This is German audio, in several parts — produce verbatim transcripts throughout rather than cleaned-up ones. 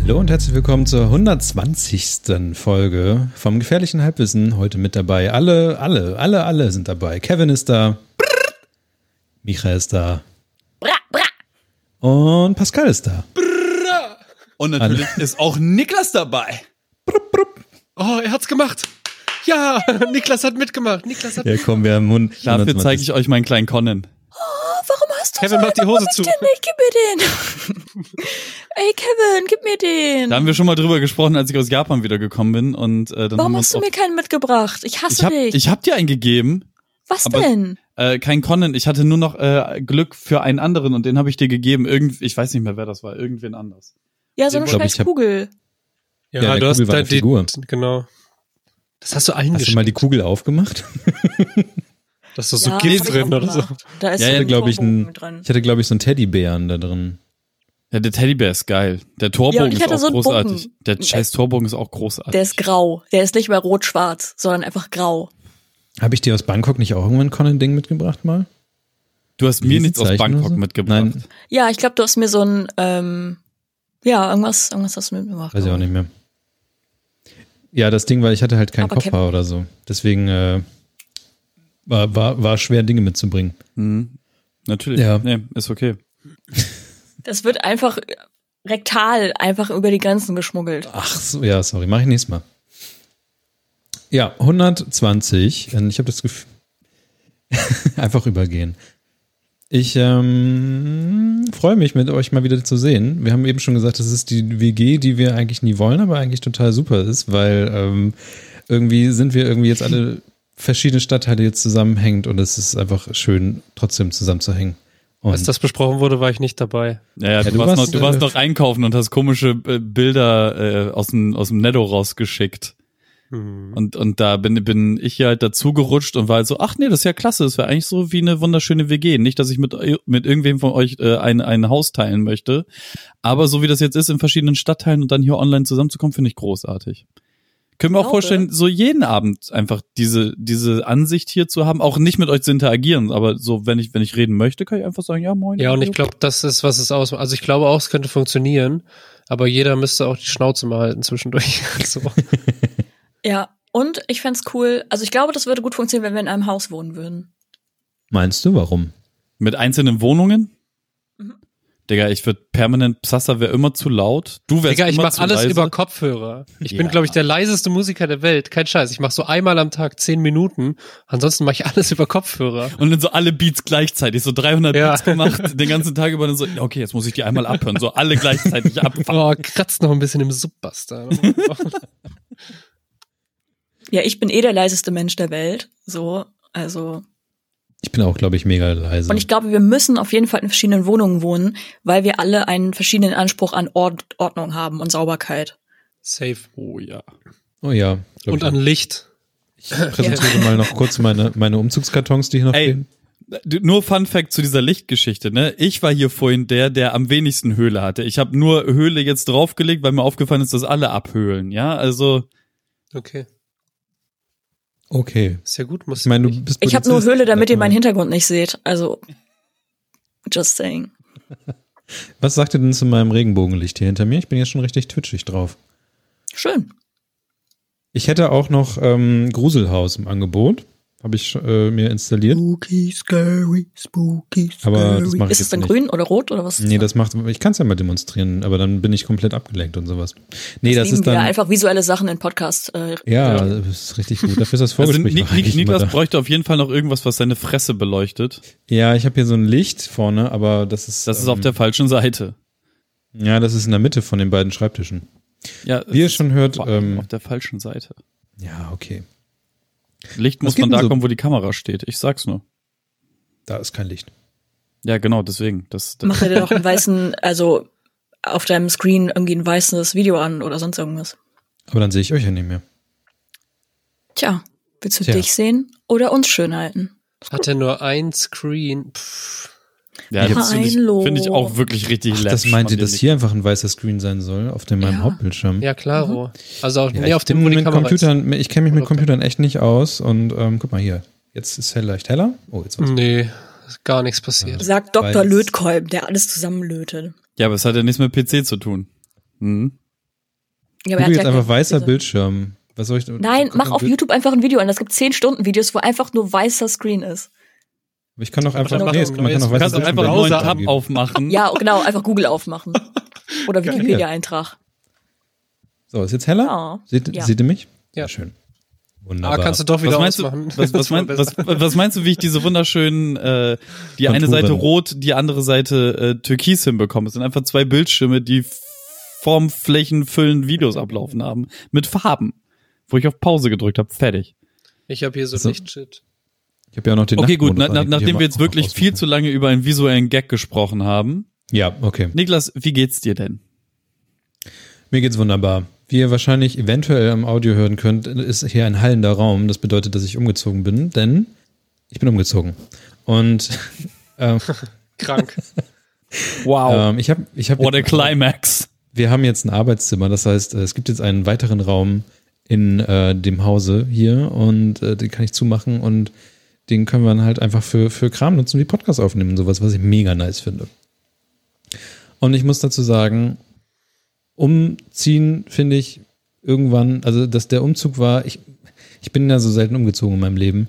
Hallo und herzlich willkommen zur hundertzwanzigsten Folge vom Gefährlichen Halbwissen. Heute mit dabei alle, alle, alle, alle sind dabei. Kevin ist da, Brrr. Micha ist da Bra, bra. und Pascal ist da. Brrr. Und natürlich alle. Ist auch Niklas dabei. Brrr, brrr. Oh, er hat's gemacht. Ja, Niklas hat mitgemacht. Niklas hat Ja, komm, wir haben Hund. Dafür zeige ich euch meinen kleinen Conan. Oh, warum hast du Kevin so macht die Hose zu. Den nicht? Gib mir den. Ey, Kevin, gib mir den. Da haben wir schon mal drüber gesprochen, als ich aus Japan wieder gekommen bin. Und, äh, dann warum haben hast du mir keinen mitgebracht? Ich hasse ich hab, dich. Ich hab dir einen gegeben. Was aber, denn? Äh, kein Conan. Ich hatte nur noch äh, Glück für einen anderen und den habe ich dir gegeben. Irgend, ich weiß nicht mehr, wer das war. Irgendwen anders. Ja, so eine glaub, scheiß hab, Kugel. Ja, ja du Kugel hast war da eine die Figur. Genau. Das hast du eingeschickt. Hast du mal die Kugel aufgemacht? Da ist doch so Ja, Gift hab ich drin auch oder so. gemacht. Da ist Ja, so ja, ein glaub ich, Torbogen ein- mit drin. Ich hatte, glaube ich, so einen Teddybären da drin. Ja, der Teddybär ist geil. Der Ja, Torbogen und ich ist hatte auch so einen großartig. Bogen. Der scheiß Torbogen ist auch großartig. Der ist grau. Der ist nicht mehr rot-schwarz, sondern einfach grau. Habe ich dir aus Bangkok nicht auch irgendwann ein Conan-Ding mitgebracht mal? Du hast mir nichts aus Zeichen oder Bangkok so? mitgebracht. Nein, Ja, ich glaube, du hast mir so ein, ähm, ja, irgendwas, irgendwas hast du mitgebracht. weiß ich auch nicht mehr. Ja, das Ding war, ich hatte halt kein Aber Kopfhaar oder so. Deswegen äh, war, war, war schwer, Dinge mitzubringen. Mhm. Natürlich. Ja. Nee, ist okay. Das wird einfach rektal einfach über die Grenzen geschmuggelt. Ach so, ja, sorry, mache ich nächstes Mal. Ja, hundertzwanzig. Ich habe das Gefühl, einfach übergehen. Ich ähm, freue mich, mit euch mal wieder zu sehen. Wir haben eben schon gesagt, das ist die W G, die wir eigentlich nie wollen, aber eigentlich total super ist, weil ähm, irgendwie sind wir irgendwie jetzt alle verschiedene Stadtteile jetzt zusammenhängend und es ist einfach schön, trotzdem zusammenzuhängen. Und Als das besprochen wurde, war ich nicht dabei. Ja, ja, du, du warst, warst, noch, du warst äh, noch einkaufen und hast komische äh, Bilder äh, aus dem aus dem Netto rausgeschickt. Hm. Und und da bin bin ich hier halt dazu gerutscht und war halt so, ach nee, das ist ja klasse, das wäre eigentlich so wie eine wunderschöne W G. Nicht, dass ich mit mit irgendwem von euch äh, ein ein Haus teilen möchte, aber so wie das jetzt ist, in verschiedenen Stadtteilen und dann hier online zusammenzukommen, finde ich großartig. Können wir auch Glaube. vorstellen, so jeden Abend einfach diese diese Ansicht hier zu haben, auch nicht mit euch zu interagieren, aber so, wenn ich wenn ich reden möchte, kann ich einfach sagen, ja moin. Ja, und ich glaube, das ist, was es ausmacht. Also ich glaube auch, es könnte funktionieren, aber jeder müsste auch die Schnauze mal halten zwischendurch. So. Ja, und ich fänd's cool, also ich glaube, das würde gut funktionieren, wenn wir in einem Haus wohnen würden. meinst du, warum? Mit einzelnen Wohnungen? Mhm. Digga, ich würde permanent, Psassa wäre immer zu laut. Du wärst Digga, ich immer mach zu alles leise. über Kopfhörer. Ich bin, Ja. glaube ich, der leiseste Musiker der Welt. Kein Scheiß. Ich mache so einmal am Tag zehn Minuten. Ansonsten mache ich alles über Kopfhörer. Und dann so alle Beats gleichzeitig, so dreihundert Ja. Beats gemacht, den ganzen Tag über, dann so, ja, okay, jetzt muss ich die einmal abhören, so alle gleichzeitig abfahren. Oh, kratzt noch ein bisschen im Subbuster. Ja, ich bin eh der leiseste Mensch der Welt, so, also. Ich bin auch, glaube ich, mega leise. Und ich glaube, wir müssen auf jeden Fall in verschiedenen Wohnungen wohnen, weil wir alle einen verschiedenen Anspruch an Ord- Ordnung haben und Sauberkeit. Safe. Oh ja. oh ja. glaub Und ich an auch. Licht. Ich präsentiere mal noch kurz meine, meine Umzugskartons, die hier noch Ey, stehen. du- nur Fun Fact zu dieser Lichtgeschichte, ne? Ich war hier vorhin der, der am wenigsten Höhle hatte. Ich habe nur Höhle jetzt draufgelegt, weil mir aufgefallen ist, dass alle abhöhlen, ja? Also, Okay. Okay. Ist ja gut. Muss Ich meine, du bist Ich habe nur Polizist, Höhle, damit ihr aber- meinen Hintergrund nicht seht, also, just saying. Was sagt ihr denn zu meinem Regenbogenlicht hier hinter mir? Ich bin jetzt schon richtig twitchig drauf. Schön. Ich hätte auch noch ähm, Gruselhaus im Angebot. Habe ich äh, mir installiert. Spooky, scary, spooky, scary. Aber das mache ich Ist es jetzt dann nicht. grün oder rot oder was? ist Nee, das? das macht, ich kann es ja mal demonstrieren, aber dann bin ich komplett abgelenkt und sowas. Nee, das, Lieben ist wir dann, einfach visuelle Sachen in Podcasts. Äh, ja, das ist richtig gut. Dafür ist das also Vorgespräch Nik- noch eigentlich Nik- immer Niklas da. bräuchte auf jeden Fall noch irgendwas, was seine Fresse beleuchtet. Ja, ich habe hier so ein Licht vorne, aber das ist, Das ist ähm, auf der falschen Seite. ja, das ist in der Mitte von den beiden Schreibtischen. Ja, Wie ihr es ist schon hört, vor allem ähm, auf der falschen Seite. Ja, okay. Licht Was muss geht man denn da so? kommen, wo die Kamera steht. Ich sag's nur. Da ist kein Licht. Ja, genau, deswegen. Das, das Mach dir doch einen weißen, also auf deinem Screen irgendwie ein weißes Video an oder sonst irgendwas. Aber dann sehe ich euch ja nicht mehr. Tja, willst du Tja. dich sehen oder uns schön halten? Hat er nur ein Screen. Pff. ja, das finde ich, Hallo. find ich auch wirklich richtig Ach, läppisch das meint von ihr, dir, dass Nik. hier einfach ein weißer Screen sein soll, auf dem meinem Ja. Hauptbildschirm? Ja, klaro. Also auch, Ja, nee, ich auf dem, bin wo die mit Kamera Computern, ich kenne mich mit Oder- Computern echt nicht aus und ähm, guck mal hier. Jetzt ist hell leicht heller. Oh, jetzt ist. was. Nee, ist gar nichts passiert. Sagt Doktor Weiß. Lötkolben, der alles zusammenlötet. Ja, aber es hat ja nichts mit P C zu tun. Mhm. Ja, aber er Google hat jetzt gleich einfach weißer diese- Bildschirm. Was soll ich Nein, guck mach ein auf Bild- YouTube einfach ein Video an. Es gibt zehn Stunden Videos, wo einfach nur weißer Screen ist. Ich kann doch einfach, dann mach nee, doch es- ein man kann neues- doch Du weißer kannst auch Bildschirm einfach einen bei neuen YouTube Tab eingeben. aufmachen. Ja, genau, einfach Google aufmachen. Oder Wikipedia-Eintrag. So, ist jetzt heller? Ja. Seht, Ja. seht ihr mich? Ja. Sehr schön. Ah, Wunderbar. kannst du doch wieder Was meinst, du, ausmachen. was, was, mein, was, was meinst du, wie ich diese wunderschönen, äh, die eine Konturen. Seite rot, die andere Seite äh, türkis hinbekomme? Es sind einfach zwei Bildschirme, die formflächenfüllend Videos ablaufen haben. Mit Farben. Wo ich auf Pause gedrückt habe. Fertig. Ich habe hier so So. Lichtshit. Ich habe ja auch noch den Okay, gut. Na, Nachtmodus na, an, den nachdem kann wir ich jetzt mal wirklich ausmachen. viel zu lange über einen visuellen Gag gesprochen haben. Ja, okay. Niklas, wie geht's dir denn? Mir geht's wunderbar. Wie ihr wahrscheinlich eventuell im Audio hören könnt, ist hier ein hallender Raum. Das bedeutet, dass ich umgezogen bin, denn ich bin umgezogen. Und ähm, Krank. Wow. ähm, ich habe, ich habe, What a climax. wir haben jetzt ein Arbeitszimmer. Das heißt, es gibt jetzt einen weiteren Raum in äh, dem Hause hier und äh, den kann ich zumachen und den können wir dann halt einfach für für Kram nutzen, wie Podcast aufnehmen und sowas, was ich mega nice finde. Und ich muss dazu sagen, umziehen finde ich irgendwann, also dass der Umzug war, ich, ich bin ja so selten umgezogen in meinem Leben,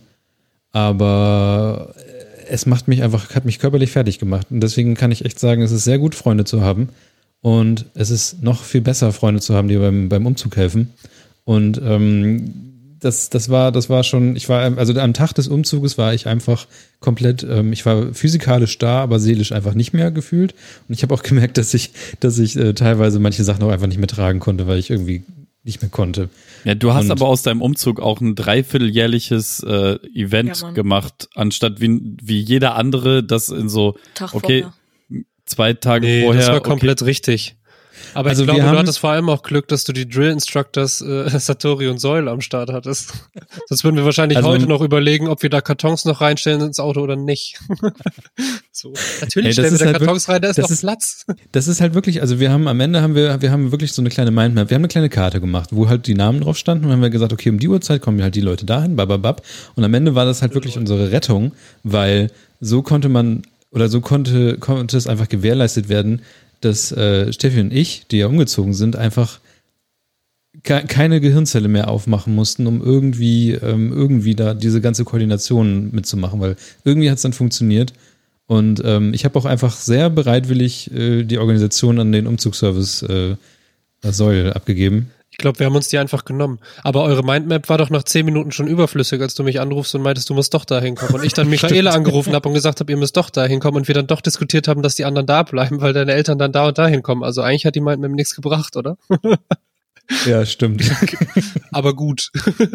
aber es macht mich einfach, hat mich körperlich fertig gemacht und deswegen kann ich echt sagen, es ist sehr gut, Freunde zu haben und es ist noch viel besser, Freunde zu haben, die beim, beim Umzug helfen und ähm, das, das war, das war schon, ich war, also am Tag des Umzuges war ich einfach komplett, ähm, ich war physikalisch da, aber seelisch einfach nicht mehr gefühlt. Und ich habe auch gemerkt, dass ich, dass ich äh, teilweise manche Sachen auch einfach nicht mehr tragen konnte, weil ich irgendwie nicht mehr konnte. Ja, du hast Und- aber aus deinem Umzug auch ein dreivierteljährliches äh, Event Ja, Mann. gemacht, anstatt wie, wie jeder andere das in so, Tag okay, vorher. zwei Tage Nee, vorher. das war okay. komplett richtig. Aber Also ich glaube, wir du haben- hattest vor allem auch Glück, dass du die Drill Instructors äh, Satori und Säule am Start hattest. Sonst würden wir wahrscheinlich Also- heute noch überlegen, ob wir da Kartons noch reinstellen ins Auto oder nicht. So, natürlich Ey, das stellen wir ist da halt Kartons rein, da ist das noch ist- Platz. Das ist halt wirklich, also wir haben am Ende haben wir, wir haben wirklich so eine kleine Mindmap, wir haben eine kleine Karte gemacht, wo halt die Namen drauf standen und dann haben wir gesagt, okay, um die Uhrzeit kommen halt die Leute dahin, bababab. Und am Ende war das halt wirklich unsere Rettung, weil so konnte man, oder so konnte, konnte es einfach gewährleistet werden, dass äh, Steffi und ich, die ja umgezogen sind, einfach ke- keine Gehirnzelle mehr aufmachen mussten, um irgendwie, ähm, irgendwie da diese ganze Koordination mitzumachen, weil irgendwie hat es dann funktioniert. Und ähm, ich habe auch einfach sehr bereitwillig äh, die Organisation an den Umzugsservice äh, Säule abgegeben. Ich glaube, wir haben uns die einfach genommen. Aber eure Mindmap war doch nach zehn Minuten schon überflüssig, als du mich anrufst und meintest, du musst doch da hinkommen. Und ich dann Michaela angerufen habe und gesagt habe, ihr müsst doch da hinkommen und wir dann doch diskutiert haben, dass die anderen da bleiben, weil deine Eltern dann da und da hinkommen. Also eigentlich hat die Mindmap nichts gebracht, oder? Ja, stimmt. Aber gut.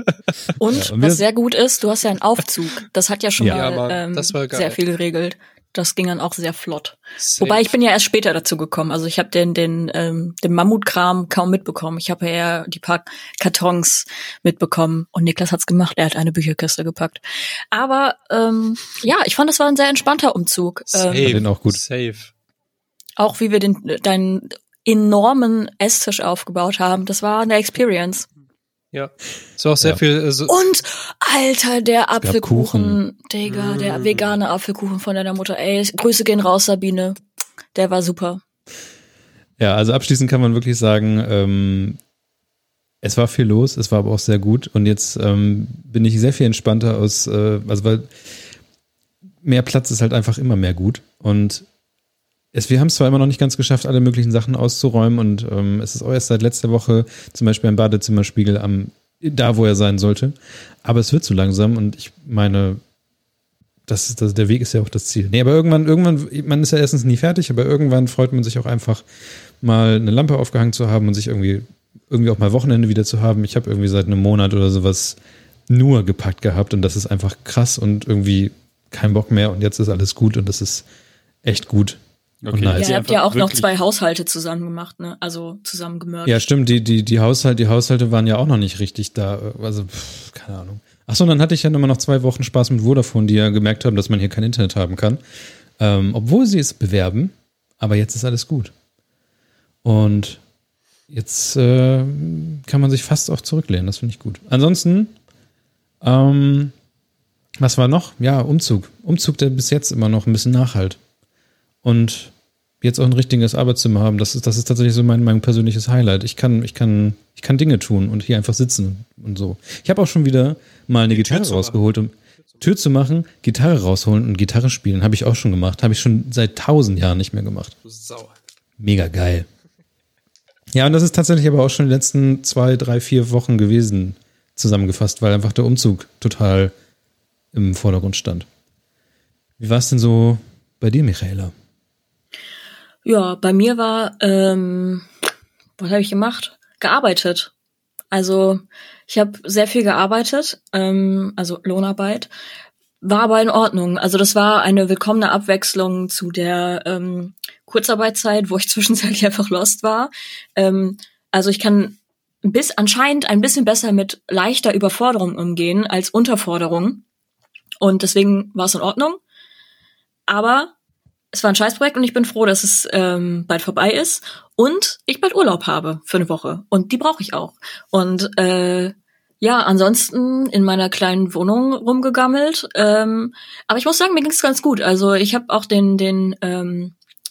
Und Ja, und wir- was sehr gut ist, du hast ja einen Aufzug. Das hat ja schon Ja. mal Ja, Mann, ähm, das war geil. sehr viel geregelt. Das ging dann auch sehr flott. Wobei ich bin ja erst später dazu gekommen. Also ich habe den den ähm, den Mammutkram kaum mitbekommen. Ich habe ja die paar Kartons mitbekommen und Niklas hat's gemacht. Er hat eine Bücherkiste gepackt. Aber ähm, ja, ich fand, das war ein sehr entspannter Umzug. Safe. Ähm, den auch gut. Safe. auch wie wir den deinen enormen Esstisch aufgebaut haben. Das war eine Experience. Ja. So auch sehr Ja. viel. Äh, so, Und, Alter, der gab Apfelkuchen, Digga, der vegane Apfelkuchen von deiner Mutter. Ey, Grüße gehen raus, Sabine. Der war super. Ja, also abschließend kann man wirklich sagen, ähm, es war viel los, es war aber auch sehr gut und jetzt ähm, bin ich sehr viel entspannter aus, äh, also weil mehr Platz ist halt einfach immer mehr gut und es, wir haben es zwar immer noch nicht ganz geschafft, alle möglichen Sachen auszuräumen und ähm, es ist auch erst seit letzter Woche zum Beispiel ein Badezimmerspiegel am da, wo er sein sollte, aber es wird so langsam und ich meine, das ist, das, der Weg ist ja auch das Ziel. Nee, aber irgendwann, irgendwann, man ist ja erstens nie fertig, aber irgendwann freut man sich auch einfach, mal eine Lampe aufgehangen zu haben und sich irgendwie, irgendwie auch mal Wochenende wieder zu haben. Ich habe irgendwie seit einem Monat oder sowas nur gepackt gehabt und das ist einfach krass und irgendwie kein Bock mehr und jetzt ist alles gut und das ist echt gut. Und Okay. Ja, nice. ihr habt ja auch noch wirklich- zwei Haushalte zusammen gemacht, ne? Also zusammen gemerkt. Ja, stimmt, die, die, die Haushalte, die Haushalte waren ja auch noch nicht richtig da. Also, pff, keine Ahnung. Achso, und dann hatte ich ja immer noch zwei Wochen Spaß mit Vodafone, die ja gemerkt haben, dass man hier kein Internet haben kann. Ähm, obwohl sie es bewerben, aber jetzt ist alles gut. Und jetzt äh, kann man sich fast auch zurücklehnen, das finde ich gut. Ansonsten, ähm, was war noch? Ja, Umzug. Umzug, der bis jetzt immer noch ein bisschen nachhalt. Und jetzt auch ein richtiges Arbeitszimmer haben. Das ist, das ist tatsächlich so mein, mein persönliches Highlight. Ich kann, ich kann, ich kann Dinge tun und hier einfach sitzen und so. Ich habe auch schon wieder mal eine Gitarre rausgeholt, um Tür zu machen, Gitarre rausholen und Gitarre spielen. Habe ich auch schon gemacht. Habe ich schon seit tausend Jahren nicht mehr gemacht. Du Sau. Mega geil. Ja, und das ist tatsächlich aber auch schon die letzten zwei, drei, vier Wochen gewesen, zusammengefasst, weil einfach der Umzug total im Vordergrund stand. Wie war es denn so bei dir, Michaela? Ja, bei mir war, ähm, was habe ich gemacht? Gearbeitet. Also ich habe sehr viel gearbeitet, ähm, also Lohnarbeit, war aber in Ordnung. Also das war eine willkommene Abwechslung zu der ähm, Kurzarbeitszeit, wo ich zwischenzeitlich einfach lost war. Ähm, also ich kann bis anscheinend ein bisschen besser mit leichter Überforderung umgehen als Unterforderung. Und deswegen war es in Ordnung. Aber es war ein Scheißprojekt und ich bin froh, dass es ähm, bald vorbei ist und ich bald Urlaub habe für eine Woche. Und die brauche ich auch. Und äh, ja, ansonsten in meiner kleinen Wohnung rumgegammelt. Ähm, aber ich muss sagen, mir ging es ganz gut. Also ich habe auch den den ähm,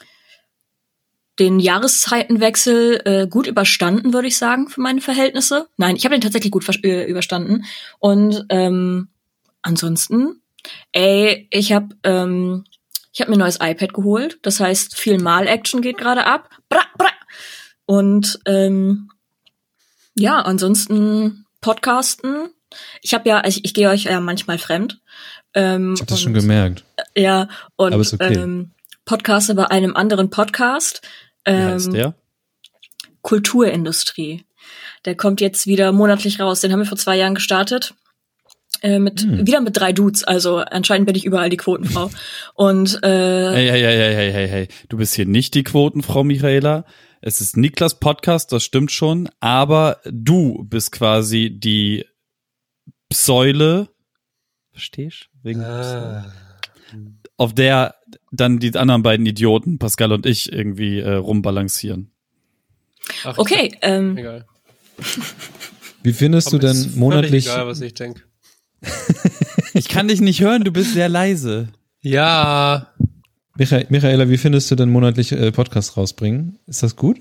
den Jahreszeitenwechsel äh, gut überstanden, würde ich sagen, für meine Verhältnisse. Nein, ich habe den tatsächlich gut ver- äh, überstanden. Und ähm, ansonsten, ey, ich habe ähm, ich habe mir ein neues iPad geholt. Das heißt, viel Mal-Action geht gerade ab. Bra, bra. Und ähm, ja, ansonsten Podcasten. Ich habe ja, ich, ich gehe euch ja manchmal fremd. Ähm, Ich habe das und, schon gemerkt. Ja, und Aber ist okay. ähm, Podcaste bei einem anderen Podcast. Wie Ähm, heißt der? Kulturindustrie. Der kommt jetzt wieder monatlich raus. Den haben wir vor zwei Jahren gestartet. Äh, mit Hm. wieder mit drei Dudes. Also anscheinend bin ich überall die Quotenfrau. Und äh, Hey, hey, hey, hey, hey, hey, hey. Du bist hier nicht die Quotenfrau, Michaela. Es ist Niklas Podcast, das stimmt schon. Aber du bist quasi die Säule. Verstehst du? Wegen Ah. auf der dann die anderen beiden Idioten, Pascal und ich, irgendwie äh, rumbalancieren. Ach, ich okay, dachte, ähm, egal. Wie findest du Komm, ist denn völlig monatlich? Egal, was ich denke. Ich kann dich nicht hören, du bist sehr leise. Ja. Micha Michaela, wie findest du denn monatlich äh, Podcasts rausbringen? Ist das gut?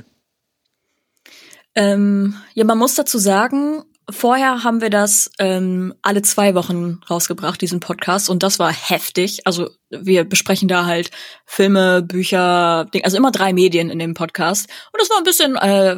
Ähm, ja, man muss dazu sagen, vorher haben wir das ähm, alle zwei Wochen rausgebracht, diesen Podcast, und das war heftig. Also wir besprechen da halt Filme, Bücher, Ding, also immer drei Medien in dem Podcast. Und das war ein bisschen äh,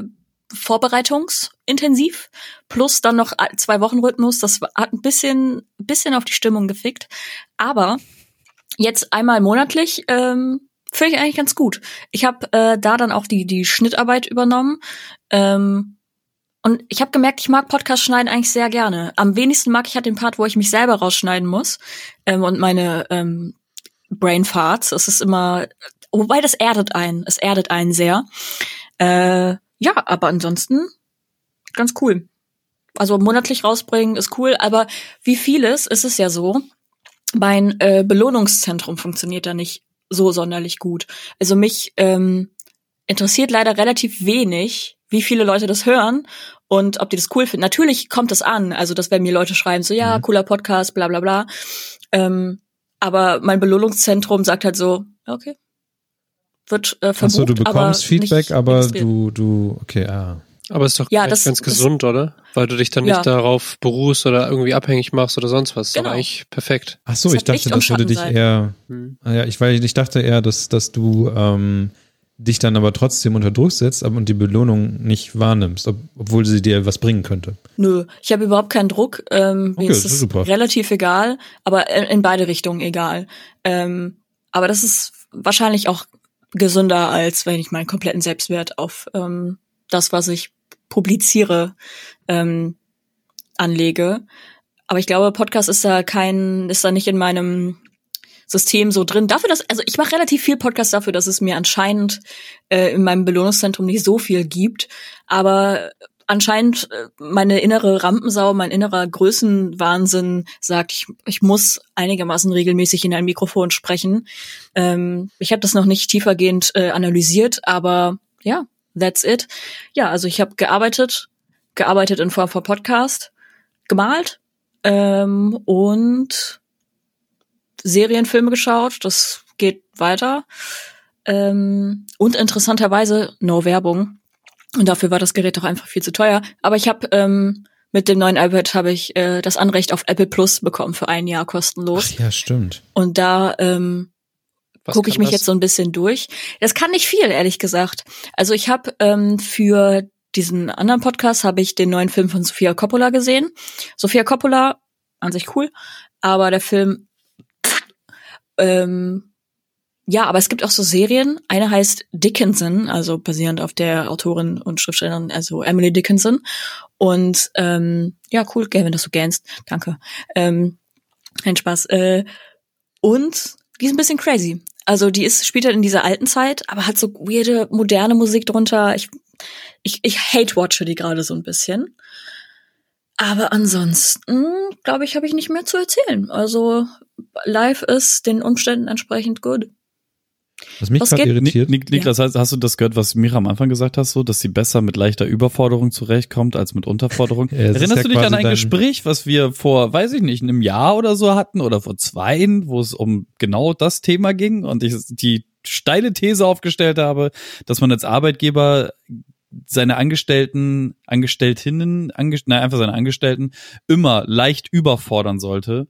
vorbereitungsintensiv, plus dann noch zwei Wochen Rhythmus. Das hat ein bisschen, bisschen auf die Stimmung gefickt. Aber jetzt einmal monatlich ähm, finde ich eigentlich ganz gut. Ich habe äh, da dann auch die die Schnittarbeit übernommen. Ähm, und ich habe gemerkt, ich mag Podcast schneiden eigentlich sehr gerne. Am wenigsten mag ich halt den Part, wo ich mich selber rausschneiden muss ähm, und meine ähm, Brain Farts. Es ist immer, wobei das erdet einen. Es erdet einen sehr. Äh, ja, aber ansonsten ganz cool. Also monatlich rausbringen ist cool, aber wie vieles ist es ja so, mein äh, Belohnungszentrum funktioniert da nicht so sonderlich gut. Also mich ähm, interessiert leider relativ wenig, wie viele Leute das hören und ob die das cool finden. Natürlich kommt das an, also dass wenn mir Leute schreiben, so ja, Mhm. cooler Podcast, bla bla bla. Ähm, aber mein Belohnungszentrum sagt halt so, okay, wird äh, verbucht, Achso, du bekommst aber Feedback, nicht aber registriert. du, du, okay, ah. Aber ist doch Ja, eigentlich das- ganz das- gesund, oder? Weil du dich dann Ja. nicht darauf beruhst oder irgendwie abhängig machst oder sonst was. Ist Genau. doch eigentlich perfekt. Ach so, Es ich hat Licht dachte, und das würde dich Schattenseiten. eher, Hm. ah ja, ich, weil ich dachte eher, dass, dass du ähm, dich dann aber trotzdem unter Druck setzt aber und die Belohnung nicht wahrnimmst, ob, obwohl sie dir was bringen könnte. Nö, ich habe überhaupt keinen Druck. Ähm, Okay, mir ist das ist es super. relativ egal, aber in in beide Richtungen egal. Ähm, aber das ist wahrscheinlich auch gesünder, als wenn ich meinen kompletten Selbstwert auf ähm, das, was ich publiziere, ähm, anlege. Aber ich glaube, Podcast ist da kein, ist da nicht in meinem System so drin. Dafür, dass, also ich mache relativ viel Podcast dafür, dass es mir anscheinend äh, in meinem Belohnungszentrum nicht so viel gibt. Aber anscheinend äh, meine innere Rampensau, mein innerer Größenwahnsinn sagt, ich, ich muss einigermaßen regelmäßig in ein Mikrofon sprechen. Ähm, ich habe das noch nicht tiefergehend äh, analysiert, aber ja, that's it. Ja, also ich habe gearbeitet, gearbeitet in Form von Podcast, gemalt ähm, und Serienfilme geschaut. Das geht weiter. Ähm, und interessanterweise, no Werbung. Und dafür war das Gerät doch einfach viel zu teuer. Aber ich habe ähm, mit dem neuen iPad habe ich äh, das Anrecht auf Apple Plus bekommen für ein Jahr kostenlos. Ach ja, stimmt. Und da ähm, gucke ich mich das? jetzt so ein bisschen durch. Das kann nicht viel, ehrlich gesagt. Also ich habe ähm, für diesen anderen Podcast habe ich den neuen Film von Sofia Coppola gesehen. Sofia Coppola, an sich cool, aber der Film, ähm, ja, aber es gibt auch so Serien. Eine heißt Dickinson, also basierend auf der Autorin und Schriftstellerin, also Emily Dickinson. Und ähm, ja, cool, Gavin, dass du gähnst. Danke. Ähm, kein Spaß. Äh, und die ist ein bisschen crazy. Also die ist spielt halt in dieser alten Zeit, aber hat so weirde, moderne Musik drunter. Ich ich, ich hate-watche die gerade so ein bisschen. Aber ansonsten, glaube ich, habe ich nicht mehr zu erzählen. Also live ist den Umständen entsprechend gut. Was mich Was gerade geht? irritiert. Nik- Niklas, hast, hast du das gehört, was Mira am Anfang gesagt hast, so, dass sie besser mit leichter Überforderung zurechtkommt als mit Unterforderung? Ja, es ist Erinnerst ja du dich quasi an ein dein- Gespräch, was wir vor, weiß ich nicht, einem Jahr oder so hatten oder vor zweien, wo es um genau das Thema ging und ich die steile These aufgestellt habe, dass man als Arbeitgeber seine Angestellten, Angestelltinnen, Ange- nein, einfach seine Angestellten immer leicht überfordern sollte?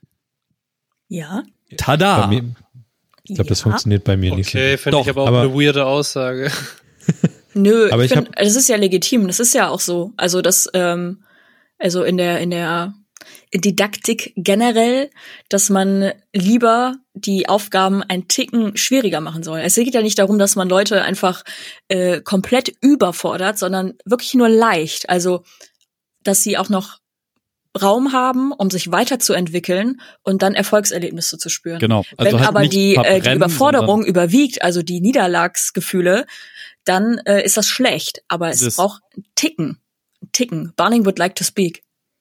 Ja. Tada! Bei mir, ich glaube, das ja. funktioniert bei mir nicht so. Okay, gut. finde ich Doch, aber auch aber- eine weirde Aussage. Nö, Aber ich ich finde, das ist ja legitim. Das ist ja auch so. Also das, ähm, also in der in der Didaktik generell, dass man lieber die Aufgaben ein Ticken schwieriger machen soll. Es geht ja nicht darum, dass man Leute einfach äh, komplett überfordert, sondern wirklich nur leicht. Also, dass sie auch noch Raum haben, um sich weiterzuentwickeln und dann Erfolgserlebnisse zu spüren. Genau. Also Wenn halt aber nicht die, äh, die verbrennen, Überforderung überwiegt, also die Niederlagsgefühle, dann äh, ist das schlecht. Aber es Das- braucht einen Ticken. Einen Ticken. Barning would like to speak.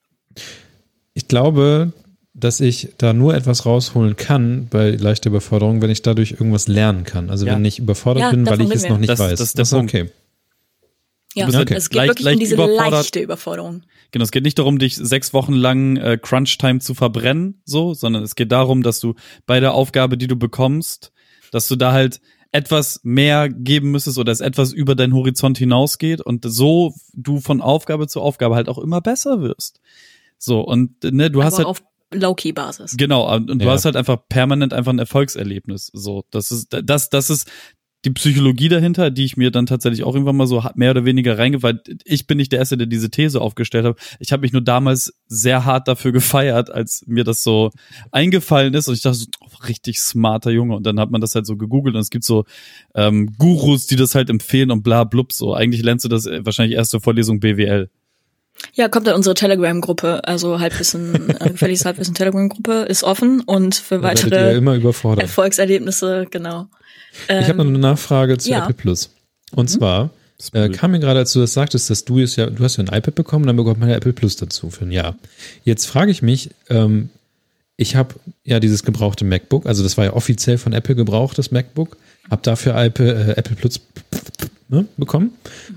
Ich glaube, dass ich da nur etwas rausholen kann bei leichter Überforderung, wenn ich dadurch irgendwas lernen kann. Also Ja. wenn ich überfordert Ja, bin, weil davon ich es reden wir. noch nicht Das- weiß. das ist der Punkt. okay. Ja, bist halt es geht leicht- wirklich leicht um diese überfordert. leichte Überforderung. Genau, es geht nicht darum, dich sechs Wochen lang äh, Crunch-Time zu verbrennen, so, sondern es geht darum, dass du bei der Aufgabe, die du bekommst, dass du da halt etwas mehr geben müsstest oder es etwas über deinen Horizont hinausgeht und so du von Aufgabe zu Aufgabe halt auch immer besser wirst. So, und ne, du hast aber halt auf Low-Key-Basis. genau, und du Ja. hast halt einfach permanent einfach ein Erfolgserlebnis. So, das ist das das ist die Psychologie dahinter, die ich mir dann tatsächlich auch irgendwann mal so mehr oder weniger reinge, weil ich bin nicht der Erste, der diese These aufgestellt hat. Ich habe mich nur damals sehr hart dafür gefeiert, als mir das so eingefallen ist und ich dachte so, oh, richtig smarter Junge. Und dann hat man das halt so gegoogelt und es gibt so ähm, Gurus, die das halt empfehlen und bla blub so. Eigentlich lernst du das wahrscheinlich erst zur Vorlesung B W L. Ja, kommt in unsere Telegram-Gruppe. Also Halbwissen, äh, gefährliches Halbwissen Telegram-Gruppe ist offen und für Da werdet ihr weitere immer überfordert. Erfolgserlebnisse, genau. Ähm, Ich habe noch eine Nachfrage zu ja. Apple Plus. Und zwar ist äh, blöd. kam mir gerade, als du das sagtest, dass du es ja, du hast ja ein iPad bekommen, dann bekommt man ja Apple Plus dazu für ein Jahr. Jetzt frage ich mich, ähm, ich habe ja dieses gebrauchte MacBook, also das war ja offiziell von Apple gebraucht, das MacBook, habe dafür Apple, äh, Apple Plus ne, bekommen.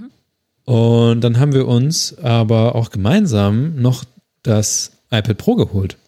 Und dann haben wir uns aber auch gemeinsam noch das iPad Pro geholt.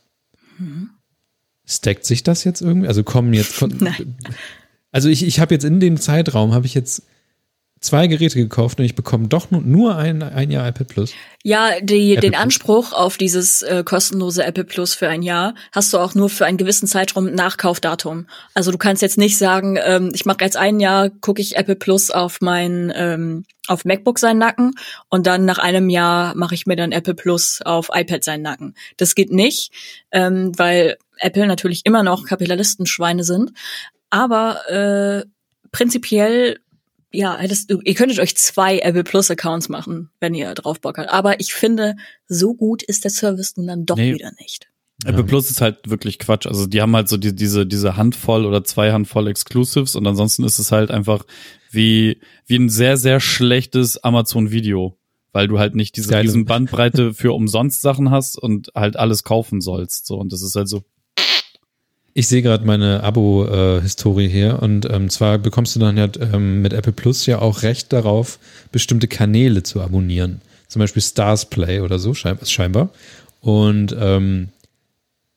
Stackt sich das jetzt irgendwie? Also kommen jetzt kon- Nein. Also ich, ich habe jetzt in dem Zeitraum, habe ich jetzt zwei Geräte gekauft und ich bekomme doch nur, nur ein, ein Jahr iPad Plus. Ja, die, Apple den Plus. Anspruch auf dieses äh, kostenlose Apple Plus für ein Jahr hast du auch nur für einen gewissen Zeitraum nach Kaufdatum. Also du kannst jetzt nicht sagen, ähm, ich mache jetzt ein Jahr, gucke ich Apple Plus auf mein ähm, auf MacBook seinen Nacken und dann nach einem Jahr mache ich mir dann Apple Plus auf iPad seinen Nacken. Das geht nicht, ähm, weil Apple natürlich immer noch Kapitalistenschweine sind. Aber äh, prinzipiell ja, hättest du, ihr könntet euch zwei Apple Plus Accounts machen, wenn ihr drauf Bock habt. Aber ich finde, so gut ist der Service nun dann doch Nee. wieder nicht. Apple Plus ist halt wirklich Quatsch. Also die haben halt so die, diese diese Handvoll oder zwei Handvoll Exclusives und ansonsten ist es halt einfach wie wie ein sehr sehr schlechtes Amazon Video, weil du halt nicht diese Geil. riesen Bandbreite für umsonst Sachen hast und halt alles kaufen sollst. So und das ist halt so. Ich sehe gerade meine Abo-Historie hier und ähm, zwar bekommst du dann ja ähm, mit Apple Plus ja auch Recht darauf, bestimmte Kanäle zu abonnieren. Zum Beispiel Stars Play oder so, schein- scheinbar. Und ähm,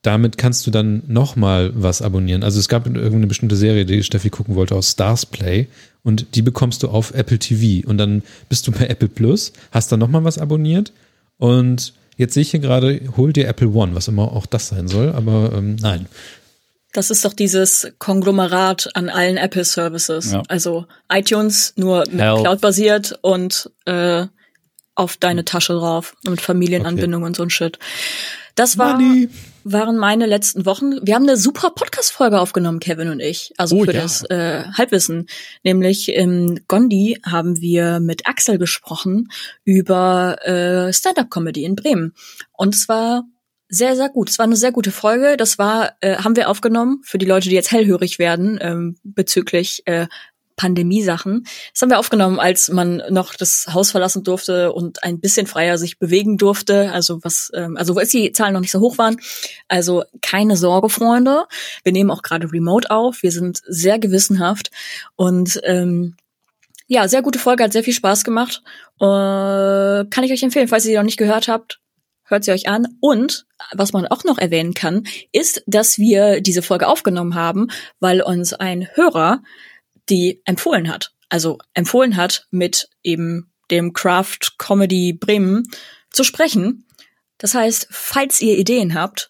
damit kannst du dann nochmal was abonnieren. Also es gab irgendeine bestimmte Serie, die Steffi gucken wollte, aus Stars Play, und die bekommst du auf Apple T V. Und dann bist du bei Apple Plus, hast dann nochmal was abonniert, und jetzt sehe ich hier gerade, hol dir Apple One, was immer auch das sein soll, aber ähm, nein. Das ist doch dieses Konglomerat an allen Apple-Services. Ja. Also iTunes nur mit Cloud-basiert und äh, auf deine Tasche drauf mit Familienanbindung okay. und so ein Shit. Das war, waren meine letzten Wochen. Wir haben eine super Podcast-Folge aufgenommen, Kevin und ich. Also oh, für ja. das äh, Halbwissen. Nämlich im Gondi haben wir mit Axel gesprochen über äh, Stand-Up-Comedy in Bremen. Und es war sehr, sehr gut. Es war eine sehr gute Folge. Das war, äh, haben wir aufgenommen für die Leute, die jetzt hellhörig werden ähm, bezüglich äh, Pandemie-Sachen. Das haben wir aufgenommen, als man noch das Haus verlassen durfte und ein bisschen freier sich bewegen durfte. Also was, ähm, also als die Zahlen noch nicht so hoch waren. Also keine Sorge, Freunde. Wir nehmen auch gerade remote auf. Wir sind sehr gewissenhaft und ähm, ja, sehr gute Folge, hat sehr viel Spaß gemacht. Äh, kann ich euch empfehlen, falls ihr sie noch nicht gehört habt. Hört sie euch an. Und was man auch noch erwähnen kann, ist, dass wir diese Folge aufgenommen haben, weil uns ein Hörer die empfohlen hat. Also empfohlen hat, mit eben dem Craft Comedy Bremen zu sprechen. Das heißt, falls ihr Ideen habt,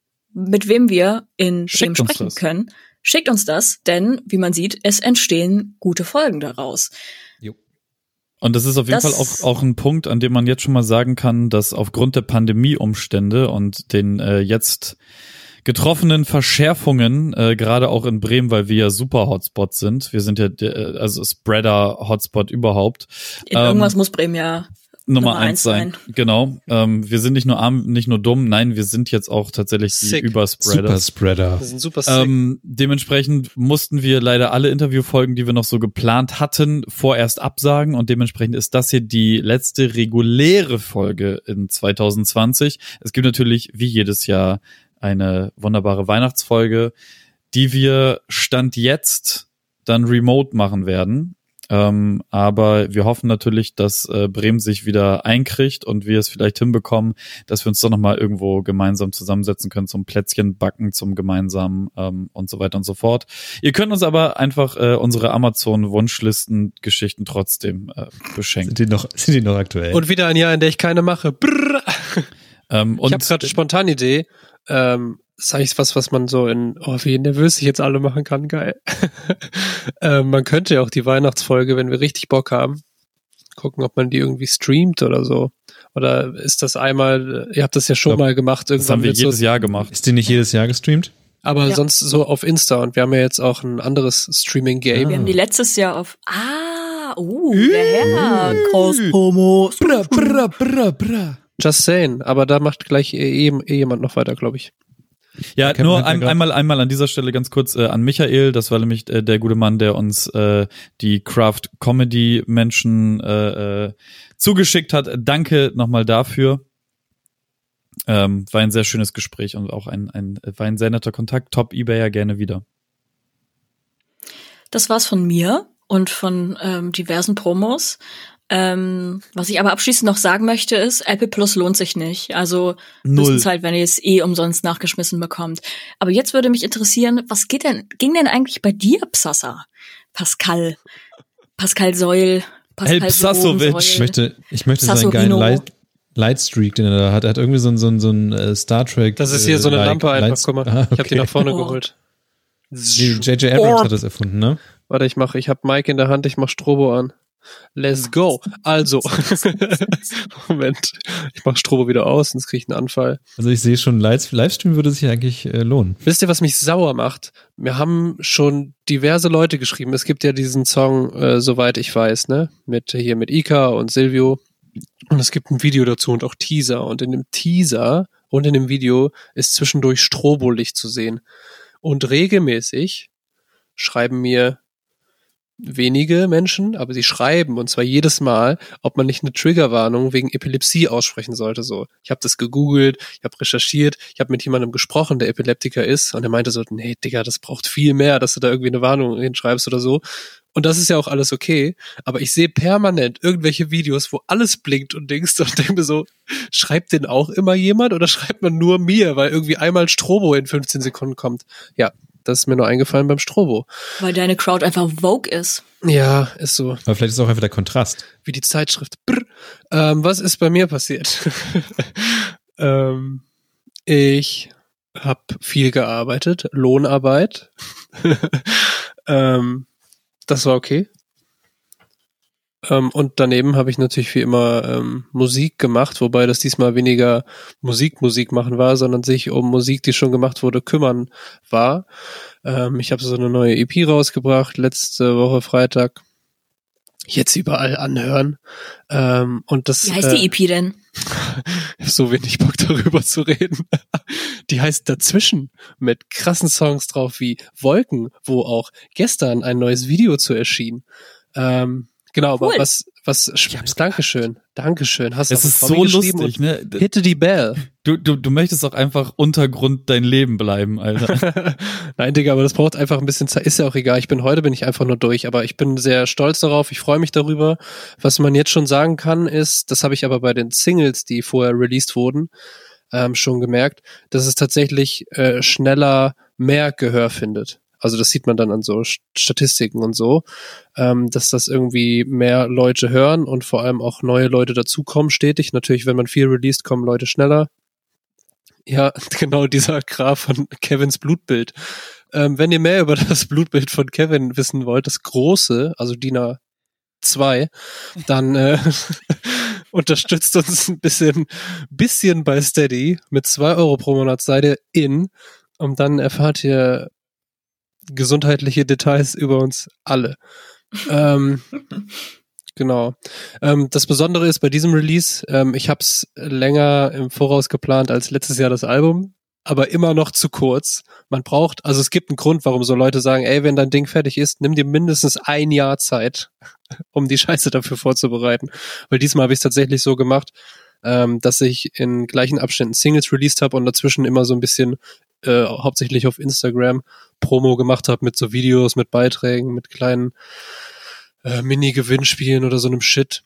mit wem wir in Bremen sprechen können, schickt uns das, denn, wie man sieht, es entstehen gute Folgen daraus. Jo. Und das ist auf jeden das Fall auch, auch ein Punkt, an dem man jetzt schon mal sagen kann, dass aufgrund der Pandemieumstände und den äh, jetzt getroffenen Verschärfungen, äh, gerade auch in Bremen, weil wir ja super Hotspot sind. Wir sind ja der, also Spreader-Hotspot überhaupt. In ähm, irgendwas muss Bremen ja Nummer, Nummer eins sein. sein. Genau. Ähm, wir sind nicht nur arm, nicht nur dumm, nein, wir sind jetzt auch tatsächlich sick. Die Überspreader. Super Spreader. Wir sind super sick. Ähm, dementsprechend mussten wir leider alle Interviewfolgen, die wir noch so geplant hatten, vorerst absagen, und dementsprechend ist das hier die letzte reguläre Folge in zwanzig zwanzig. Es gibt natürlich, wie jedes Jahr, eine wunderbare Weihnachtsfolge, die wir Stand jetzt dann remote machen werden. Ähm, aber wir hoffen natürlich, dass äh, Bremen sich wieder einkriegt und wir es vielleicht hinbekommen, dass wir uns doch nochmal irgendwo gemeinsam zusammensetzen können zum Plätzchen backen, zum gemeinsamen ähm, und so weiter und so fort. Ihr könnt uns aber einfach äh, unsere Amazon-Wunschlisten-Geschichten trotzdem äh, beschenken. Sind die noch, sind die noch aktuell? Und wieder ein Jahr, in der ich keine mache. Brrr. Ähm, ich habe gerade eine spontane Idee. Ähm, ist eigentlich was, was man so in, oh, wie nervös ich jetzt alle machen kann, geil. ähm, man könnte ja auch die Weihnachtsfolge, wenn wir richtig Bock haben, gucken, ob man die irgendwie streamt oder so. Oder ist das einmal, ihr habt das ja schon glaub, mal gemacht. Das haben wir jedes so, Jahr gemacht. Ist die nicht jedes Jahr gestreamt? Aber ja. sonst so auf Insta, und wir haben ja jetzt auch ein anderes Streaming-Game. Ah. Wir haben die letztes Jahr auf, ah, uh, der Herr, Großpromo. Bra, bra, bra, bra. Just saying, aber da macht gleich eh, eh jemand noch weiter, glaube ich. Ja, nur ein, einmal einmal an dieser Stelle ganz kurz äh, an Michael, das war nämlich äh, der gute Mann, der uns äh, die Craft Comedy Menschen äh, äh, zugeschickt hat. Danke nochmal dafür. Ähm, war ein sehr schönes Gespräch und auch ein, ein war ein sehr netter Kontakt. Top eBayer, gerne wieder. Das war's von mir und von ähm, diversen Promos. Ähm, was ich aber abschließend noch sagen möchte, ist, Apple Plus lohnt sich nicht. Also müssen es halt, wenn ihr es eh umsonst nachgeschmissen bekommt. Aber jetzt würde mich interessieren, was geht denn, ging denn eigentlich bei dir, Psassa? Pascal. Pascal Seul. Pascal El Psassovic. Ich möchte, ich möchte seinen geilen Light, Lightstreak, den er da hat. Er hat irgendwie so ein, so ein, so ein uh, Star Trek. Das ist hier äh, so eine like, Lampe einfach, guck mal. Ah, okay. Ich hab die nach vorne oh. geholt. J J Abrams hat das erfunden, ne? Warte, ich mach, ich hab Mike in der Hand, ich mach Strobo an. Let's go. Also, Moment, ich mach Strobo wieder aus, sonst krieg ich einen Anfall. Also ich sehe schon, Livestream würde sich eigentlich äh, lohnen. Wisst ihr, was mich sauer macht? Wir haben schon diverse Leute geschrieben. Es gibt ja diesen Song, äh, soweit ich weiß, ne, mit hier mit Ika und Silvio. Und es gibt ein Video dazu und auch Teaser. Und in dem Teaser und in dem Video ist zwischendurch Strobolicht zu sehen. Und regelmäßig schreiben mir wenige Menschen, aber sie schreiben, und zwar jedes Mal, ob man nicht eine Triggerwarnung wegen Epilepsie aussprechen sollte. So, ich habe das gegoogelt, ich habe recherchiert, ich habe mit jemandem gesprochen, der Epileptiker ist, und er meinte so, nee, Digga, das braucht viel mehr, dass du da irgendwie eine Warnung hinschreibst oder so. Und das ist ja auch alles okay, aber ich sehe permanent irgendwelche Videos, wo alles blinkt und Dings und denke mir so, schreibt den auch immer jemand oder schreibt man nur mir, weil irgendwie einmal Strobo in fünfzehn Sekunden kommt? Ja, das ist mir nur eingefallen beim Strobo. Weil deine Crowd einfach Vogue ist. Ja, ist so. Aber vielleicht ist es auch einfach der Kontrast. Wie die Zeitschrift. Brr. Ähm, was ist bei mir passiert? ähm, ich habe viel gearbeitet, Lohnarbeit. ähm, Das war okay. Ähm, und daneben habe ich natürlich wie immer ähm, Musik gemacht, wobei das diesmal weniger Musik Musik machen war, sondern sich um Musik, die schon gemacht wurde, kümmern war. Ähm, ich habe so eine neue E P rausgebracht, letzte Woche Freitag. Jetzt überall anhören. Ähm, und das, Wie heißt äh, die E P denn? Ich hab so wenig Bock darüber zu reden. Die heißt Dazwischen, mit krassen Songs drauf wie Wolken, wo auch gestern ein neues Video zu erschien. Ähm, genau, Cool. aber was, was, Dankeschön, Dankeschön. Hast du Es ist auf so Promi geschrieben lustig, und ne? Hitte die Bell. Du, du, du möchtest auch einfach Untergrund dein Leben bleiben, Alter. Nein, Digga, aber das braucht einfach ein bisschen Zeit. Ist ja auch egal. Ich bin heute bin ich einfach nur durch, aber ich bin sehr stolz darauf. Ich freue mich darüber. Was man jetzt schon sagen kann, ist, das habe ich aber bei den Singles, die vorher released wurden, ähm, schon gemerkt, dass es tatsächlich äh, schneller mehr Gehör findet. Also das sieht man dann an so Statistiken und so, ähm, dass das irgendwie mehr Leute hören und vor allem auch neue Leute dazukommen stetig. Natürlich, wenn man viel released, kommen Leute schneller. Ja, genau, dieser Graph von Kevins Blutbild. Ähm, wenn ihr mehr über das Blutbild von Kevin wissen wollt, das große, also D I N A zwei, dann äh, unterstützt uns ein bisschen, bisschen bei Steady. Mit zwei Euro pro Monat seid ihr in, und dann erfahrt ihr gesundheitliche Details über uns alle. ähm, Genau. Ähm, das Besondere ist bei diesem Release, ähm, ich habe es länger im Voraus geplant als letztes Jahr das Album, aber immer noch zu kurz. Man braucht, also es gibt einen Grund, warum so Leute sagen, ey, wenn dein Ding fertig ist, nimm dir mindestens ein Jahr Zeit, um die Scheiße dafür vorzubereiten. Weil diesmal habe ich es tatsächlich so gemacht, ähm, dass ich in gleichen Abständen Singles released habe und dazwischen immer so ein bisschen äh, hauptsächlich auf Instagram Promo gemacht habe mit so Videos, mit Beiträgen, mit kleinen äh, Mini-Gewinnspielen oder so einem Shit.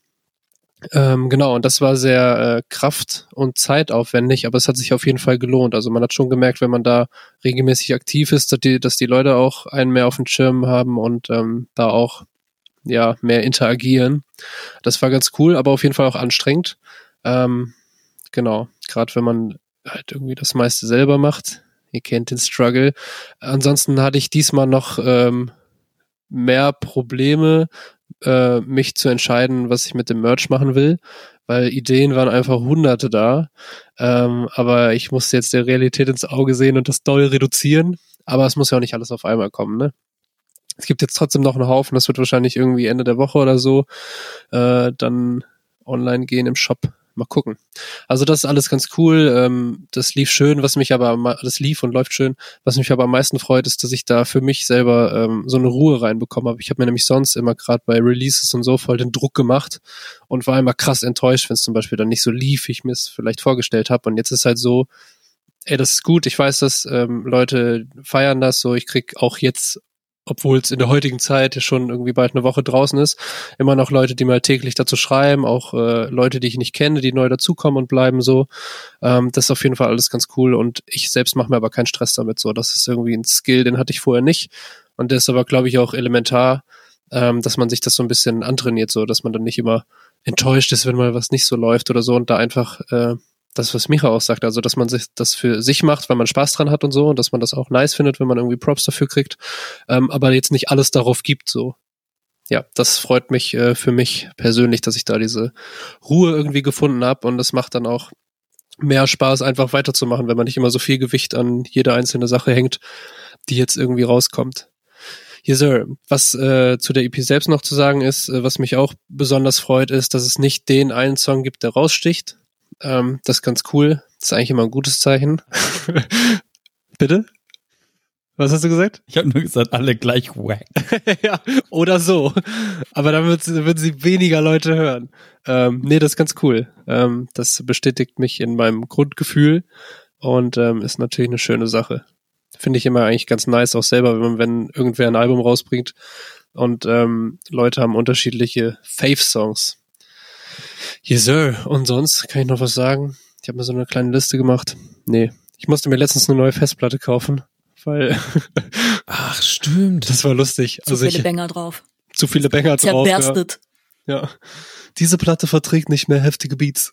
Ähm, genau, und das war sehr äh, kraft- und zeitaufwendig, aber es hat sich auf jeden Fall gelohnt. Also man hat schon gemerkt, wenn man da regelmäßig aktiv ist, dass die, dass die Leute auch einen mehr auf dem Schirm haben und ähm, da auch ja mehr interagieren. Das war ganz cool, aber auf jeden Fall auch anstrengend. Ähm, genau, gerade wenn man halt irgendwie das meiste selber macht. Ihr kennt den Struggle. Ansonsten hatte ich diesmal noch ähm, mehr Probleme, äh, mich zu entscheiden, was ich mit dem Merch machen will, weil Ideen waren einfach hunderte da. Ähm, aber ich musste jetzt der Realität ins Auge sehen und das doll reduzieren. Aber es muss ja auch nicht alles auf einmal kommen, ne? Es gibt jetzt trotzdem noch einen Haufen, das wird wahrscheinlich irgendwie Ende der Woche oder so äh, dann online gehen im Shop. Mal gucken. Also das ist alles ganz cool. Ähm, das lief schön, was mich aber, am- das lief und läuft schön. Was mich aber am meisten freut, ist, dass ich da für mich selber ähm, so eine Ruhe reinbekommen habe. Ich habe mir nämlich sonst immer gerade bei Releases und so voll den Druck gemacht und war immer krass enttäuscht, wenn es zum Beispiel dann nicht so lief, wie ich mir es vielleicht vorgestellt habe. Und jetzt ist halt so, ey, das ist gut. Ich weiß, dass ähm, Leute feiern das so. Ich krieg auch jetzt, obwohl es in der heutigen Zeit ja schon irgendwie bald eine Woche draußen ist, immer noch Leute, die mal täglich dazu schreiben, auch äh, Leute, die ich nicht kenne, die neu dazukommen und bleiben so. Ähm, das ist auf jeden Fall alles ganz cool und ich selbst mache mir aber keinen Stress damit so. Das ist irgendwie ein Skill, den hatte ich vorher nicht und der ist aber, glaube ich, auch elementar, ähm, dass man sich das so ein bisschen antrainiert, so, dass man dann nicht immer enttäuscht ist, wenn mal was nicht so läuft oder so und da einfach äh, das, was Micha auch sagt, also dass man sich das für sich macht, weil man Spaß dran hat und so und dass man das auch nice findet, wenn man irgendwie Props dafür kriegt, ähm, aber jetzt nicht alles darauf gibt, so. Ja, das freut mich äh, für mich persönlich, dass ich da diese Ruhe irgendwie gefunden habe und das macht dann auch mehr Spaß, einfach weiterzumachen, wenn man nicht immer so viel Gewicht an jede einzelne Sache hängt, die jetzt irgendwie rauskommt. Yes, sir. Was äh, zu der E P selbst noch zu sagen ist, äh, was mich auch besonders freut, ist, dass es nicht den einen Song gibt, der raussticht. Ähm, das ist ganz cool. Das ist eigentlich immer ein gutes Zeichen. Bitte? Was hast du gesagt? Ich habe nur gesagt, alle gleich wack. Ja, oder so. Aber dann wird, würden sie weniger Leute hören. Ähm, nee, das ist ganz cool. Ähm, das bestätigt mich in meinem Grundgefühl und ähm, ist natürlich eine schöne Sache. Finde ich immer eigentlich ganz nice, auch selber, wenn man, wenn irgendwer ein Album rausbringt und ähm, Leute haben unterschiedliche Fave-Songs. Yes, sir. Und sonst, kann ich noch was sagen? Ich habe mir so eine kleine Liste gemacht. Nee, ich musste mir letztens eine neue Festplatte kaufen, weil Ach, stimmt. das war lustig. Zu also viele ich, Banger drauf. zu viele Banger drauf. Ja. Zerberstet. Ja. Diese Platte verträgt nicht mehr heftige Beats.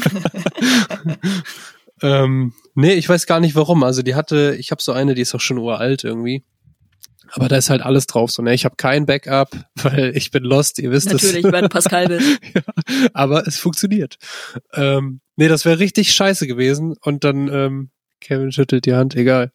ähm, nee, ich weiß gar nicht warum. Also die hatte, ich habe so eine, die ist auch schon uralt irgendwie. Aber da ist halt alles drauf. So, ne, ich habe kein Backup, weil ich bin lost, ihr wisst es. Natürlich, weil du Pascal bist. Ja, aber es funktioniert. Ähm, nee, das wäre richtig scheiße gewesen. Und dann, ähm, Kevin schüttelt die Hand, egal.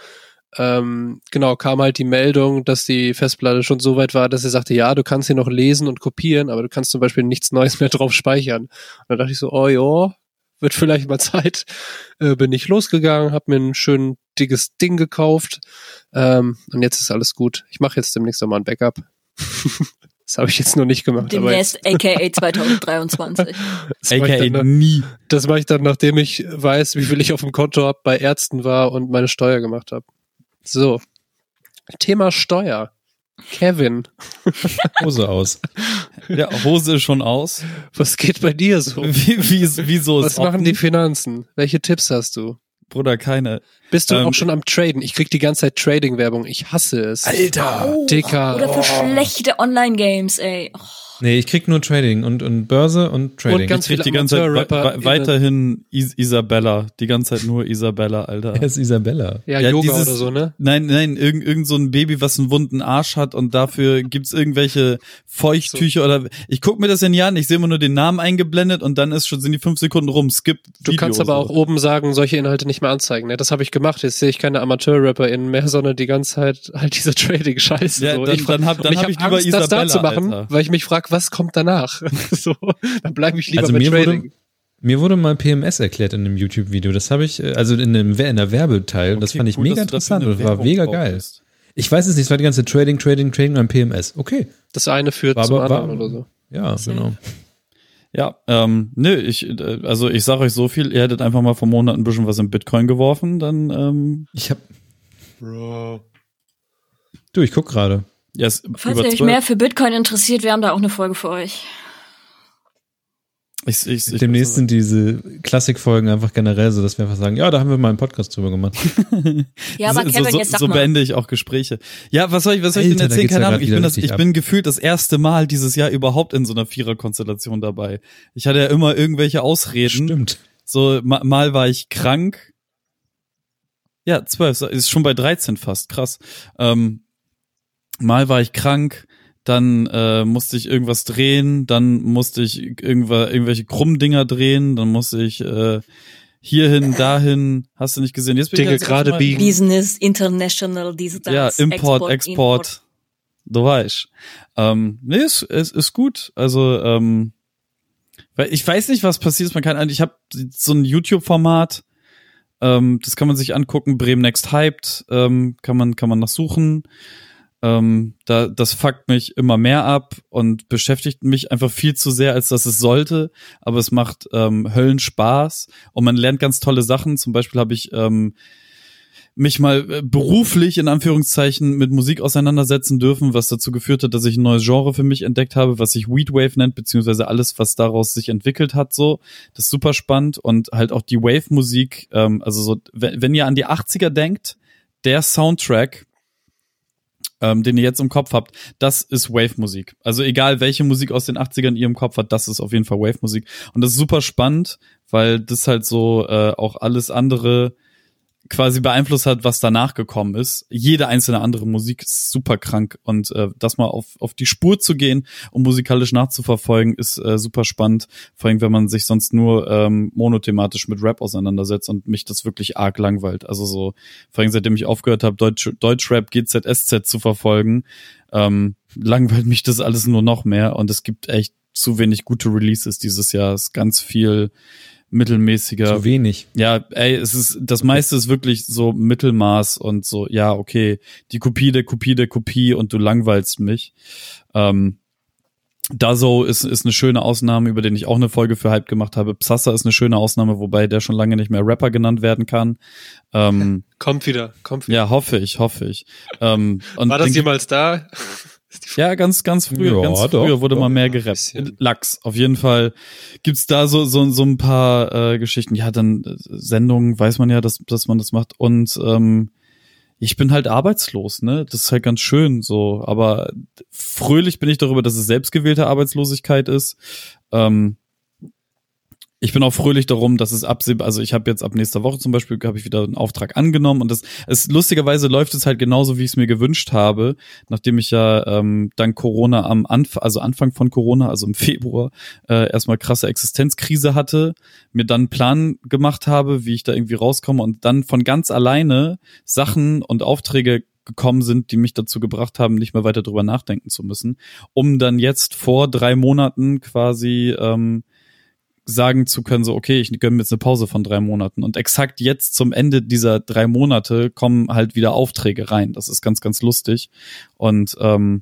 Ähm, genau, kam halt die Meldung, dass die Festplatte schon so weit war, dass er sagte, ja, du kannst hier noch lesen und kopieren, aber du kannst zum Beispiel nichts Neues mehr drauf speichern. Und dann dachte ich so, oh ja, wird vielleicht mal Zeit. Äh, bin ich losgegangen, hab mir ein schön dickes Ding gekauft. Ähm, und jetzt ist alles gut. Ich mache jetzt demnächst nochmal ein Backup. Das habe ich jetzt noch nicht gemacht. Demnächst, a k a. zwanzig dreiundzwanzig. Das A mache K A ich, dann- nie. das mach ich dann, nachdem ich weiß, wie viel ich auf dem Konto hab, bei Ärzten war und meine Steuer gemacht habe. So. Thema Steuer. Kevin, Hose aus. Ja, Hose ist schon aus. was geht bei dir so? Wie, wie, wieso Was ist machen offen? die Finanzen? Welche Tipps hast du? Bruder, keine. Bist du Ähm, auch schon am Traden? Ich krieg die ganze Zeit Trading-Werbung. Ich hasse es. Alter! Dicker. Oder für Oh. schlechte Online-Games, ey. Oh, Nee, ich krieg nur Trading und, und Börse und Trading. Und ganz Ich krieg die viele ganze Zeit Amateur-Rapper we- weiterhin Is Isabella. Die ganze Zeit nur Isabella, Alter. Wer ist Isabella? Ja, Ja, Yoga dieses- oder so, ne? Nein, nein, irgend, irgend so ein Baby, was einen wunden Arsch hat und dafür gibt's irgendwelche Feuchttücher oder ich guck mir das ja nie an, ich sehe immer nur den Namen eingeblendet und dann ist schon, sind die fünf Sekunden rum, skip Du Video kannst aber so. auch oben sagen, solche Inhalte nicht mehr anzeigen. Ne? Das habe ich gemacht. Jetzt sehe ich keine Amateur-RapperInnen mehr, sondern die ganze Zeit halt diese Trading-Scheiße. Ja, so. dann- ich dann hab- und dann ich hab hab ich lieber Angst, das da Isabella, zu machen, Alter. weil ich mich frage, was kommt danach? So, dann bleibe ich lieber Also bei mir Trading. wurde, mir wurde mal P M S erklärt in einem YouTube-Video. Das habe ich, äh, also in dem in der Werbeteil. Und das Okay, fand ich cool, mega dass du dafür interessant eine und war Werbung mega drauf geil. bist. Ich weiß es nicht, es war die ganze Trading, Trading, Trading und P M S. Okay. Das eine führt War zum aber- war- anderen oder so. Ja, genau. Ja, ähm, nö, ich, äh, also ich sag euch so viel, ihr hättet einfach mal vor Monaten ein bisschen was in Bitcoin geworfen, dann, ähm, Ich hab, Bro. du, ich guck gerade. ja, ist Falls über ihr euch zwölf. mehr für Bitcoin interessiert, wir haben da auch eine Folge für euch. Ich, ich, ich, Demnächst sind diese Klassikfolgen einfach generell so, dass wir einfach sagen, ja, da haben wir mal einen Podcast drüber gemacht. Ja, aber so, Kevin, so, jetzt sag so mal. beende ich auch Gespräche. Ja, was soll ich, was soll ich denn Alter, da erzählen? geht's Keine ja Ahnung. grad Ich wieder bin das, richtig ich ab. bin gefühlt das erste Mal dieses Jahr überhaupt in so einer Vierer-Konstellation dabei. Ich hatte ja immer irgendwelche Ausreden. Stimmt. So, ma, mal war ich krank. Ja, zwölf, ist schon bei dreizehn fast, krass. Ähm, mal war ich krank, dann äh, musste ich irgendwas drehen, dann musste ich irgendwa, irgendwelche Krummdinger drehen, dann musste ich äh, hierhin, dahin, hast du nicht gesehen? Jetzt bin Dinge ich das erste gerade Mal- biegen. Business, International, dies, das. Ja, Import, Export, Export. du weißt. Ähm, nee, es ist, ist, ist gut. Also, ähm, weil ich weiß nicht, was passiert ist. Man kann, ich habe so ein YouTube-Format, ähm, das kann man sich angucken. Bremen Next Hyped, ähm, kann man kann man nachsuchen. Ähm, da, das fuckt mich immer mehr ab und beschäftigt mich einfach viel zu sehr, als dass es sollte. Aber es macht ähm, Höllenspaß und man lernt ganz tolle Sachen. Zum Beispiel habe ich ähm, mich mal äh, beruflich in Anführungszeichen mit Musik auseinandersetzen dürfen, was dazu geführt hat, dass ich ein neues Genre für mich entdeckt habe, was sich Weedwave nennt, beziehungsweise alles, was daraus sich entwickelt hat, so. Das ist super spannend und halt auch die Wave-Musik, ähm, also so, wenn, wenn ihr an die achtziger denkt, der Soundtrack, ähm, den ihr jetzt im Kopf habt, das ist Wave-Musik. Also egal, welche Musik aus den achtzigern ihr im Kopf habt, das ist auf jeden Fall Wave-Musik. Und das ist super spannend, weil das halt so äh, auch alles andere quasi beeinflusst hat, was danach gekommen ist. Jede einzelne andere Musik ist super krank und äh, das mal auf auf die Spur zu gehen, um musikalisch nachzuverfolgen, ist äh, super spannend. Vor allem, wenn man sich sonst nur ähm, monothematisch mit Rap auseinandersetzt und mich das wirklich arg langweilt. Also so, vor allem seitdem ich aufgehört habe, Deutsch, Deutschrap, G Z S Z zu verfolgen, ähm, langweilt mich das alles nur noch mehr und es gibt echt zu wenig gute Releases dieses Jahr. Es ist ganz viel mittelmäßiger. Zu wenig. Ja, ey, es ist, das meiste ist wirklich so Mittelmaß und so, ja, okay, die Kopie der Kopie der Kopie und du langweilst mich. Ähm, Dazo ist, ist eine schöne Ausnahme, über den ich auch eine Folge für Hype gemacht habe. Psassa ist eine schöne Ausnahme, wobei der schon lange nicht mehr Rapper genannt werden kann. Ähm, kommt wieder, kommt wieder. Ja, hoffe ich, hoffe ich. Ähm, und War das den, jemals da? Ja, ganz, ganz früher, Ja, ganz doch, früher wurde doch. mal mehr Ein gerappt. bisschen. Lachs, auf jeden Fall gibt's da so, so, so ein paar äh, Geschichten. Ja, dann äh, Sendungen, weiß man ja, dass, dass man das macht. Und ähm, ich bin halt arbeitslos, ne? Das ist halt ganz schön so. Aber fröhlich bin ich darüber, dass es selbstgewählte Arbeitslosigkeit ist. Ähm, Ich bin auch fröhlich darum, dass es absehbar, also ich habe jetzt ab nächster Woche zum Beispiel, habe ich wieder einen Auftrag angenommen und das es lustigerweise läuft es halt genauso, wie ich es mir gewünscht habe, nachdem ich ja ähm, dann Corona am Anfang, also Anfang von Corona, also im Februar, äh, erstmal krasse Existenzkrise hatte, mir dann einen Plan gemacht habe, wie ich da irgendwie rauskomme und dann von ganz alleine Sachen und Aufträge gekommen sind, die mich dazu gebracht haben, nicht mehr weiter drüber nachdenken zu müssen, um dann jetzt vor drei Monaten quasi ähm, sagen zu können, so okay, ich gönne mir jetzt eine Pause von drei Monaten und exakt jetzt zum Ende dieser drei Monate kommen halt wieder Aufträge rein. Das ist ganz, ganz lustig und ähm,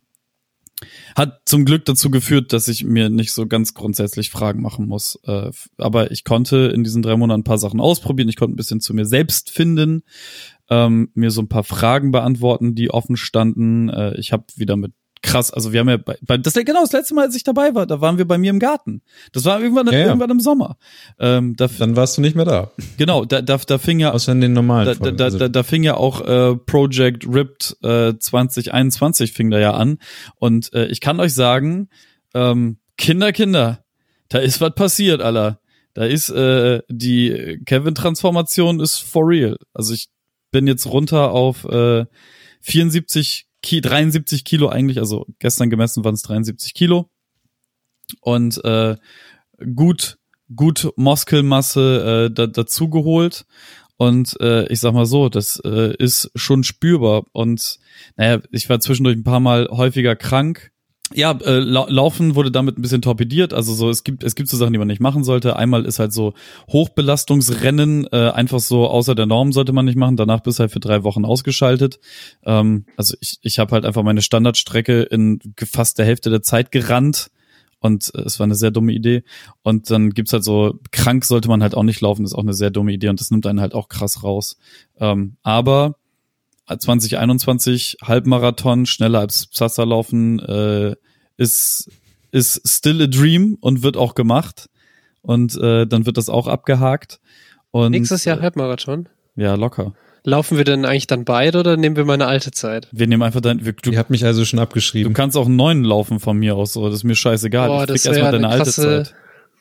hat zum Glück dazu geführt, dass ich mir nicht so ganz grundsätzlich Fragen machen muss. Äh, aber ich konnte in diesen drei Monaten ein paar Sachen ausprobieren. Ich konnte ein bisschen zu mir selbst finden, ähm, mir so ein paar Fragen beantworten, die offen standen. Äh, ich habe wieder mit krass, also wir haben ja bei, bei das genau das letzte Mal, als ich dabei war, da waren wir bei mir im Garten. Das war irgendwann Ja, ja. irgendwann im Sommer. Ähm, da, Dann warst du nicht mehr da. genau, da, da, da fing ja Außer in den normalen da, da, Folgen. da, Also, da, da fing ja auch äh, Project Ripped äh, zwanzig einundzwanzig fing da ja an und äh, ich kann euch sagen, ähm, Kinder, Kinder, da ist was passiert, Alter. Da ist äh, die Kevin-Transformation ist for real. Also ich bin jetzt runter auf äh, vierundsiebzig dreiundsiebzig Kilo eigentlich, also gestern gemessen waren es dreiundsiebzig Kilo und äh, gut gut Muskelmasse äh, da, dazu geholt und äh, ich sag mal so, das äh, ist schon spürbar und naja, ich war zwischendurch ein paar Mal häufiger krank. Ja, äh, lau- Laufen wurde damit ein bisschen torpediert, also so es gibt es gibt so Sachen, die man nicht machen sollte. Einmal ist halt so Hochbelastungsrennen, äh, einfach so außer der Norm sollte man nicht machen. Danach bist du halt für drei Wochen ausgeschaltet. Ähm, also ich ich habe halt einfach meine Standardstrecke in fast der Hälfte der Zeit gerannt und äh, es war eine sehr dumme Idee. Und dann gibt's halt so krank sollte man halt auch nicht laufen, das ist auch eine sehr dumme Idee und das nimmt einen halt auch krass raus. Ähm, aber zwanzig einundzwanzig Halbmarathon, schneller als Psassa laufen, äh, ist ist still a dream und wird auch gemacht und äh, dann wird das auch abgehakt. Und Nächstes Jahr Halbmarathon. ja, locker. Laufen wir denn eigentlich dann beide oder nehmen wir meine alte Zeit? Wir nehmen einfach dein, wir, du, ihr habt mich also schon du abgeschrieben. kannst auch einen neuen laufen von mir aus, so, das ist mir scheißegal. Boah, ich das krieg erstmal wär deine eine alte krasse- Zeit.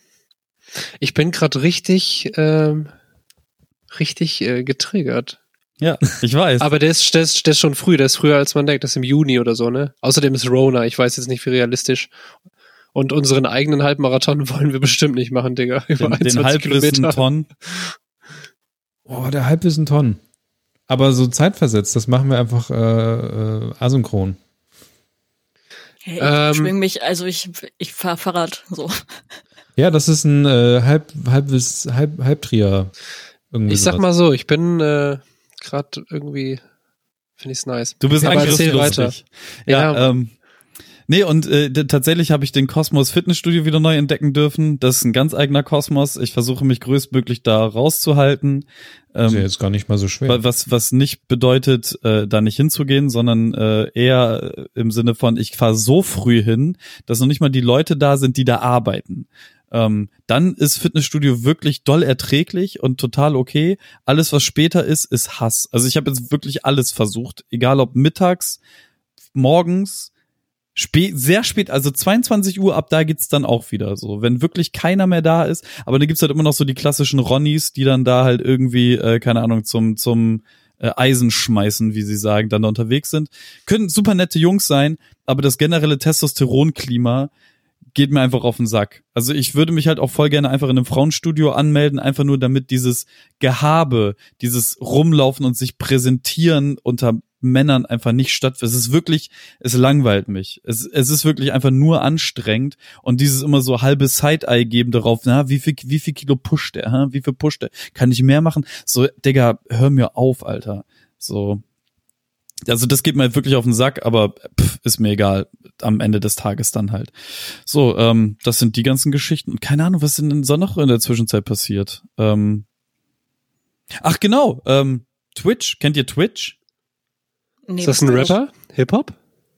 Ich bin gerade richtig, ähm, richtig äh, getriggert. Ja, ich weiß. Aber der ist, der, ist, der ist schon früh, der ist früher als man denkt, das ist im Juni oder so, ne? Außerdem ist Rona, ich weiß jetzt nicht, wie realistisch. Und unseren eigenen Halbmarathon wollen wir bestimmt nicht machen, Digga. Über den, den einundzwanzig Halbwissen Kilometer. Ton. Oh, der Hype ist ein Tonnen. Aber so zeitversetzt, das machen wir einfach äh, äh, asynchron. Hey, ich Ähm, schwing mich, also ich, ich fahr Fahrrad, so. Ja, das ist ein äh, Halb, Halbwiss, Halb, Halbtrier. Irgendwie Ich sag sowas. mal so, ich bin äh, gerade irgendwie, finde ich's nice. Du bist Aber angriffslustig. erzähl weiter. Ja, Ja. ähm, nee, und äh, d- tatsächlich habe ich den Kosmos Fitnessstudio wieder neu entdecken dürfen. Das ist ein ganz eigener Kosmos. Ich versuche mich größtmöglich da rauszuhalten. ist ja Ähm, jetzt gar nicht mal so schwer. wa- was was nicht bedeutet, äh, da nicht hinzugehen, sondern äh, eher äh, im Sinne von, ich fahre so früh hin, dass noch nicht mal die Leute da sind, die da arbeiten. Ähm, dann ist Fitnessstudio wirklich doll erträglich und total okay. Alles, was später ist, ist Hass. Also ich habe jetzt wirklich alles versucht, egal ob mittags, morgens, spät, sehr spät, also zweiundzwanzig Uhr, ab da geht's dann auch wieder so, wenn wirklich keiner mehr da ist. Aber dann gibt's halt immer noch so die klassischen Ronnies, die dann da halt irgendwie, äh, keine Ahnung, zum zum äh, Eisen schmeißen, wie sie sagen, dann da unterwegs sind. Können super nette Jungs sein, aber das generelle Testosteronklima geht mir einfach auf den Sack. Also ich würde mich halt auch voll gerne einfach in einem Frauenstudio anmelden, einfach nur damit dieses Gehabe, dieses Rumlaufen und sich präsentieren unter Männern einfach nicht stattfindet. Es ist wirklich, es langweilt mich. Es, es ist wirklich einfach nur anstrengend und dieses immer so halbe Side-Eye geben darauf, na, wie viel, wie viel Kilo pusht der, hä? Wie viel pusht der? Kann ich mehr machen? So, Digga, hör mir auf, Alter. So. Also das geht mir wirklich auf den Sack, aber pff, ist mir egal. Am Ende des Tages dann halt. So, ähm, das sind die ganzen Geschichten. Und keine Ahnung, was ist denn so noch in der Zwischenzeit passiert? Ähm, ach genau, ähm, Twitch. Kennt ihr Twitch? Nee, Ist das ein Rapper? Hip-Hop?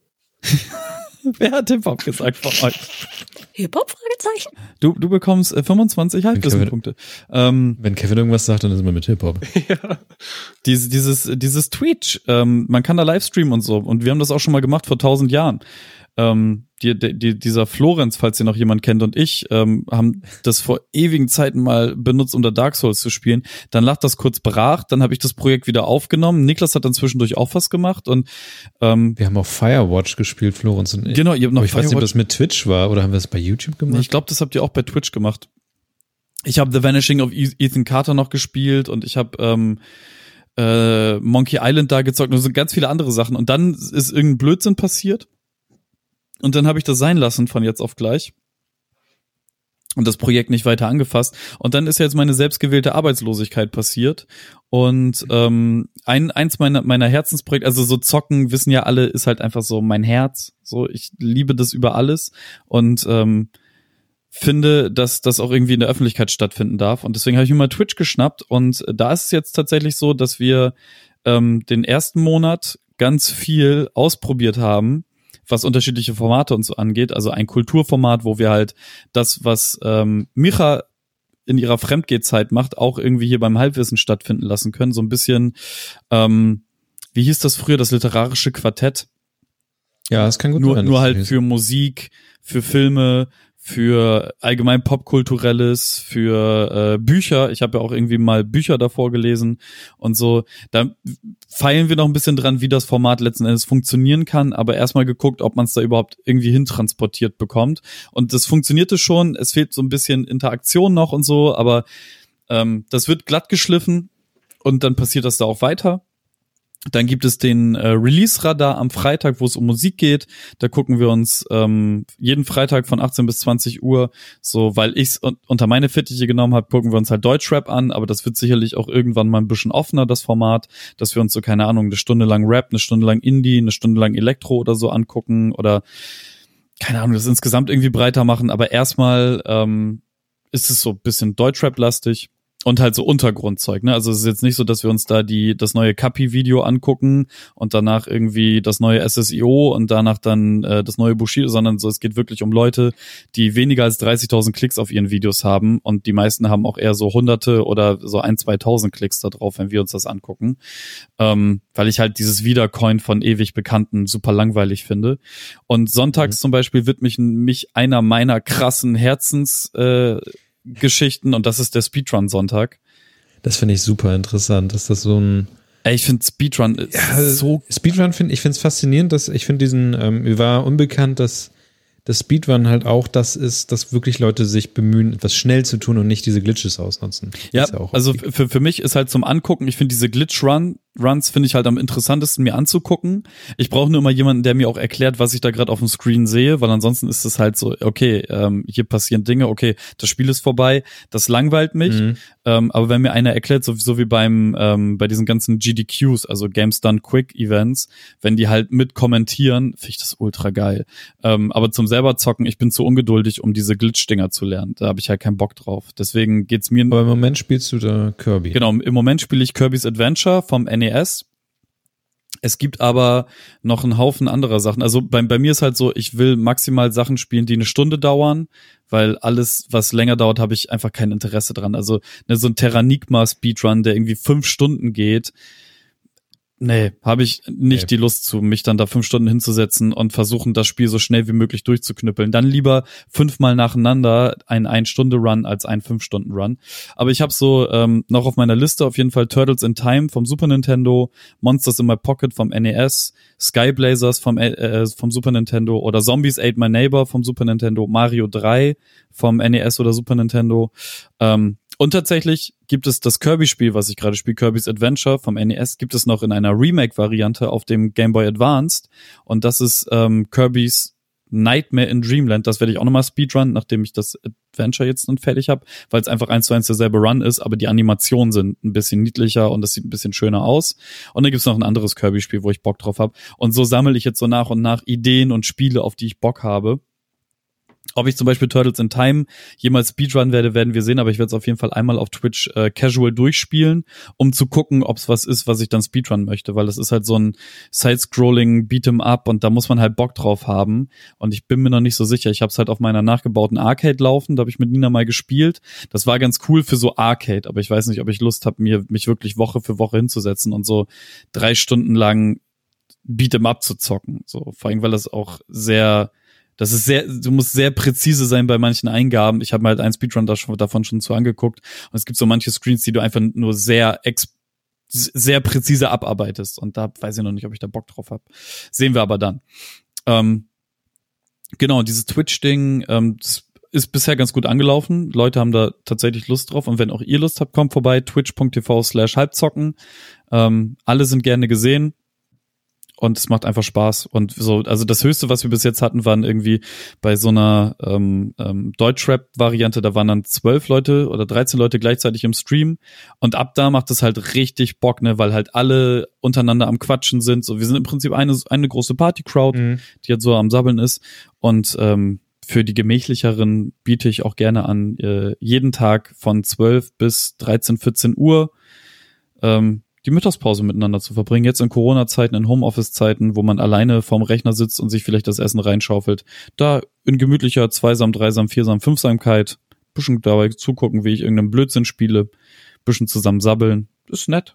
Wer hat Hip-Hop gesagt von euch? Hip-Hop? Fragezeichen? Du, du bekommst äh, fünfundzwanzig Halbwissenpunkte. Ähm, Wenn Kevin irgendwas sagt, dann ist immer mit Hip-Hop. Ja. Dieses, dieses, dieses Twitch, ähm, man kann da Livestreamen und so. Und wir haben das auch schon mal gemacht vor tausend Jahren. Ähm, die, die, dieser Florenz, falls ihr noch jemand kennt, und ich ähm, haben das vor ewigen Zeiten mal benutzt, um da Dark Souls zu spielen. Dann lag das kurz brach, dann habe ich das Projekt wieder aufgenommen. Niklas hat dann zwischendurch auch was gemacht und ähm, Wir haben auch Firewatch gespielt, Florenz und ich. genau, ihr habt noch Aber ich weiß nicht, ob Firewatch- das mit Twitch war oder haben wir es bei YouTube gemacht? Ich glaube, das habt ihr auch bei Twitch gemacht. Ich habe The Vanishing of Ethan Carter noch gespielt und ich habe ähm, äh, Monkey Island da gezockt und so ganz viele andere Sachen. Und dann ist irgendein Blödsinn passiert. Und dann habe ich das sein lassen von jetzt auf gleich. Und das Projekt nicht weiter angefasst. Und dann ist jetzt meine selbstgewählte Arbeitslosigkeit passiert. Und ähm, ein eins meiner meiner Herzensprojekte, also so zocken, wissen ja alle, ist halt einfach so mein Herz. So, ich liebe das über alles und ähm, finde, dass das auch irgendwie in der Öffentlichkeit stattfinden darf. Und deswegen habe ich mir mal Twitch geschnappt. Und da ist es jetzt tatsächlich so, dass wir ähm, den ersten Monat ganz viel ausprobiert haben, was unterschiedliche Formate und so angeht. Also ein Kulturformat, wo wir halt das, was ähm, Micha in ihrer Fremdgehzeit macht, auch irgendwie hier beim Halbwissen stattfinden lassen können. So ein bisschen, ähm, wie hieß das früher, das literarische Quartett? Ja, das kann gut Nur, sein. nur das halt ist- für Musik, für Filme, für allgemein Popkulturelles, für äh, Bücher. Ich habe ja auch irgendwie mal Bücher davor gelesen und so. Da feilen wir noch ein bisschen dran, wie das Format letzten Endes funktionieren kann, aber erstmal geguckt, ob man es da überhaupt irgendwie hintransportiert bekommt. Und das funktionierte schon. Es fehlt so ein bisschen Interaktion noch und so, aber ähm, das wird glatt geschliffen und dann passiert das da auch weiter. Dann gibt es den äh, Release-Radar am Freitag, wo es um Musik geht. Da gucken wir uns ähm, jeden Freitag von achtzehn bis zwanzig Uhr, so weil ich es un- unter meine Fittiche genommen habe, gucken wir uns halt Deutschrap an, aber das wird sicherlich auch irgendwann mal ein bisschen offener, das Format, dass wir uns so, keine Ahnung, eine Stunde lang Rap, eine Stunde lang Indie, eine Stunde lang Elektro oder so angucken oder, keine Ahnung, das insgesamt irgendwie breiter machen, aber erstmal ähm, ist es so ein bisschen Deutschrap-lastig. Und halt so Untergrundzeug, ne? Also es ist jetzt nicht so, dass wir uns da die das neue Kapi-Video angucken und danach irgendwie das neue S S I O und danach dann äh, das neue Bushido, sondern so, es geht wirklich um Leute, die weniger als dreißigtausend Klicks auf ihren Videos haben und die meisten haben auch eher so Hunderte oder so ein, zweitausend Klicks da drauf, wenn wir uns das angucken. Ähm, weil ich halt dieses Wiedercoin von ewig Bekannten super langweilig finde. Und sonntags mhm. zum Beispiel widme ich mich einer meiner krassen Herzens äh, Geschichten und das ist der Speedrun-Sonntag. Das finde ich super interessant, dass das so ein Ey, ich finde Speedrun ist ja, so Speedrun finde ich finde es faszinierend, dass ich finde diesen ähm, mir war unbekannt, dass das Speedrun halt auch das ist, dass wirklich Leute sich bemühen, etwas schnell zu tun und nicht diese Glitches ausnutzen. Ja, ist ja auch also okay. für für mich ist halt zum Angucken, ich finde diese Glitch-Run Runs finde ich halt am interessantesten mir anzugucken. Ich brauche nur immer jemanden, der mir auch erklärt, was ich da gerade auf dem Screen sehe, weil ansonsten ist es halt so, okay, ähm, hier passieren Dinge, okay, das Spiel ist vorbei, das langweilt mich. Mhm. Ähm, aber wenn mir einer erklärt, so, so wie beim ähm, bei diesen ganzen G D Qs, also Games Done Quick Events, wenn die halt mit kommentieren, finde ich das ultra geil. Ähm, aber zum selber zocken, ich bin zu ungeduldig, um diese Glitch-Dinger zu lernen. Da habe ich halt keinen Bock drauf. Deswegen geht's mir. Aber im Moment spielst du da Kirby. Genau, im Moment spiele ich Kirby's Adventure vom N E S. Es gibt aber noch einen Haufen anderer Sachen. Also bei, bei mir ist halt so, ich will maximal Sachen spielen, die eine Stunde dauern, weil alles, was länger dauert, habe ich einfach kein Interesse dran. Also ne, so ein Terranigma-Speedrun, der irgendwie fünf Stunden geht, nee, habe ich nicht Nee. die Lust zu, mich dann da fünf Stunden hinzusetzen und versuchen, das Spiel so schnell wie möglich durchzuknüppeln. Dann lieber fünfmal nacheinander ein Ein-Stunde-Run als ein Fünf-Stunden-Run. Aber ich habe so ähm, noch auf meiner Liste auf jeden Fall Turtles in Time vom Super Nintendo, Monsters in My Pocket vom N E S, Skyblazers vom, äh, vom Super Nintendo oder Zombies Ate My Neighbor vom Super Nintendo, Mario drei vom N E S oder Super Nintendo. Ähm, und tatsächlich gibt es das Kirby-Spiel, was ich gerade spiele, Kirby's Adventure vom N E S, gibt es noch in einer Remake-Variante auf dem Game Boy Advanced. Und das ist ähm, Kirby's Nightmare in Dreamland. Das werde ich auch nochmal speedrun, nachdem ich das Adventure jetzt dann fertig habe, weil es einfach eins zu eins derselbe Run ist, aber die Animationen sind ein bisschen niedlicher und es sieht ein bisschen schöner aus. Und dann gibt's noch ein anderes Kirby-Spiel, wo ich Bock drauf habe. Und so sammle ich jetzt so nach und nach Ideen und Spiele, auf die ich Bock habe. Ob ich zum Beispiel Turtles in Time jemals Speedrun werde, werden wir sehen, aber ich werde es auf jeden Fall einmal auf Twitch äh, casual durchspielen, um zu gucken, ob es was ist, was ich dann Speedrun möchte, weil das ist halt so ein Side-Scrolling Beat'em-up und da muss man halt Bock drauf haben und ich bin mir noch nicht so sicher. Ich habe es halt auf meiner nachgebauten Arcade laufen, da habe ich mit Nina mal gespielt. Das war ganz cool für so Arcade, aber ich weiß nicht, ob ich Lust habe, mir mich wirklich Woche für Woche hinzusetzen und so drei Stunden lang Beat'em-up zu zocken. So, vor allem, weil das auch sehr Das ist sehr, du musst sehr präzise sein bei manchen Eingaben. Ich habe mir halt einen Speedrun da schon, davon schon zu angeguckt. Und es gibt so manche Screens, die du einfach nur sehr ex, sehr präzise abarbeitest. Und da weiß ich noch nicht, ob ich da Bock drauf habe. Sehen wir aber dann. Ähm, genau, dieses Twitch-Ding, ähm, das ist bisher ganz gut angelaufen. Leute haben da tatsächlich Lust drauf. Und wenn auch ihr Lust habt, kommt vorbei. Twitch.tv slash halbzocken. Ähm, alle sind gerne gesehen. Und es macht einfach Spaß. Und so, also das Höchste, was wir bis jetzt hatten, waren irgendwie bei so einer ähm, ähm, Deutschrap-Variante, da waren dann zwölf Leute oder dreizehn Leute gleichzeitig im Stream. Und ab da macht es halt richtig Bock, ne, weil halt alle untereinander am Quatschen sind. So, wir sind im Prinzip eine eine große Party-Crowd, mhm. die halt so am Sabbeln ist. Und ähm, für die gemächlicheren biete ich auch gerne an, äh, jeden Tag von zwölf bis dreizehn, vierzehn Uhr ähm, die Mittagspause miteinander zu verbringen. Jetzt in Corona-Zeiten, in Homeoffice-Zeiten, wo man alleine vorm Rechner sitzt und sich vielleicht das Essen reinschaufelt. Da in gemütlicher Zweisam-, Dreisam-, Viersam-, Fünfsamkeit, bisschen dabei zugucken, wie ich irgendeinen Blödsinn spiele, bisschen zusammen sabbeln. Ist nett.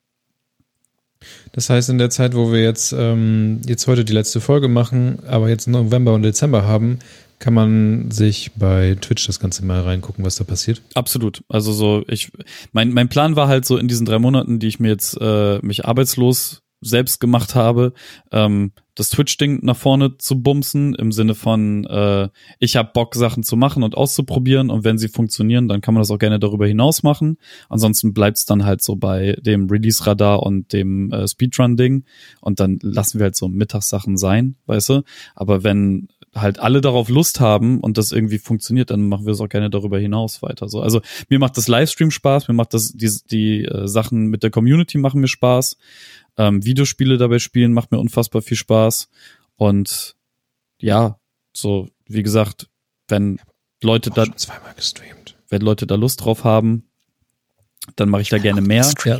Das heißt, in der Zeit, wo wir jetzt ähm, jetzt heute die letzte Folge machen, aber jetzt November und Dezember haben, kann man sich bei Twitch das Ganze mal reingucken, was da passiert? Absolut. Also so, ich, mein mein Plan war halt so in diesen drei Monaten, die ich mir jetzt äh, mich arbeitslos selbst gemacht habe, ähm, das Twitch-Ding nach vorne zu bumsen, im Sinne von, äh, ich habe Bock, Sachen zu machen und auszuprobieren und wenn sie funktionieren, dann kann man das auch gerne darüber hinaus machen. Ansonsten bleibt es dann halt so bei dem Release-Radar und dem äh, Speedrun-Ding und dann lassen wir halt so Mittagssachen sein, weißt du? Aber wenn halt alle darauf Lust haben und das irgendwie funktioniert, dann machen wir es auch gerne darüber hinaus weiter. So, also mir macht das Livestream Spaß, mir macht das die die äh, Sachen mit der Community machen mir Spaß, ähm, Videospiele dabei spielen macht mir unfassbar viel Spaß und ja, so wie gesagt, wenn Leute da zweimal gestreamt, wenn Leute da Lust drauf haben, dann mache ich da gerne mehr. Ja.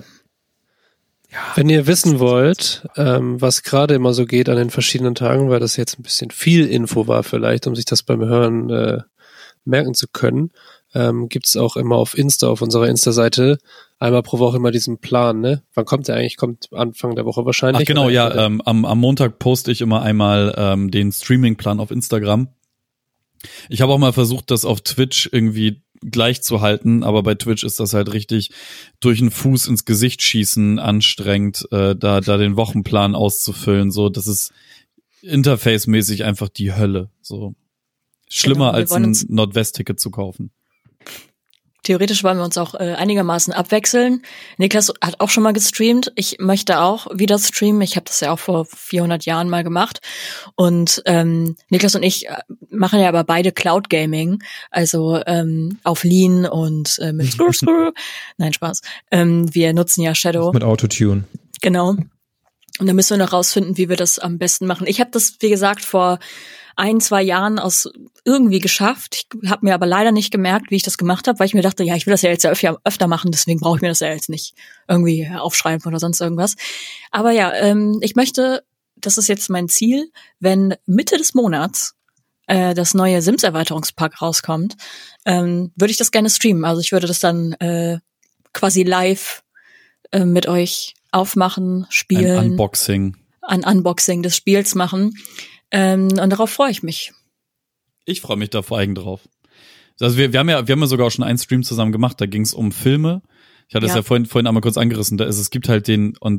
Wenn ihr wissen wollt, ähm, was gerade immer so geht an den verschiedenen Tagen, weil das jetzt ein bisschen viel Info war vielleicht, um sich das beim Hören äh, merken zu können, ähm, gibt's auch immer auf Insta, auf unserer Insta-Seite, einmal pro Woche immer diesen Plan, ne? Wann kommt der eigentlich? Kommt Anfang der Woche wahrscheinlich. Ach genau, ja, ähm, am, am Montag poste ich immer einmal ähm, den Streaming-Plan auf Instagram. Ich habe auch mal versucht, das auf Twitch irgendwie gleich zu halten, aber bei Twitch ist das halt richtig durch den Fuß ins Gesicht schießen anstrengend, äh, da da den Wochenplan auszufüllen. So, das ist interface-mäßig einfach die Hölle. So schlimmer genau, als ein Nordwest-Ticket zu kaufen. Theoretisch wollen wir uns auch äh, einigermaßen abwechseln. Niklas hat auch schon mal gestreamt. Ich möchte auch wieder streamen. Ich habe das ja auch vor vierhundert Jahren mal gemacht. Und ähm, Niklas und ich machen ja aber beide Cloud Gaming, also ähm, auf Lean und äh, mit Skrr, Skrr. Nein, Spaß. Ähm, wir nutzen ja Shadow. Mit Autotune. Genau. Und da müssen wir noch rausfinden, wie wir das am besten machen. Ich habe das, wie gesagt, vor ein, zwei Jahren aus irgendwie geschafft. Ich habe mir aber leider nicht gemerkt, wie ich das gemacht habe, weil ich mir dachte, ja, ich will das ja jetzt ja öfter, öfter machen, deswegen brauche ich mir das ja jetzt nicht irgendwie aufschreiben oder sonst irgendwas. Aber ja, ähm, ich möchte, das ist jetzt mein Ziel, wenn Mitte des Monats äh, das neue Sims-Erweiterungspack rauskommt, ähm, würde ich das gerne streamen. Also ich würde das dann äh, quasi live äh, mit euch aufmachen, spielen. Ein Unboxing. Ein Unboxing des Spiels machen. Ähm, und darauf freue ich mich. Ich freue mich da vor allem drauf. Also wir, wir haben ja, wir haben ja sogar auch schon einen Stream zusammen gemacht, da ging es um Filme. Ich hatte es ja. ja vorhin, vorhin einmal kurz angerissen. Da ist, es gibt halt den, und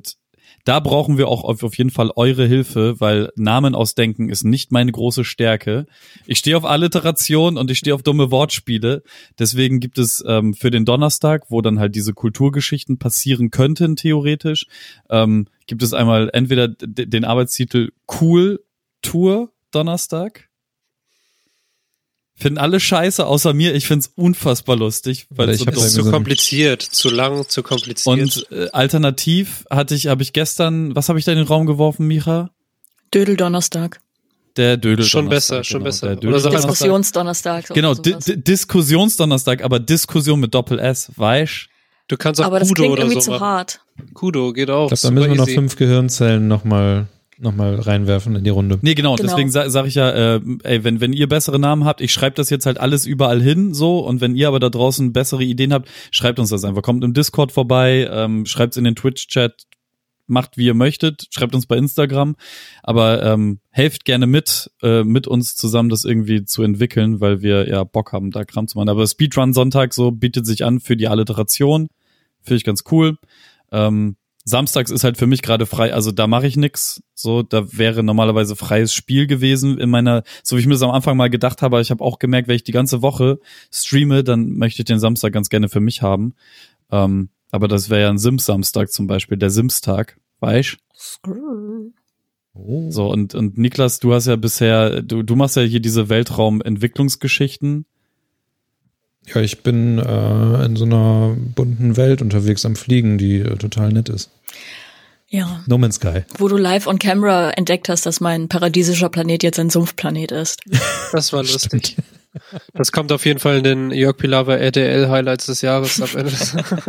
Da brauchen wir auch auf, auf jeden Fall eure Hilfe, weil Namen ausdenken ist nicht meine große Stärke. Ich stehe auf Alliteration und ich stehe auf dumme Wortspiele. Deswegen gibt es ähm, für den Donnerstag, wo dann halt diese Kulturgeschichten passieren könnten, theoretisch, ähm, gibt es einmal entweder d- den Arbeitstitel Cool Tour Donnerstag. Finden alle scheiße, außer mir. Ich find's unfassbar lustig, weil es so Ich hab dumm Das ist irgendwie zu so ein- kompliziert, zu lang, zu kompliziert. Und äh, alternativ hatte ich, habe ich gestern, was habe ich da in den Raum geworfen, Micha? Dödel-Donnerstag. Der Dödel. Schon besser, schon besser. Der Oder Dödel sag einfach- Diskussionsdonnerstag. genau, oder Di- sowas. Di- Diskussionsdonnerstag, aber Diskussion mit Doppel S, weißt? Du kannst auch Aber das Kudo klingt oder irgendwie so zu machen. hart. Kudo geht auch. Ich glaube, da müssen wir super noch easy. fünf Gehirnzellen nochmal noch mal reinwerfen in die Runde. Nee, genau, Genau. deswegen sage sag ich ja, äh, ey, wenn wenn ihr bessere Namen habt, ich schreibe das jetzt halt alles überall hin, so, und wenn ihr aber da draußen bessere Ideen habt, schreibt uns das einfach. Kommt im Discord vorbei, ähm, schreibt's in den Twitch-Chat, macht wie ihr möchtet, schreibt uns bei Instagram, aber ähm, helft gerne mit, äh, mit uns zusammen das irgendwie zu entwickeln, weil wir ja Bock haben, da Kram zu machen. Aber Speedrun Sonntag so bietet sich an für die Alliteration, finde ich ganz cool. Ähm, Samstags ist halt für mich gerade frei, also da mache ich nix. So, da wäre normalerweise freies Spiel gewesen in meiner, so wie ich mir das am Anfang mal gedacht habe, aber ich habe auch gemerkt, wenn ich die ganze Woche streame, dann möchte ich den Samstag ganz gerne für mich haben. Ähm, aber das wäre ja ein Sims-Samstag zum Beispiel, der Sims-Tag, weißt? Oh. So, und, und Niklas, du hast ja bisher, du, du machst ja hier diese Weltraum-Entwicklungsgeschichten. Ja, ich bin äh, in so einer bunten Welt unterwegs am Fliegen, die äh, total nett ist. Ja. No Man's Sky. Wo du live on camera entdeckt hast, dass mein paradiesischer Planet jetzt ein Sumpfplanet ist. Das war lustig. Das kommt auf jeden Fall in den Jörg Pilawa R T L-Highlights des Jahres am Ende.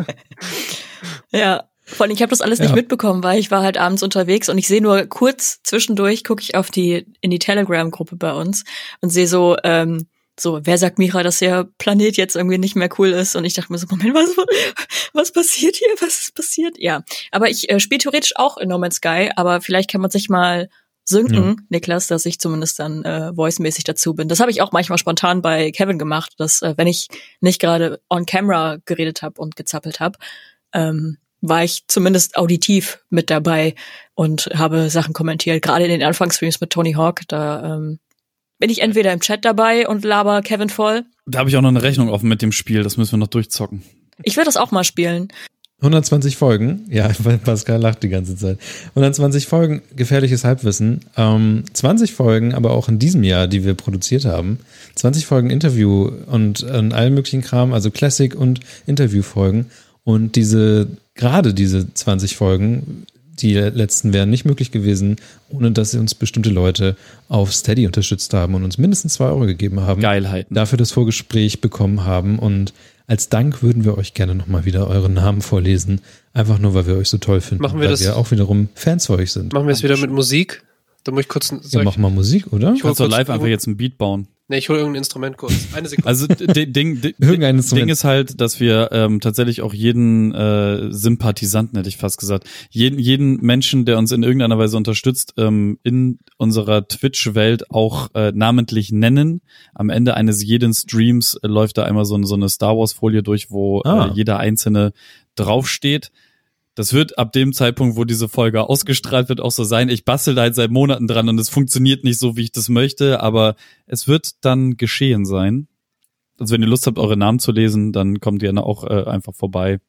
Ja. Vor allem, ich habe das alles nicht Ja. mitbekommen, weil ich war halt abends unterwegs und ich sehe nur kurz zwischendurch, gucke ich auf die in die Telegram-Gruppe bei uns und sehe so, ähm, so, wer sagt Mira, dass der Planet jetzt irgendwie nicht mehr cool ist? Und ich dachte mir so, Moment, was, was passiert hier? Was ist passiert? Ja, aber ich äh, spiele theoretisch auch in No Man's Sky, aber vielleicht kann man sich mal synken, Ja. Niklas, dass ich zumindest dann äh, voice-mäßig dazu bin. Das habe ich auch manchmal spontan bei Kevin gemacht, dass äh, wenn ich nicht gerade on camera geredet habe und gezappelt habe, ähm, war ich zumindest auditiv mit dabei und habe Sachen kommentiert. Gerade in den Anfangsstreams mit Tony Hawk, da ähm, bin ich entweder im Chat dabei und laber Kevin voll. Da habe ich auch noch eine Rechnung offen mit dem Spiel, das müssen wir noch durchzocken. Ich will das auch mal spielen. hundertzwanzig Folgen, ja, Pascal lacht die ganze Zeit. hundertzwanzig Folgen, gefährliches Halbwissen. Ähm, zwanzig Folgen, aber auch in diesem Jahr, die wir produziert haben. zwanzig Folgen Interview und äh, allen möglichen Kram, also Classic- und Interviewfolgen. Und diese, gerade diese zwanzig Folgen, die letzten wären nicht möglich gewesen, ohne dass uns bestimmte Leute auf Steady unterstützt haben und uns mindestens zwei Euro gegeben haben. Geilheiten. Dafür das Vorgespräch bekommen haben. Und als Dank würden wir euch gerne nochmal wieder eure Namen vorlesen. Einfach nur, weil wir euch so toll finden. Machen wir weil das- wir auch wiederum Fans für euch sind. Machen wir es wieder mit Musik? Da muss ich kurz ein, Ja, soll ich, mach mal Musik, oder? Ich hol Kannst du kurz- live einfach jetzt ein Beat bauen. nee, ich hole irgendein Instrument kurz. Eine Sekunde. Also d- Ding, d- Irgendein Ding Instrument. ist halt, dass wir ähm, tatsächlich auch jeden äh, Sympathisanten, hätte ich fast gesagt, jeden jeden Menschen, der uns in irgendeiner Weise unterstützt, ähm, in unserer Twitch-Welt auch äh, namentlich nennen. Am Ende eines jeden Streams äh, läuft da einmal so, so eine Star Wars-Folie durch, wo Ah. äh, jeder einzelne draufsteht. Das wird ab dem Zeitpunkt, wo diese Folge ausgestrahlt wird, auch so sein. Ich bastel da halt seit Monaten dran und es funktioniert nicht so, wie ich das möchte, aber es wird dann geschehen sein. Also wenn ihr Lust habt, eure Namen zu lesen, dann kommt ihr auch äh, einfach vorbei.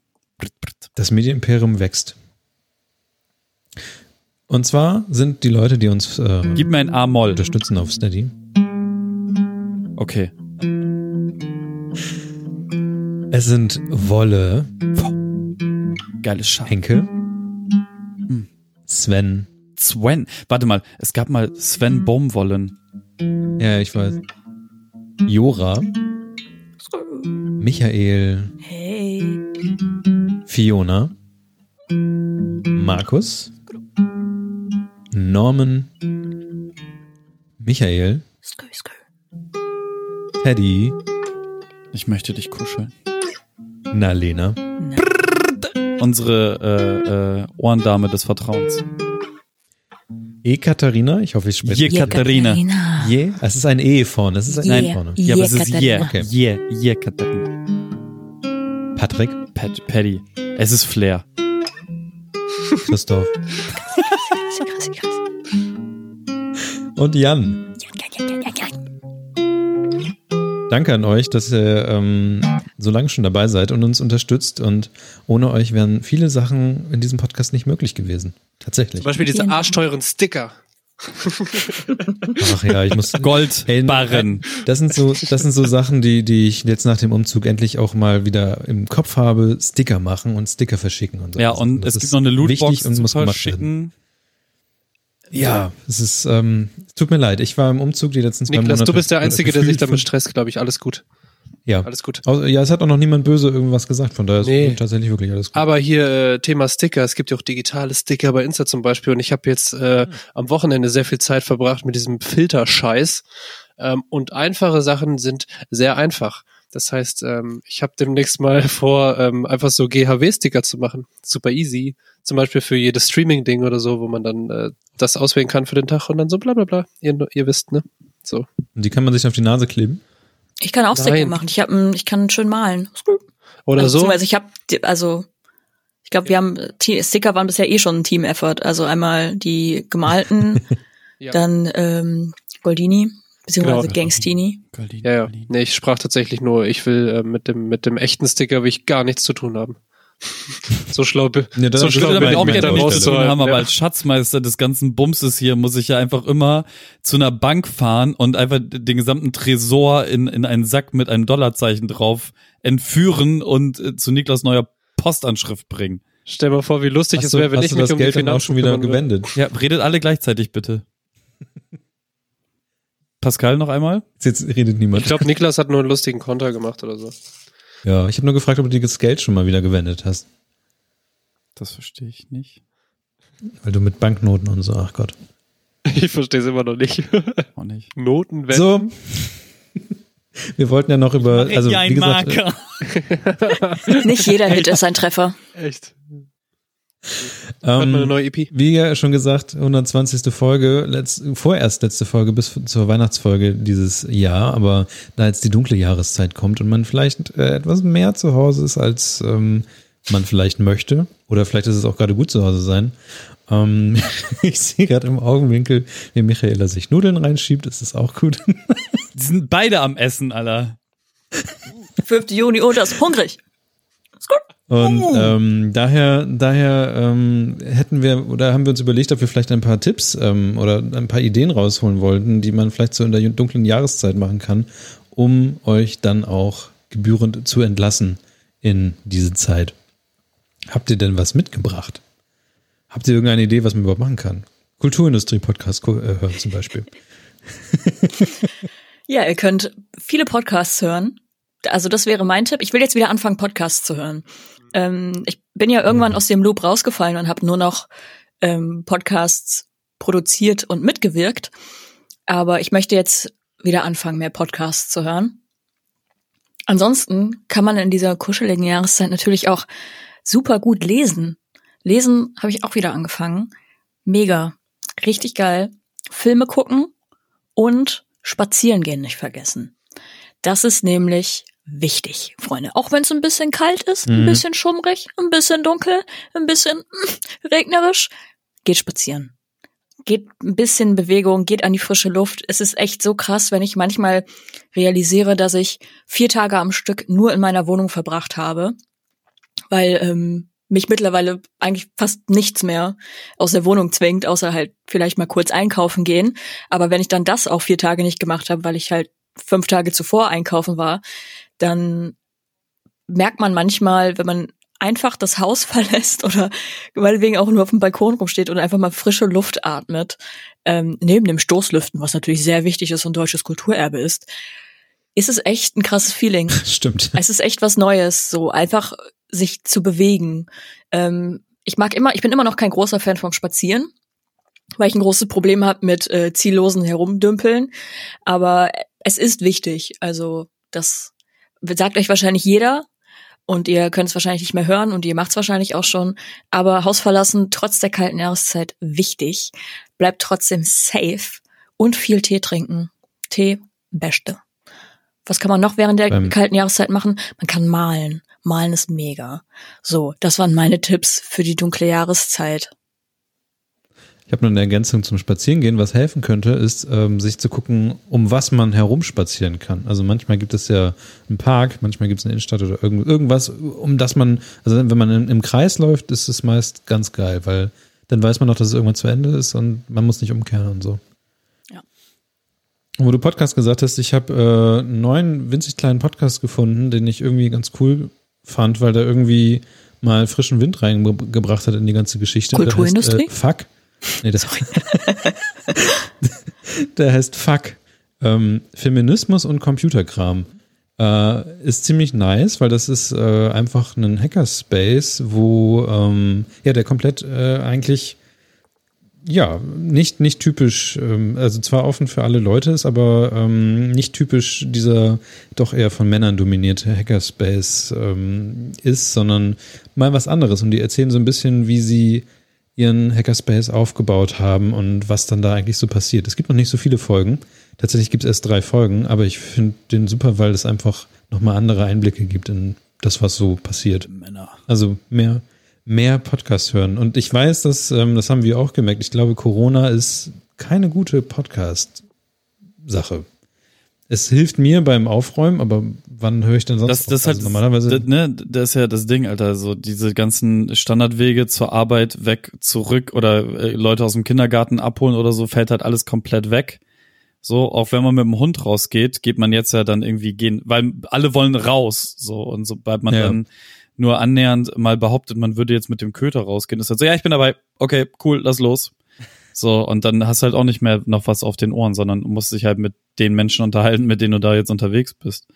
Das Medienimperium wächst. Und zwar sind die Leute, die uns äh, Gib mir ein A-Moll. unterstützen auf Steady. Okay. Es sind Wolle, Geiles Schaf. Henke, Sven. Sven. Warte mal, es gab mal Sven Baumwollen. Ja, ich weiß. Jora, Michael, Hey. Fiona, Markus, Norman, Michael, Skö, skö. Teddy, Ich möchte dich kuscheln. Nalena, Unsere äh, äh, Ohrendame des Vertrauens. Ekaterina, ich hoffe, ich spreche Je Katharina. Je, es ist ein E vorne, es ist ein Je. E vorne. Ja, aber es ist Je. Katharina. Okay. Je. Je Katharina. Patrick, Pat, Paddy. Es ist Flair. Christoph. Und Jan. Danke an euch, dass ihr ähm, so lange schon dabei seid und uns unterstützt. Und ohne euch wären viele Sachen in diesem Podcast nicht möglich gewesen. Tatsächlich. Zum Beispiel diese arschteuren Sticker. Ach ja, ich muss Goldbarren. Das sind so, das sind so Sachen, die, die ich jetzt nach dem Umzug endlich auch mal wieder im Kopf habe. Sticker machen und Sticker verschicken und so. Ja, und das es gibt noch eine Lootbox und zu muss verschicken. Ja, es ist, ähm, es tut mir leid. Ich war im Umzug die letzten zwei Niklas, Monate. du bist der Einzige, der sich damit stresst, glaube ich. Alles gut. Ja. Alles gut. Ja, es hat auch noch niemand böse irgendwas gesagt, von daher ist nee. tatsächlich wirklich alles gut. Aber hier äh, Thema Sticker, es gibt ja auch digitale Sticker bei Insta zum Beispiel und ich habe jetzt äh, am Wochenende sehr viel Zeit verbracht mit diesem Filterscheiß ähm, und einfache Sachen sind sehr einfach. Das heißt, ähm, ich habe demnächst mal vor, ähm, einfach so G H W-Sticker zu machen. Super easy. Zum Beispiel für jedes Streaming-Ding oder so, wo man dann äh, das auswählen kann für den Tag und dann so bla bla bla. Ihr, ihr wisst, ne? So. Und die kann man sich auf die Nase kleben? Ich kann auch Sticker machen. Ich habe, ich kann schön malen. Oder also, so. Also ich habe, also ich glaube, wir haben Sticker waren bisher eh schon ein Team-Effort. Also einmal die gemalten, ja. dann ähm, Goldini beziehungsweise genau. Gangstini. Goldini, ja, ja. Nee, ich sprach tatsächlich nur. Ich will äh, mit dem mit dem echten Sticker will ich gar nichts zu tun haben. So schlau, ja, das so schlau würde ich auch gerne nichts zu tun haben, aber ja. als Schatzmeister des ganzen Bumses hier muss ich ja einfach immer zu einer Bank fahren und einfach den gesamten Tresor in in einen Sack mit einem Dollarzeichen drauf entführen und äh, zu Niklas neuer Postanschrift bringen. Stell mal vor, wie lustig hast es wäre, wenn du, ich mich das um Geld die dann auch schon wieder gewendet. Ja, redet alle gleichzeitig bitte. Pascal noch einmal? Jetzt redet niemand. Ich glaube, Niklas hat nur einen lustigen Konter gemacht oder so. Ja, ich habe nur gefragt, ob du das Geld schon mal wieder gewendet hast. Das verstehe ich nicht. Weil du mit Banknoten und so, ach Gott. Ich verstehe es immer noch nicht. Auch nicht. Noten wenden. So. Wir wollten ja noch über, also ja, wie gesagt, Marker. Nicht jeder Hit ist ein Treffer. Echt. Ähm, eine neue E P. Wie ja schon gesagt, hundertzwanzigste Folge, letzt, vorerst letzte Folge bis zur Weihnachtsfolge dieses Jahr, aber da jetzt die dunkle Jahreszeit kommt und man vielleicht äh, etwas mehr zu Hause ist, als ähm, man vielleicht möchte, oder vielleicht ist es auch gerade gut zu Hause sein. Ähm, ich sehe gerade im Augenwinkel, wie Michaela sich Nudeln reinschiebt, ist das auch gut. Die sind beide am Essen, Alter. fünften Juni, oh, das ist hungrig. Ist gut. Und ähm, daher, daher ähm, hätten wir oder haben wir uns überlegt, ob wir vielleicht ein paar Tipps ähm, oder ein paar Ideen rausholen wollten, die man vielleicht so in der dunklen Jahreszeit machen kann, um euch dann auch gebührend zu entlassen in diese Zeit. Habt ihr denn was mitgebracht? Habt ihr irgendeine Idee, was man überhaupt machen kann? Kulturindustrie-Podcast äh, hören zum Beispiel. Ja, ihr könnt viele Podcasts hören. Also das wäre mein Tipp. Ich will jetzt wieder anfangen, Podcasts zu hören. Ähm, ich bin ja irgendwann aus dem Loop rausgefallen und habe nur noch ähm, Podcasts produziert und mitgewirkt. Aber ich möchte jetzt wieder anfangen, mehr Podcasts zu hören. Ansonsten kann man in dieser kuscheligen Jahreszeit natürlich auch super gut lesen. Lesen habe ich auch wieder angefangen. Mega. Richtig geil. Filme gucken und spazieren gehen nicht vergessen. Das ist nämlich wichtig, Freunde. Auch wenn es ein bisschen kalt ist, mhm. ein bisschen schummrig, ein bisschen dunkel, ein bisschen mm, regnerisch, geht spazieren. Geht ein bisschen Bewegung, geht an die frische Luft. Es ist echt so krass, wenn ich manchmal realisiere, dass ich vier Tage am Stück nur in meiner Wohnung verbracht habe, weil ähm, mich mittlerweile eigentlich fast nichts mehr aus der Wohnung zwingt, außer halt vielleicht mal kurz einkaufen gehen. Aber wenn ich dann das auch vier Tage nicht gemacht habe, weil ich halt fünf Tage zuvor einkaufen war, dann merkt man manchmal, wenn man einfach das Haus verlässt oder meinetwegen auch nur auf dem Balkon rumsteht und einfach mal frische Luft atmet, ähm, neben dem Stoßlüften, was natürlich sehr wichtig ist und deutsches Kulturerbe ist, ist es echt ein krasses Feeling. Stimmt. Es ist echt was Neues, so einfach sich zu bewegen. Ähm, ich mag immer, ich bin immer noch kein großer Fan vom Spazieren, weil ich ein großes Problem habe mit äh, ziellosen Herumdümpeln. Aber es ist wichtig. Also das sagt euch wahrscheinlich jeder und ihr könnt es wahrscheinlich nicht mehr hören und ihr macht es wahrscheinlich auch schon. Aber Haus verlassen, trotz der kalten Jahreszeit, wichtig. Bleibt trotzdem safe und viel Tee trinken. Tee, beste. Was kann man noch während der Beim- kalten Jahreszeit machen? Man kann malen. Malen ist mega. So, das waren meine Tipps für die dunkle Jahreszeit. Ich habe noch eine Ergänzung zum Spazierengehen. Was helfen könnte, ist, ähm, sich zu gucken, um was man herumspazieren kann. Also manchmal gibt es ja einen Park, manchmal gibt es eine Innenstadt oder irgend, irgendwas, um das man, also wenn man im, im Kreis läuft, ist es meist ganz geil, weil dann weiß man noch, dass es irgendwann zu Ende ist und man muss nicht umkehren und so. Ja. Und wo du Podcast gesagt hast, ich habe äh, einen neuen, winzig kleinen Podcast gefunden, den ich irgendwie ganz cool fand, weil der irgendwie mal frischen Wind reingebracht hat in die ganze Geschichte. Kulturindustrie? Der heißt, äh, Fuck. Nee, das der heißt Fuck. Ähm, Feminismus und Computerkram. Äh, ist ziemlich nice, weil das ist äh, einfach ein Hackerspace, wo ähm, ja der komplett äh, eigentlich ja nicht nicht typisch, ähm, also zwar offen für alle Leute ist, aber ähm, nicht typisch dieser doch eher von Männern dominierte Hackerspace ähm, ist, sondern mal was anderes. Und die erzählen so ein bisschen, wie sie ihren Hackerspace aufgebaut haben und was dann da eigentlich so passiert. Es gibt noch nicht so viele Folgen. Tatsächlich gibt es erst drei Folgen, aber ich finde den super, weil es einfach nochmal andere Einblicke gibt in das, was so passiert. Männer. Also mehr, mehr Podcasts hören. Und ich weiß, dass, ähm, das haben wir auch gemerkt, ich glaube, Corona ist keine gute Podcast-Sache. Es hilft mir beim Aufräumen, aber wann höre ich denn sonst Das, das noch? halt, Also normalerweise das, ne, das ist ja das Ding, Alter, so diese ganzen Standardwege zur Arbeit weg, zurück oder äh, Leute aus dem Kindergarten abholen oder so, fällt halt alles komplett weg. So, auch wenn man mit dem Hund rausgeht, geht man jetzt ja dann irgendwie gehen, weil alle wollen raus, so, und sobald man Ja. dann nur annähernd mal behauptet, man würde jetzt mit dem Köter rausgehen, ist halt so, ja, ich bin dabei, okay, cool, lass los. So, und dann hast du halt auch nicht mehr noch was auf den Ohren, sondern musst dich halt mit den Menschen unterhalten, mit denen du da jetzt unterwegs bist.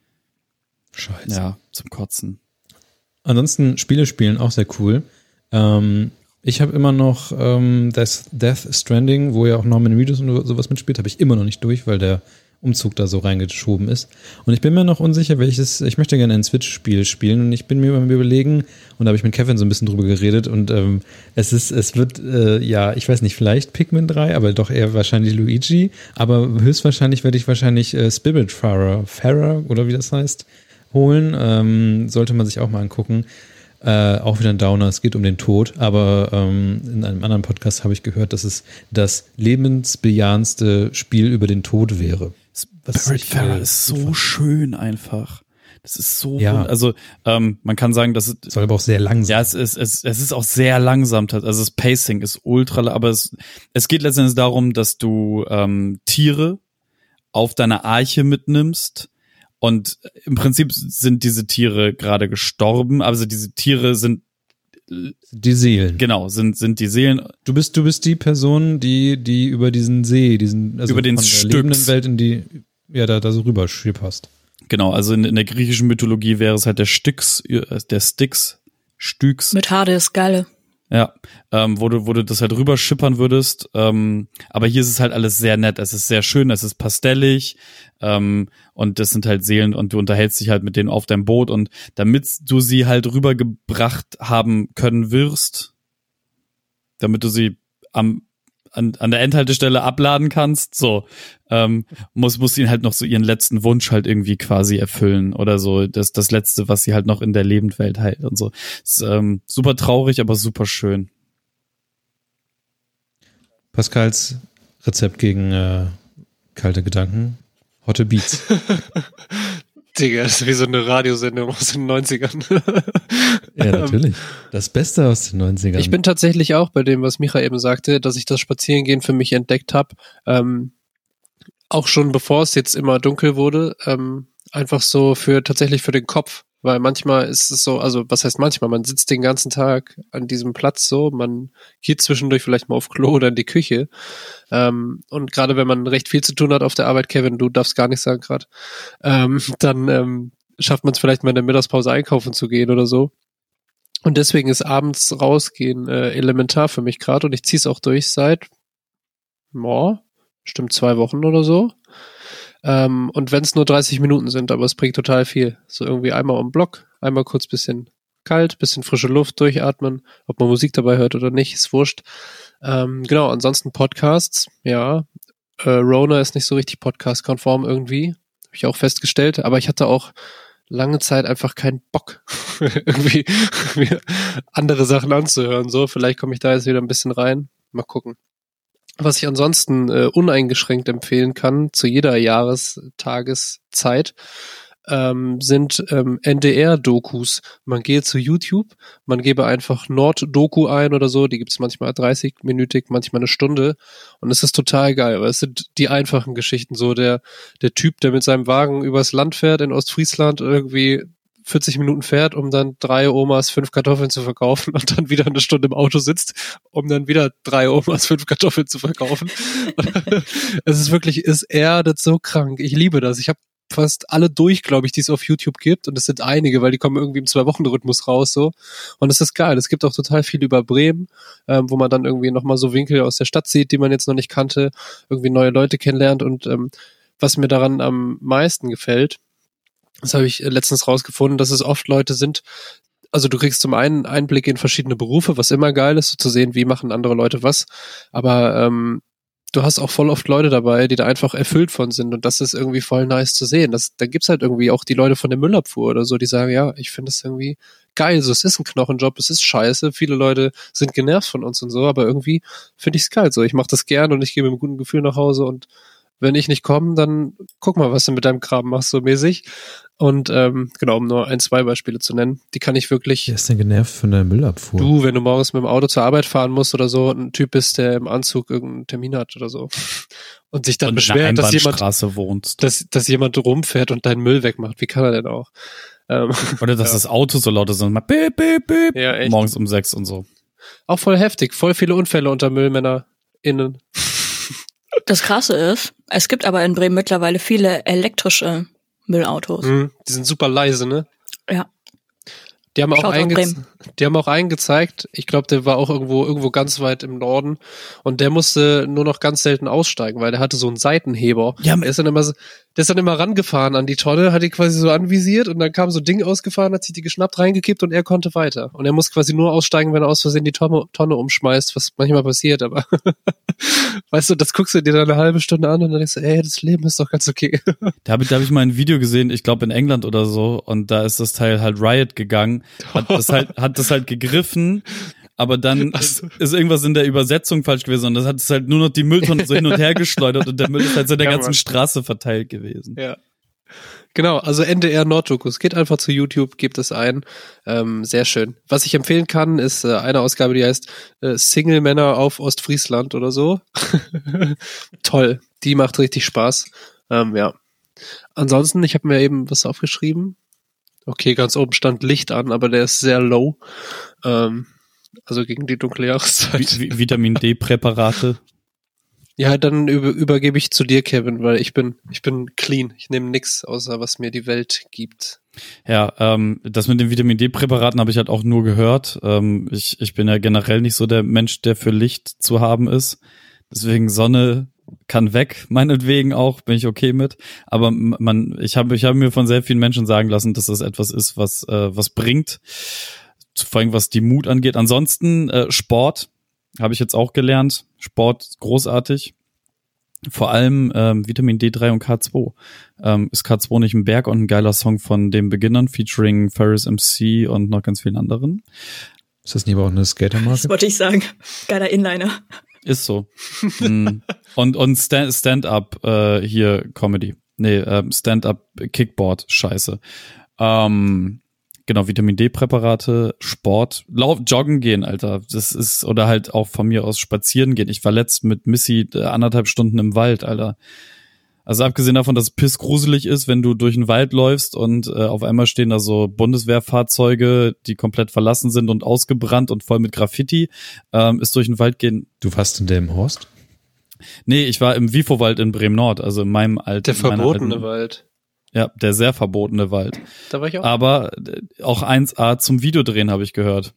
Scheiße. Ja, zum Kotzen. Ansonsten Spiele spielen auch sehr cool. Ähm, ich habe immer noch ähm, Death, Death Stranding, wo ja auch Norman Reedus und sowas mitspielt, habe ich immer noch nicht durch, weil der Umzug da so reingeschoben ist. Und ich bin mir noch unsicher, welches, ich möchte gerne ein Switch-Spiel spielen und ich bin mir beim Überlegen, und da habe ich mit Kevin so ein bisschen drüber geredet und ähm, es ist, es wird, äh, ja, ich weiß nicht, vielleicht Pikmin drei, aber doch eher wahrscheinlich Luigi, aber höchstwahrscheinlich werde ich wahrscheinlich äh, Spiritfarer, Farer oder wie das heißt, holen. Ähm, sollte man sich auch mal angucken. Äh, auch wieder ein Downer, es geht um den Tod, aber ähm, in einem anderen Podcast habe ich gehört, dass es das lebensbejahendste Spiel über den Tod wäre. Spiritfarer ist so schön einfach. Das ist so, Ja. wund- also ähm, man kann sagen, dass es, Soll aber auch sehr langsam. ja, es ist, es, es ist auch sehr langsam, also das Pacing ist ultra, aber es, es geht letztendlich darum, dass du ähm, Tiere auf deiner Arche mitnimmst. Und im Prinzip sind diese Tiere gerade gestorben, also diese Tiere sind, Die Seelen. genau, sind sind die Seelen. Du bist, du bist die Person, die, die über diesen See, diesen, also Über den von der Styx. lebenden Welt in die, ja, da, da so rüber schipperst. Genau, also in, in der griechischen Mythologie wäre es halt der Styx, äh, der Styx, Styx. Mit Hades, geile. Ja, ähm, wo du, wo du das halt rüber schippern würdest. Ähm, aber hier ist es halt alles sehr nett. Es ist sehr schön, es ist pastellig. Ähm, und das sind halt Seelen und du unterhältst dich halt mit denen auf deinem Boot. Und damit du sie halt rübergebracht haben können wirst, damit du sie am an, an der Endhaltestelle abladen kannst, so, ähm, muss, muss sie halt noch so ihren letzten Wunsch halt irgendwie quasi erfüllen oder so, das, das Letzte, was sie halt noch in der Lebendwelt hält und so. Ist, ähm, super traurig, aber super schön. Pascals Rezept gegen äh, kalte Gedanken. Hotte Beats. Digga, das ist wie so eine Radiosendung aus den neunzigern. Ja, natürlich. Das Beste aus den neunzigern. Ich bin tatsächlich auch bei dem, was Micha eben sagte, dass ich das Spazierengehen für mich entdeckt habe. Ähm, auch schon bevor es jetzt immer dunkel wurde, ähm, einfach so für tatsächlich für den Kopf. Weil manchmal ist es so, also was heißt manchmal, man sitzt den ganzen Tag an diesem Platz so, man geht zwischendurch vielleicht mal auf Klo oder in die Küche. Ähm, und gerade wenn man recht viel zu tun hat auf der Arbeit, Kevin, du darfst gar nichts sagen gerade, ähm, dann ähm, schafft man es vielleicht mal in der Mittagspause einkaufen zu gehen oder so. Und deswegen ist abends rausgehen äh, elementar für mich gerade und ich ziehe es auch durch seit, boah, bestimmt zwei Wochen oder so. Ähm, und wenn es nur dreißig Minuten sind, aber es bringt total viel. So irgendwie einmal um Block, einmal kurz bisschen kalt, bisschen frische Luft durchatmen, ob man Musik dabei hört oder nicht, ist wurscht. Ähm, genau, ansonsten Podcasts, ja. Äh, Rona ist nicht so richtig podcast-konform irgendwie. Habe ich auch festgestellt. Aber ich hatte auch lange Zeit einfach keinen Bock, irgendwie mir andere Sachen anzuhören. So, vielleicht komme ich da jetzt wieder ein bisschen rein. Mal gucken. Was ich ansonsten äh, uneingeschränkt empfehlen kann, zu jeder Jahrestageszeit, ähm, sind ähm, N D R-Dokus. Man gehe zu YouTube, man gebe einfach Nord-Doku ein oder so, die gibt es manchmal dreißig-minütig, manchmal eine Stunde und es ist total geil, weil es sind die einfachen Geschichten, so der der Typ, der mit seinem Wagen übers Land fährt in Ostfriesland, irgendwie vierzig Minuten fährt, um dann drei Omas fünf Kartoffeln zu verkaufen und dann wieder eine Stunde im Auto sitzt, um dann wieder drei Omas fünf Kartoffeln zu verkaufen. Es ist wirklich, ist er das so krank. Ich liebe das. Ich habe fast alle durch, glaube ich, die es auf YouTube gibt und es sind einige, weil die kommen irgendwie im Zwei-Wochen-Rhythmus raus so und es ist geil. Es gibt auch total viel über Bremen, ähm, wo man dann irgendwie nochmal so Winkel aus der Stadt sieht, die man jetzt noch nicht kannte, irgendwie neue Leute kennenlernt und ähm, was mir daran am meisten gefällt, das habe ich letztens rausgefunden, dass es oft Leute sind, also du kriegst zum einen Einblick in verschiedene Berufe, was immer geil ist, so zu sehen, wie machen andere Leute was, aber ähm, du hast auch voll oft Leute dabei, die da einfach erfüllt von sind und das ist irgendwie voll nice zu sehen. Das, da gibt's halt irgendwie auch die Leute von der Müllabfuhr oder so, die sagen, ja, ich finde das irgendwie geil, so es ist ein Knochenjob, es ist scheiße, viele Leute sind genervt von uns und so, aber irgendwie finde ich es geil so, ich mache das gern und ich gehe mit einem guten Gefühl nach Hause und wenn ich nicht komme, dann guck mal, was du mit deinem Kram machst, so mäßig. Und ähm, genau, um nur ein, zwei Beispiele zu nennen, die kann ich wirklich... Wer ist denn genervt von der Müllabfuhr? Du, wenn du morgens mit dem Auto zur Arbeit fahren musst oder so, ein Typ bist, der im Anzug irgendeinen Termin hat oder so und sich dann und beschwert, dass jemand, wohnst. Dass, dass jemand rumfährt und deinen Müll wegmacht. Wie kann er denn auch? Ähm, oder dass ja. das Auto so laut ist und mal beep, beep, beep, ja, echt. morgens um sechs und so. Auch voll heftig, voll viele Unfälle unter MüllmännerInnen. Das Krasse ist, es gibt aber in Bremen mittlerweile viele elektrische Müllautos. Mhm, die sind super leise, ne? Ja. Die haben, auch einge- die haben auch einen gezeigt, ich glaube, der war auch irgendwo irgendwo ganz weit im Norden und der musste nur noch ganz selten aussteigen, weil der hatte so einen Seitenheber. Ja, der ist dann immer so, der ist dann immer rangefahren an die Tonne, hat die quasi so anvisiert und dann kam so ein Ding ausgefahren, hat sich die geschnappt, reingekippt und er konnte weiter. Und er muss quasi nur aussteigen, wenn er aus Versehen die Tonne, Tonne umschmeißt, was manchmal passiert, aber weißt du, das guckst du dir dann eine halbe Stunde an und dann denkst du, ey, das Leben ist doch ganz okay. Da habe ich, da hab ich mal ein Video gesehen, ich glaube in England oder so, und da ist das Teil halt Riot gegangen, hat das halt, hat das halt gegriffen, aber dann ist, ist irgendwas in der Übersetzung falsch gewesen und das hat es halt nur noch die Mülltonne so hin und her geschleudert und der Müll ist halt so in der ja, ganzen Mann. Straße verteilt gewesen. Ja. Genau, also N D R Norddokus. Geht einfach zu YouTube, gebt es ein. Ähm, sehr schön. Was ich empfehlen kann, ist äh, eine Ausgabe, die heißt äh, Single Männer auf Ostfriesland oder so. Toll, die macht richtig Spaß. Ähm, ja. Ansonsten, ich habe mir eben was aufgeschrieben. Okay, ganz oben stand Licht an, aber der ist sehr low. Ähm, also gegen die dunkle Jahreszeit. Vi- Vitamin D-Präparate. Ja, dann über, übergebe ich zu dir, Kevin, weil ich bin ich bin clean. Ich nehme nix, außer was mir die Welt gibt. Ja, ähm, das mit den Vitamin D-Präparaten habe ich halt auch nur gehört. Ähm, ich, ich bin ja generell nicht so der Mensch, der für Licht zu haben ist. Deswegen Sonne kann weg, meinetwegen auch, bin ich okay mit. Aber man, ich habe ich habe mir von sehr vielen Menschen sagen lassen, dass das etwas ist, was äh, was bringt, vor allem was die Mut angeht. Ansonsten äh, Sport habe ich jetzt auch gelernt. Sport großartig. Vor allem ähm, Vitamin D drei und K zwei. Ähm, ist K zwei nicht ein Berg und ein geiler Song von den Beginnern, featuring Ferris M C und noch ganz vielen anderen. Ist das nicht aber auch eine Skatermarke? Das wollte ich sagen. Geiler Inliner. Ist so. mm. Und und Stand, Stand-up äh, hier Comedy. Nee, äh, Stand-up Kickboard, scheiße. Ähm, genau, Vitamin D-Präparate, Sport, Lauf, Joggen gehen, Alter. Das ist, oder halt auch von mir aus spazieren gehen. Ich war letzt mit Missy äh, anderthalb Stunden im Wald, Alter. Also abgesehen davon, dass es pissgruselig ist, wenn du durch den Wald läufst und äh, auf einmal stehen da so Bundeswehrfahrzeuge, die komplett verlassen sind und ausgebrannt und voll mit Graffiti, ähm, ist durch den Wald gehen. Du warst in Delmenhorst? Nee, ich war im Wifo-Wald in Bremen-Nord, also in meinem alten... Der verbotene alten, Wald. Ja, der sehr verbotene Wald. Da war ich auch. Aber auch eins A zum Videodrehen, habe ich gehört.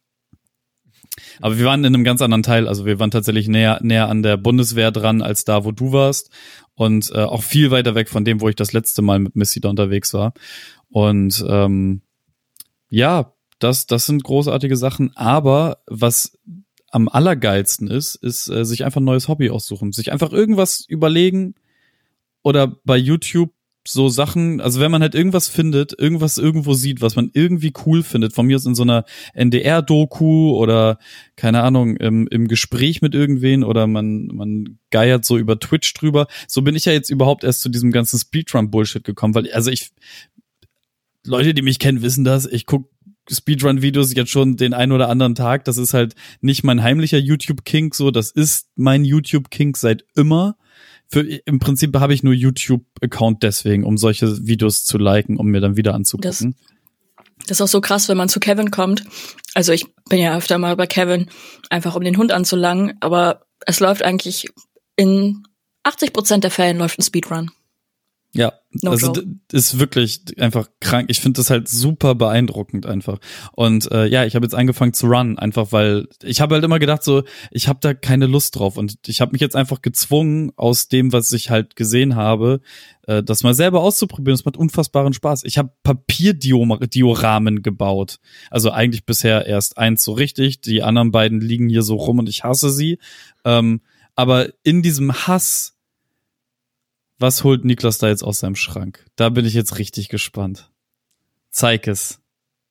Aber wir waren in einem ganz anderen Teil, also wir waren tatsächlich näher näher an der Bundeswehr dran, als da, wo du warst. Und äh, auch viel weiter weg von dem, wo ich das letzte Mal mit Missy da unterwegs war. Und ähm, ja, das das sind großartige Sachen. Aber was am allergeilsten ist, ist äh, sich einfach ein neues Hobby aussuchen. Sich einfach irgendwas überlegen oder bei YouTube so Sachen, also wenn man halt irgendwas findet, irgendwas irgendwo sieht, was man irgendwie cool findet, von mir aus in so einer N D R-Doku oder, keine Ahnung, im, im Gespräch mit irgendwen oder man, man geiert so über Twitch drüber. So bin ich ja jetzt überhaupt erst zu diesem ganzen Speedrun-Bullshit gekommen, weil, also ich, Leute, die mich kennen, wissen das, ich guck Speedrun-Videos jetzt schon den einen oder anderen Tag, das ist halt nicht mein heimlicher YouTube-Kink, so, das ist mein YouTube-Kink seit immer. Für, im Prinzip habe ich nur YouTube-Account deswegen, um solche Videos zu liken, um mir dann wieder anzugucken. Das, das ist auch so krass, wenn man zu Kevin kommt. Also ich bin ja öfter mal bei Kevin, einfach um den Hund anzulangen, aber es läuft eigentlich in achtzig Prozent der Fällen läuft ein Speedrun. Ja, No also joke. d- ist wirklich einfach krank. Ich finde das halt super beeindruckend einfach. Und äh, ja, ich habe jetzt angefangen zu runnen, einfach weil ich habe halt immer gedacht so, ich habe da keine Lust drauf. Und ich habe mich jetzt einfach gezwungen, aus dem, was ich halt gesehen habe, äh, das mal selber auszuprobieren. Das macht unfassbaren Spaß. Ich habe Papierdioramen gebaut. Also eigentlich bisher erst eins so richtig. Die anderen beiden liegen hier so rum und ich hasse sie. Ähm, aber in diesem Hass, was holt Niklas da jetzt aus seinem Schrank? Da bin ich jetzt richtig gespannt. Zeig es.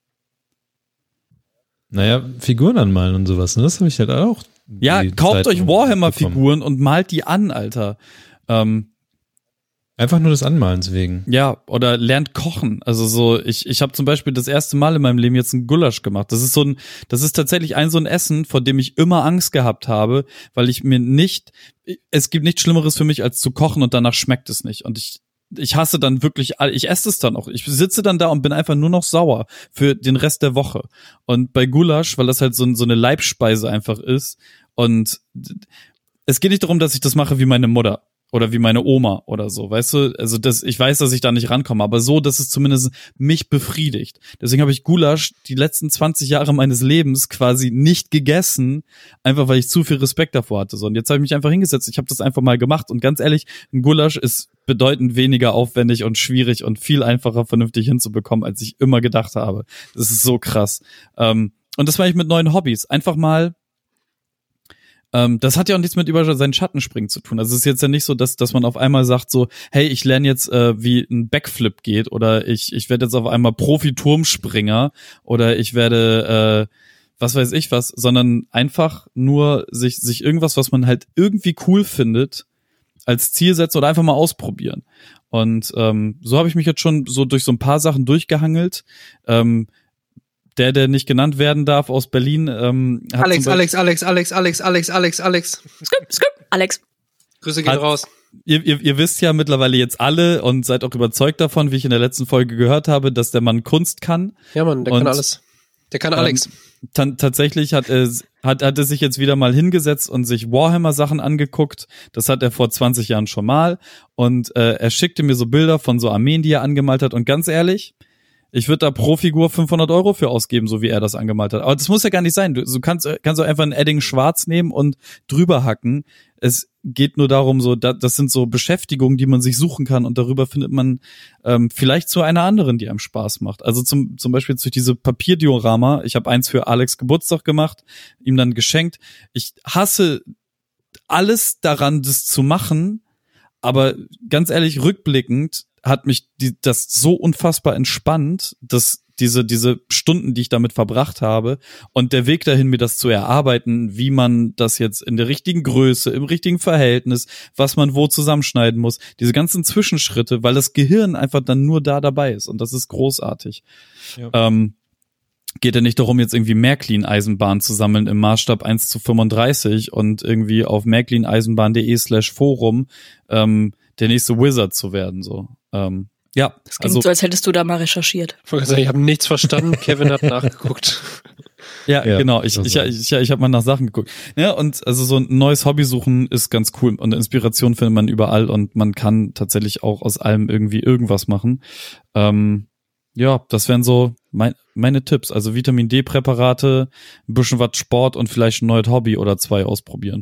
Naja, Figuren anmalen und sowas, ne? Das habe ich halt auch. Ja, die kauft Zeit euch bekommen. Warhammer-Figuren und malt die an, Alter. Ähm, Einfach nur des Anmalens wegen. ja, oder lernt kochen. Also so, ich ich habe zum Beispiel das erste Mal in meinem Leben jetzt einen Gulasch gemacht. Das ist so ein, das ist tatsächlich ein so ein Essen, vor dem ich immer Angst gehabt habe, weil ich mir nicht, es gibt nichts Schlimmeres für mich, als zu kochen und danach schmeckt es nicht. Und ich ich hasse dann wirklich, all- ich esse es dann auch. Ich sitze dann da und bin einfach nur noch sauer für den Rest der Woche. Und bei Gulasch, weil das halt so, ein- so eine Leibspeise einfach ist. Und es geht nicht darum, dass ich das mache wie meine Mutter oder wie meine Oma oder so, weißt du? Also das, ich weiß, dass ich da nicht rankomme, aber so, dass es zumindest mich befriedigt. Deswegen habe ich Gulasch die letzten zwanzig Jahre meines Lebens quasi nicht gegessen, einfach weil ich zu viel Respekt davor hatte. So, und jetzt habe ich mich einfach hingesetzt, ich habe das einfach mal gemacht und ganz ehrlich, ein Gulasch ist bedeutend weniger aufwendig und schwierig und viel einfacher vernünftig hinzubekommen, als ich immer gedacht habe. Das ist so krass. Ähm, und das meine ich mit neuen Hobbys. Einfach mal Ähm, das hat ja auch nichts mit über seinen Schatten springen zu tun. Also es ist jetzt ja nicht so, dass dass man auf einmal sagt so, hey, ich lerne jetzt, äh, wie ein Backflip geht oder ich ich werde jetzt auf einmal Profi-Turmspringer oder ich werde, äh, was weiß ich was, sondern einfach nur sich sich irgendwas, was man halt irgendwie cool findet, als Ziel setzen oder einfach mal ausprobieren. Und ähm, so habe ich mich jetzt schon so durch so ein paar Sachen durchgehangelt. Ähm, Der, der nicht genannt werden darf, aus Berlin. Ähm, hat Alex, zum Beispiel- Alex, Alex, Alex, Alex, Alex, Alex, Alex. Skip, skip. Alex. Grüße gehen Hat- raus. Ihr, ihr, ihr wisst ja mittlerweile jetzt alle und seid auch überzeugt davon, wie ich in der letzten Folge gehört habe, dass der Mann Kunst kann. Ja, Mann, der Und, kann alles. Der kann Alex. Ähm, tan- tatsächlich hat er, hat, hat er sich jetzt wieder mal hingesetzt und sich Warhammer-Sachen angeguckt. Das hat er vor zwanzig Jahren schon mal. Und äh, er schickte mir so Bilder von so Armeen, die er angemalt hat. Und ganz ehrlich, ich würde da pro Figur fünfhundert Euro für ausgeben, so wie er das angemalt hat. Aber das muss ja gar nicht sein. Du, du kannst, kannst auch einfach ein Edding schwarz nehmen und drüber hacken. Es geht nur darum, so, da, das sind so Beschäftigungen, die man sich suchen kann und darüber findet man ähm, vielleicht zu einer anderen, die einem Spaß macht. Also zum, zum Beispiel durch diese Papierdiorama. Ich habe eins für Alex Geburtstag gemacht, ihm dann geschenkt. Ich hasse alles daran, das zu machen, aber ganz ehrlich, rückblickend hat mich die, das so unfassbar entspannt, dass diese diese Stunden, die ich damit verbracht habe und der Weg dahin, mir das zu erarbeiten, wie man das jetzt in der richtigen Größe, im richtigen Verhältnis, was man wo zusammenschneiden muss, diese ganzen Zwischenschritte, weil das Gehirn einfach dann nur da dabei ist und das ist großartig. Ja. Ähm, geht ja nicht darum, jetzt irgendwie Märklin-Eisenbahn zu sammeln im Maßstab eins zu fünfunddreißig und irgendwie auf märklineisenbahn.de slash Forum ähm, der nächste Wizard zu werden, so. Ähm, ja, Das klingt also, so, als hättest du da mal recherchiert. Ich wollte sagen, ich habe nichts verstanden. Kevin hat nachgeguckt. ja, Ja, genau, ich, das ich, war- ich, ich, ich habe mal nach Sachen geguckt. Ja, und also so ein neues Hobby suchen ist ganz cool und Inspiration findet man überall und man kann tatsächlich auch aus allem irgendwie irgendwas machen. Ähm, ja, das wären so mein, meine Tipps. Also Vitamin D-Präparate, ein bisschen was Sport und vielleicht ein neues Hobby oder zwei ausprobieren.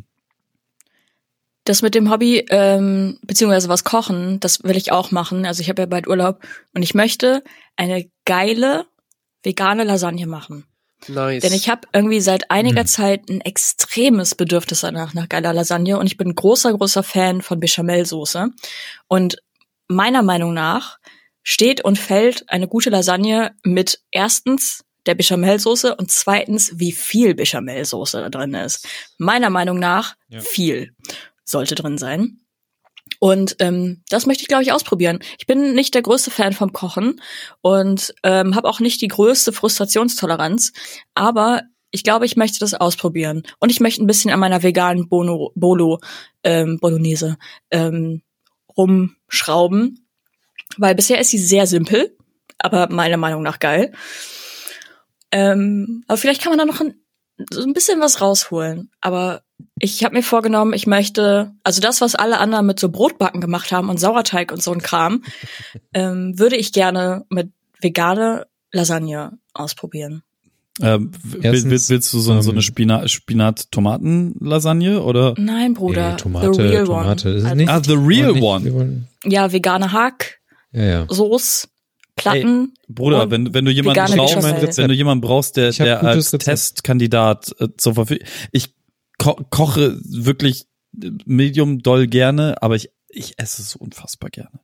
Das mit dem Hobby, ähm, beziehungsweise was kochen, das will ich auch machen. Also ich habe ja bald Urlaub und ich möchte eine geile vegane Lasagne machen. Nice. Denn ich habe irgendwie seit einiger Hm. Zeit ein extremes Bedürfnis danach, nach geiler Lasagne. Und ich bin großer, großer Fan von Bechamelsoße. Und meiner Meinung nach steht und fällt eine gute Lasagne mit erstens der Bechamelsoße und zweitens, wie viel Bechamelsoße da drin ist. Meiner Meinung nach ja. viel sollte drin sein. Und ähm, das möchte ich, glaube ich, ausprobieren. Ich bin nicht der größte Fan vom Kochen und ähm, habe auch nicht die größte Frustrationstoleranz, aber ich glaube, ich möchte das ausprobieren. Und ich möchte ein bisschen an meiner veganen Bono, Bolo, ähm, Bolognese ähm, rumschrauben, weil bisher ist sie sehr simpel, aber meiner Meinung nach geil. Ähm, aber vielleicht kann man da noch ein, so ein bisschen was rausholen. Aber ich habe mir vorgenommen, ich möchte, also das, was alle anderen mit so Brotbacken gemacht haben und Sauerteig und so ein Kram, ähm, würde ich gerne mit vegane Lasagne ausprobieren. Ähm, Erstens, willst, willst du so, ähm, so eine Spinat, Spinat-Tomaten-Lasagne oder? Nein, Bruder. Nee, Tomate, the real Tomate. One. Ist also, nicht, ah, the real one. Ja, vegane Hack, ja, ja. Soße, Platten. Hey, Bruder, wenn, wenn du jemanden brauchst, wenn du jemanden brauchst, der, der als Rezept. Testkandidat äh, zur Verfügung, ich ko- koche wirklich medium doll gerne, aber ich, ich esse es so unfassbar gerne.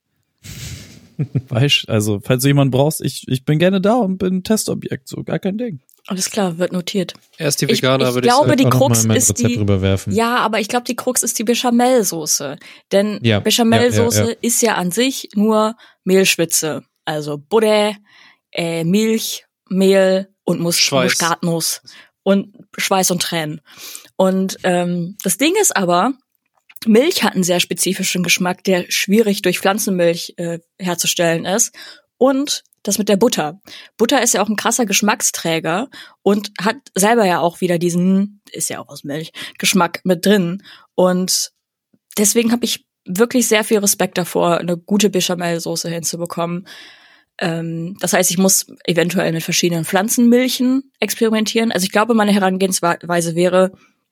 Weißt, also, falls du jemanden brauchst, ich, ich bin gerne da und bin ein Testobjekt, so gar kein Ding. Alles klar, wird notiert. Er ist die Veganer, ich, ich würde glaube, ich die Krux ist Rezept die, rüberwerfen. ja, aber ich glaube, die Krux ist die Bechamelsoße. Denn ja, Bechamelsoße ja, ja, ja. ist ja an sich nur Mehlschwitze. Also Butter, äh, Milch, Mehl und Mus- Schweiß. Muskatnuss und Schweiß und Tränen. Und ähm, das Ding ist aber, Milch hat einen sehr spezifischen Geschmack, der schwierig durch Pflanzenmilch äh, herzustellen ist. Und das mit der Butter. Butter ist ja auch ein krasser Geschmacksträger und hat selber ja auch wieder diesen, ist ja auch aus Milch, Geschmack mit drin. Und deswegen habe ich wirklich sehr viel Respekt davor, eine gute Bechamelsoße hinzubekommen. Ähm, das heißt, ich muss eventuell mit verschiedenen Pflanzenmilchen experimentieren. Also ich glaube, meine Herangehensweise wäre,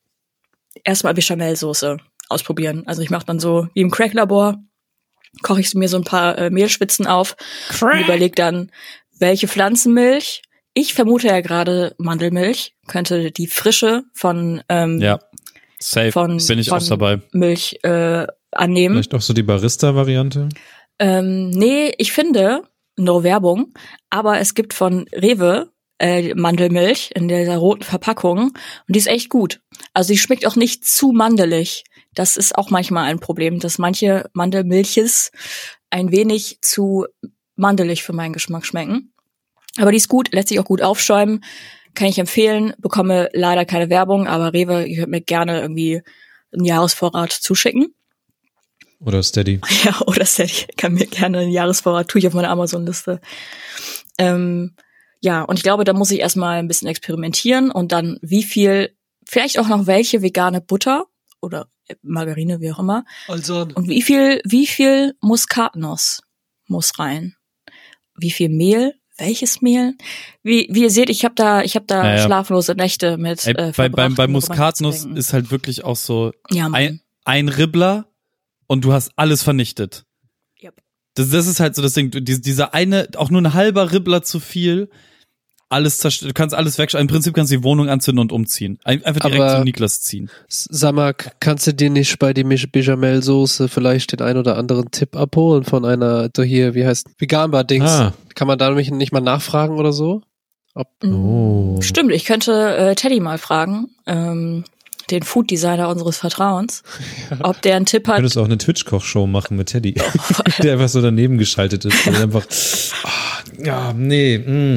erstmal Bechamelsoße ausprobieren. Also ich mache dann so wie im Crack-Labor, koche ich mir so ein paar äh, Mehlschwitzen auf Crack. Und überlege dann, welche Pflanzenmilch. Ich vermute ja gerade Mandelmilch, könnte die Frische von ähm, ja, safe. von, bin ich von auch dabei. Milch äh, annehmen. Vielleicht auch so die Barista-Variante? Ähm, nee, ich finde, no Werbung, aber es gibt von Rewe äh, Mandelmilch in dieser roten Verpackung und die ist echt gut. Also die schmeckt auch nicht zu mandelig. Das ist auch manchmal ein Problem, dass manche Mandelmilches ein wenig zu mandelig für meinen Geschmack schmecken. Aber die ist gut, lässt sich auch gut aufschäumen, kann ich empfehlen, bekomme leider keine Werbung, aber Rewe, ihr könnt mir gerne irgendwie einen Jahresvorrat zuschicken. Oder Steady. Ja, oder Steady, kann mir gerne einen Jahresvorrat, tue ich auf meiner Amazon-Liste. Ähm, ja, und ich glaube, da muss ich erstmal ein bisschen experimentieren und dann wie viel, vielleicht auch noch welche vegane Butter oder Margarine, wie auch immer. Also. Und wie viel, wie viel Muskatnuss muss rein? Wie viel Mehl? Welches Mehl? Wie, wie ihr seht, ich habe da, ich habe da ja, ja. schlaflose Nächte mit. Ey, äh, bei, beim, bei um Muskatnuss ist halt wirklich auch so ja, ein, ein Ribbler und du hast alles vernichtet. Yep. Das, das ist halt so das Ding. Die, dieser eine, auch nur ein halber Ribbler zu viel. Alles zerstört, du kannst alles wegschreiben. Im Prinzip kannst du die Wohnung anzünden und umziehen. Einfach direkt Aber, zu Niklas ziehen. Sag mal, kannst du dir nicht bei der Bechamelsoße vielleicht den ein oder anderen Tipp abholen von einer, so hier, wie heißt, Veganbar-Dings? Ah. Kann man da nämlich nicht mal nachfragen oder so? Ob oh. Stimmt, ich könnte äh, Teddy mal fragen, ähm, den Food-Designer unseres Vertrauens, ja. ob der einen Tipp hat. Du könntest auch eine Twitch-Koch-Show machen mit Teddy, der einfach so daneben geschaltet ist. Und einfach, oh, ja, nee, mh.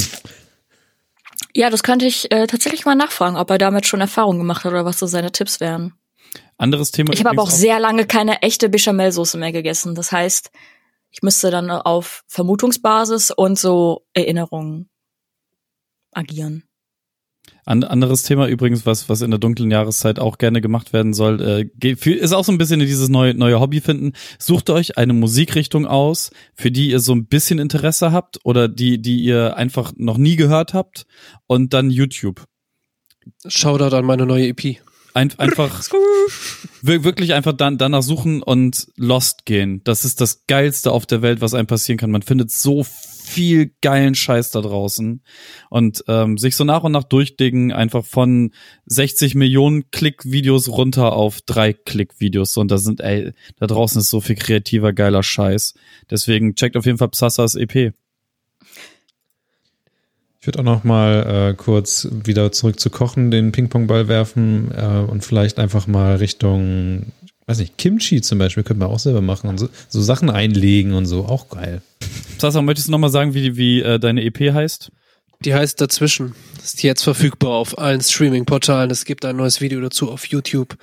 Ja, das könnte ich äh, tatsächlich mal nachfragen, ob er damit schon Erfahrung gemacht hat oder was so seine Tipps wären. Anderes Thema. Ich habe aber auch sehr lange keine echte Bechamelsoße mehr gegessen. Das heißt, ich müsste dann auf Vermutungsbasis und so Erinnerungen agieren. An, anderes Thema übrigens, was was in der dunklen Jahreszeit auch gerne gemacht werden soll, äh, ist auch so ein bisschen in dieses neue neue Hobby finden. Sucht euch eine Musikrichtung aus, für die ihr so ein bisschen Interesse habt oder die die ihr einfach noch nie gehört habt und dann YouTube. Shoutout an meine neue E P. ein, einfach wirklich einfach dann danach suchen und lost gehen. Das ist das Geilste auf der Welt, was einem passieren kann. Man findet so viel geilen Scheiß da draußen und ähm, sich so nach und nach durchdicken, einfach von sechzig Millionen Klick-Videos runter auf drei Klick-Videos. Und da sind, ey, da draußen ist so viel kreativer, geiler Scheiß. Deswegen checkt auf jeden Fall Psassas E P. Ich würde auch noch mal äh, kurz wieder zurück zu Kochen, den Ping-Pong-Ball werfen äh, und vielleicht einfach mal Richtung, weiß nicht, Kimchi zum Beispiel, könnte man auch selber machen und so, so Sachen einlegen und so, auch geil. Sasa, möchtest du noch mal sagen, wie, wie äh, deine E P heißt? Die heißt Dazwischen. Ist jetzt verfügbar auf allen Streaming-Portalen. Es gibt ein neues Video dazu auf YouTube.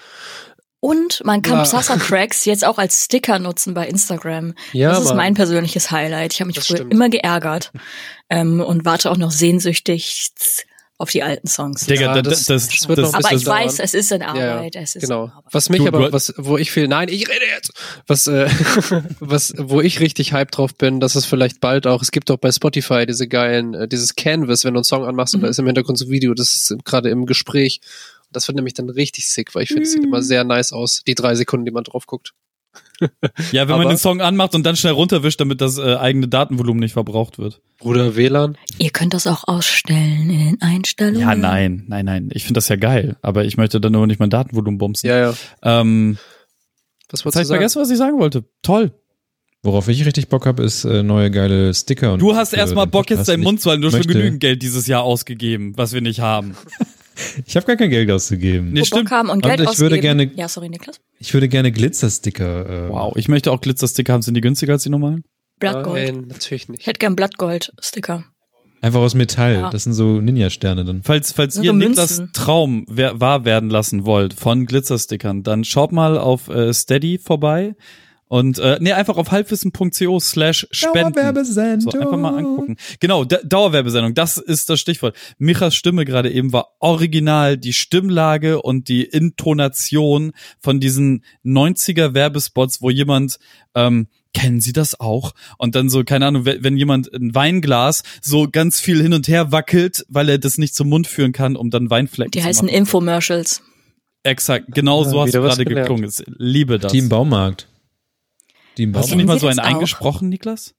Und man kann Ja. Psassa-Tracks jetzt auch als Sticker nutzen bei Instagram. Ja, das ist Mann. mein persönliches Highlight. Ich habe mich Das früher stimmt. immer geärgert ähm, und warte auch noch sehnsüchtig auf die alten Songs. Digga, Ja, da- das- das, das wird noch ein Aber bisschen ich weiß, dauern. es ist in Ja, Arbeit. Es ist genau. in Arbeit. Was mich Du- aber, du- was, wo ich viel, nein, ich rede jetzt. Was, äh, was, wo ich richtig hyped drauf bin, dass es vielleicht bald auch, es gibt auch bei Spotify diese geilen, äh, dieses Canvas, wenn du einen Song anmachst und da ist im Hintergrund so ein Video, das ist gerade im Gespräch. Das wird nämlich dann richtig sick, weil ich finde, es sieht immer sehr nice aus, die drei Sekunden, die man drauf guckt. Ja, wenn Aber- man den Song anmacht und dann schnell runterwischt, damit das äh, eigene Datenvolumen nicht verbraucht wird. Bruder, W L A N. Ihr könnt das auch ausstellen in den Einstellungen. Ja, nein, nein, nein. Ich finde das ja geil, aber ich möchte dann nur nicht mein Datenvolumen bumsen. Ja, ja. Ähm, Was jetzt wolltest habe du ich sagen? vergessen, was ich sagen wollte. Toll. Worauf ich richtig Bock habe, ist äh, neue geile Sticker. Und Du hast für erstmal den Bock, jetzt Podcast. deinen Mund zu halten. Du hast schon möchte- genügend Geld dieses Jahr ausgegeben, was wir nicht haben. Ich habe gar kein Geld auszugeben. Nee, Wo stimmt. Bock haben und Und Geld ich würde ausgeben. gerne- Ja, sorry, Niklas. Ich würde gerne Glitzersticker. Äh, Wow, ich möchte auch Glitzersticker haben. Sind die günstiger als die normalen? Blattgold. Nein, natürlich Ich nicht. hätte gern Blattgold-Sticker. Einfach aus Metall. Ja. Das sind so Ninja-Sterne dann. Falls, falls So ihr Niklas Münzen. Traum wer, wahr werden lassen wollt von Glitzerstickern, dann schaut mal auf äh, Steady vorbei und äh, nee, einfach auf halbwissen.co slash spenden. Dauerwerbesendung. So, einfach mal angucken. Genau, D- Dauerwerbesendung, das ist das Stichwort. Michas Stimme gerade eben war original die Stimmlage und die Intonation von diesen neunziger Werbespots, wo jemand, ähm, kennen Sie das auch? Und dann so, keine Ahnung, wenn wenn jemand ein Weinglas so ganz viel hin und her wackelt, weil er das nicht zum Mund führen kann, um dann Weinflecken Die zu heißen machen. Infomercials. Exakt, genau Ja, so hast du wieder was gerade gelernt. geklungen. Ich liebe das. Die im Baumarkt. Die im Hast du Baumarkt. nicht mal Kennen so Sie einen das auch? eingesprochen, Niklas?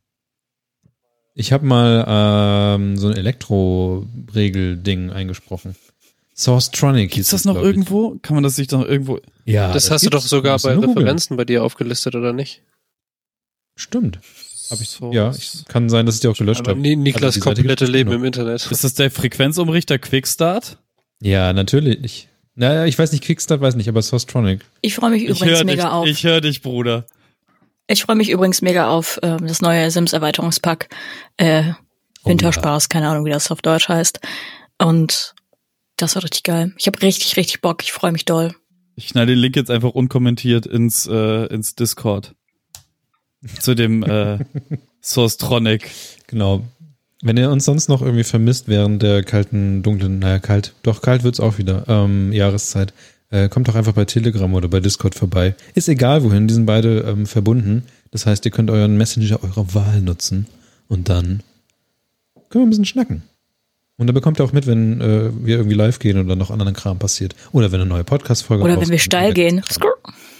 Ich habe mal ähm, so ein Elektro-Regel-Ding eingesprochen. Sourcetronic hieß Gibt's das es, noch glaub ich. irgendwo? Kann man das sich noch irgendwo... Ja, Das hast du doch gibt's. sogar Musst du bei nur googeln. Referenzen bei dir aufgelistet, oder nicht? Stimmt. Hab ich, So- ja, ich, kann sein, dass ich die auch gelöscht Aber habe. Ni- Niklas Also die Seite komplette gibt's Leben noch. im Internet. Ist das der Frequenzumrichter Quickstart? Ja, natürlich. Naja, ich weiß nicht, Quickstart weiß nicht, aber Sourcetronic. Ich freue mich Ich übrigens höre mega dich, auf. ich höre dich, Bruder. Ich freue mich übrigens mega auf ähm, das neue Sims-Erweiterungspack. Äh, Winterspaß, keine Ahnung, wie das auf Deutsch heißt. Und das wird richtig geil. Ich habe richtig, richtig Bock. Ich freue mich doll. Ich schneide den Link jetzt einfach unkommentiert ins, äh, ins Discord. Zu dem äh, Sourcetronic. Genau. Wenn ihr uns sonst noch irgendwie vermisst während der kalten, dunklen, naja, kalt, doch kalt wird's auch wieder, ähm, Jahreszeit, äh, kommt doch einfach bei Telegram oder bei Discord vorbei. Ist egal wohin, die sind beide ähm, verbunden. Das heißt, ihr könnt euren Messenger eurer Wahl nutzen und dann können wir ein bisschen schnacken. Und dann bekommt ihr auch mit, wenn äh, wir irgendwie live gehen oder noch anderen Kram passiert. Oder wenn eine neue Podcast-Folge Oder wenn wir rauskommt. steil gehen. Skrr.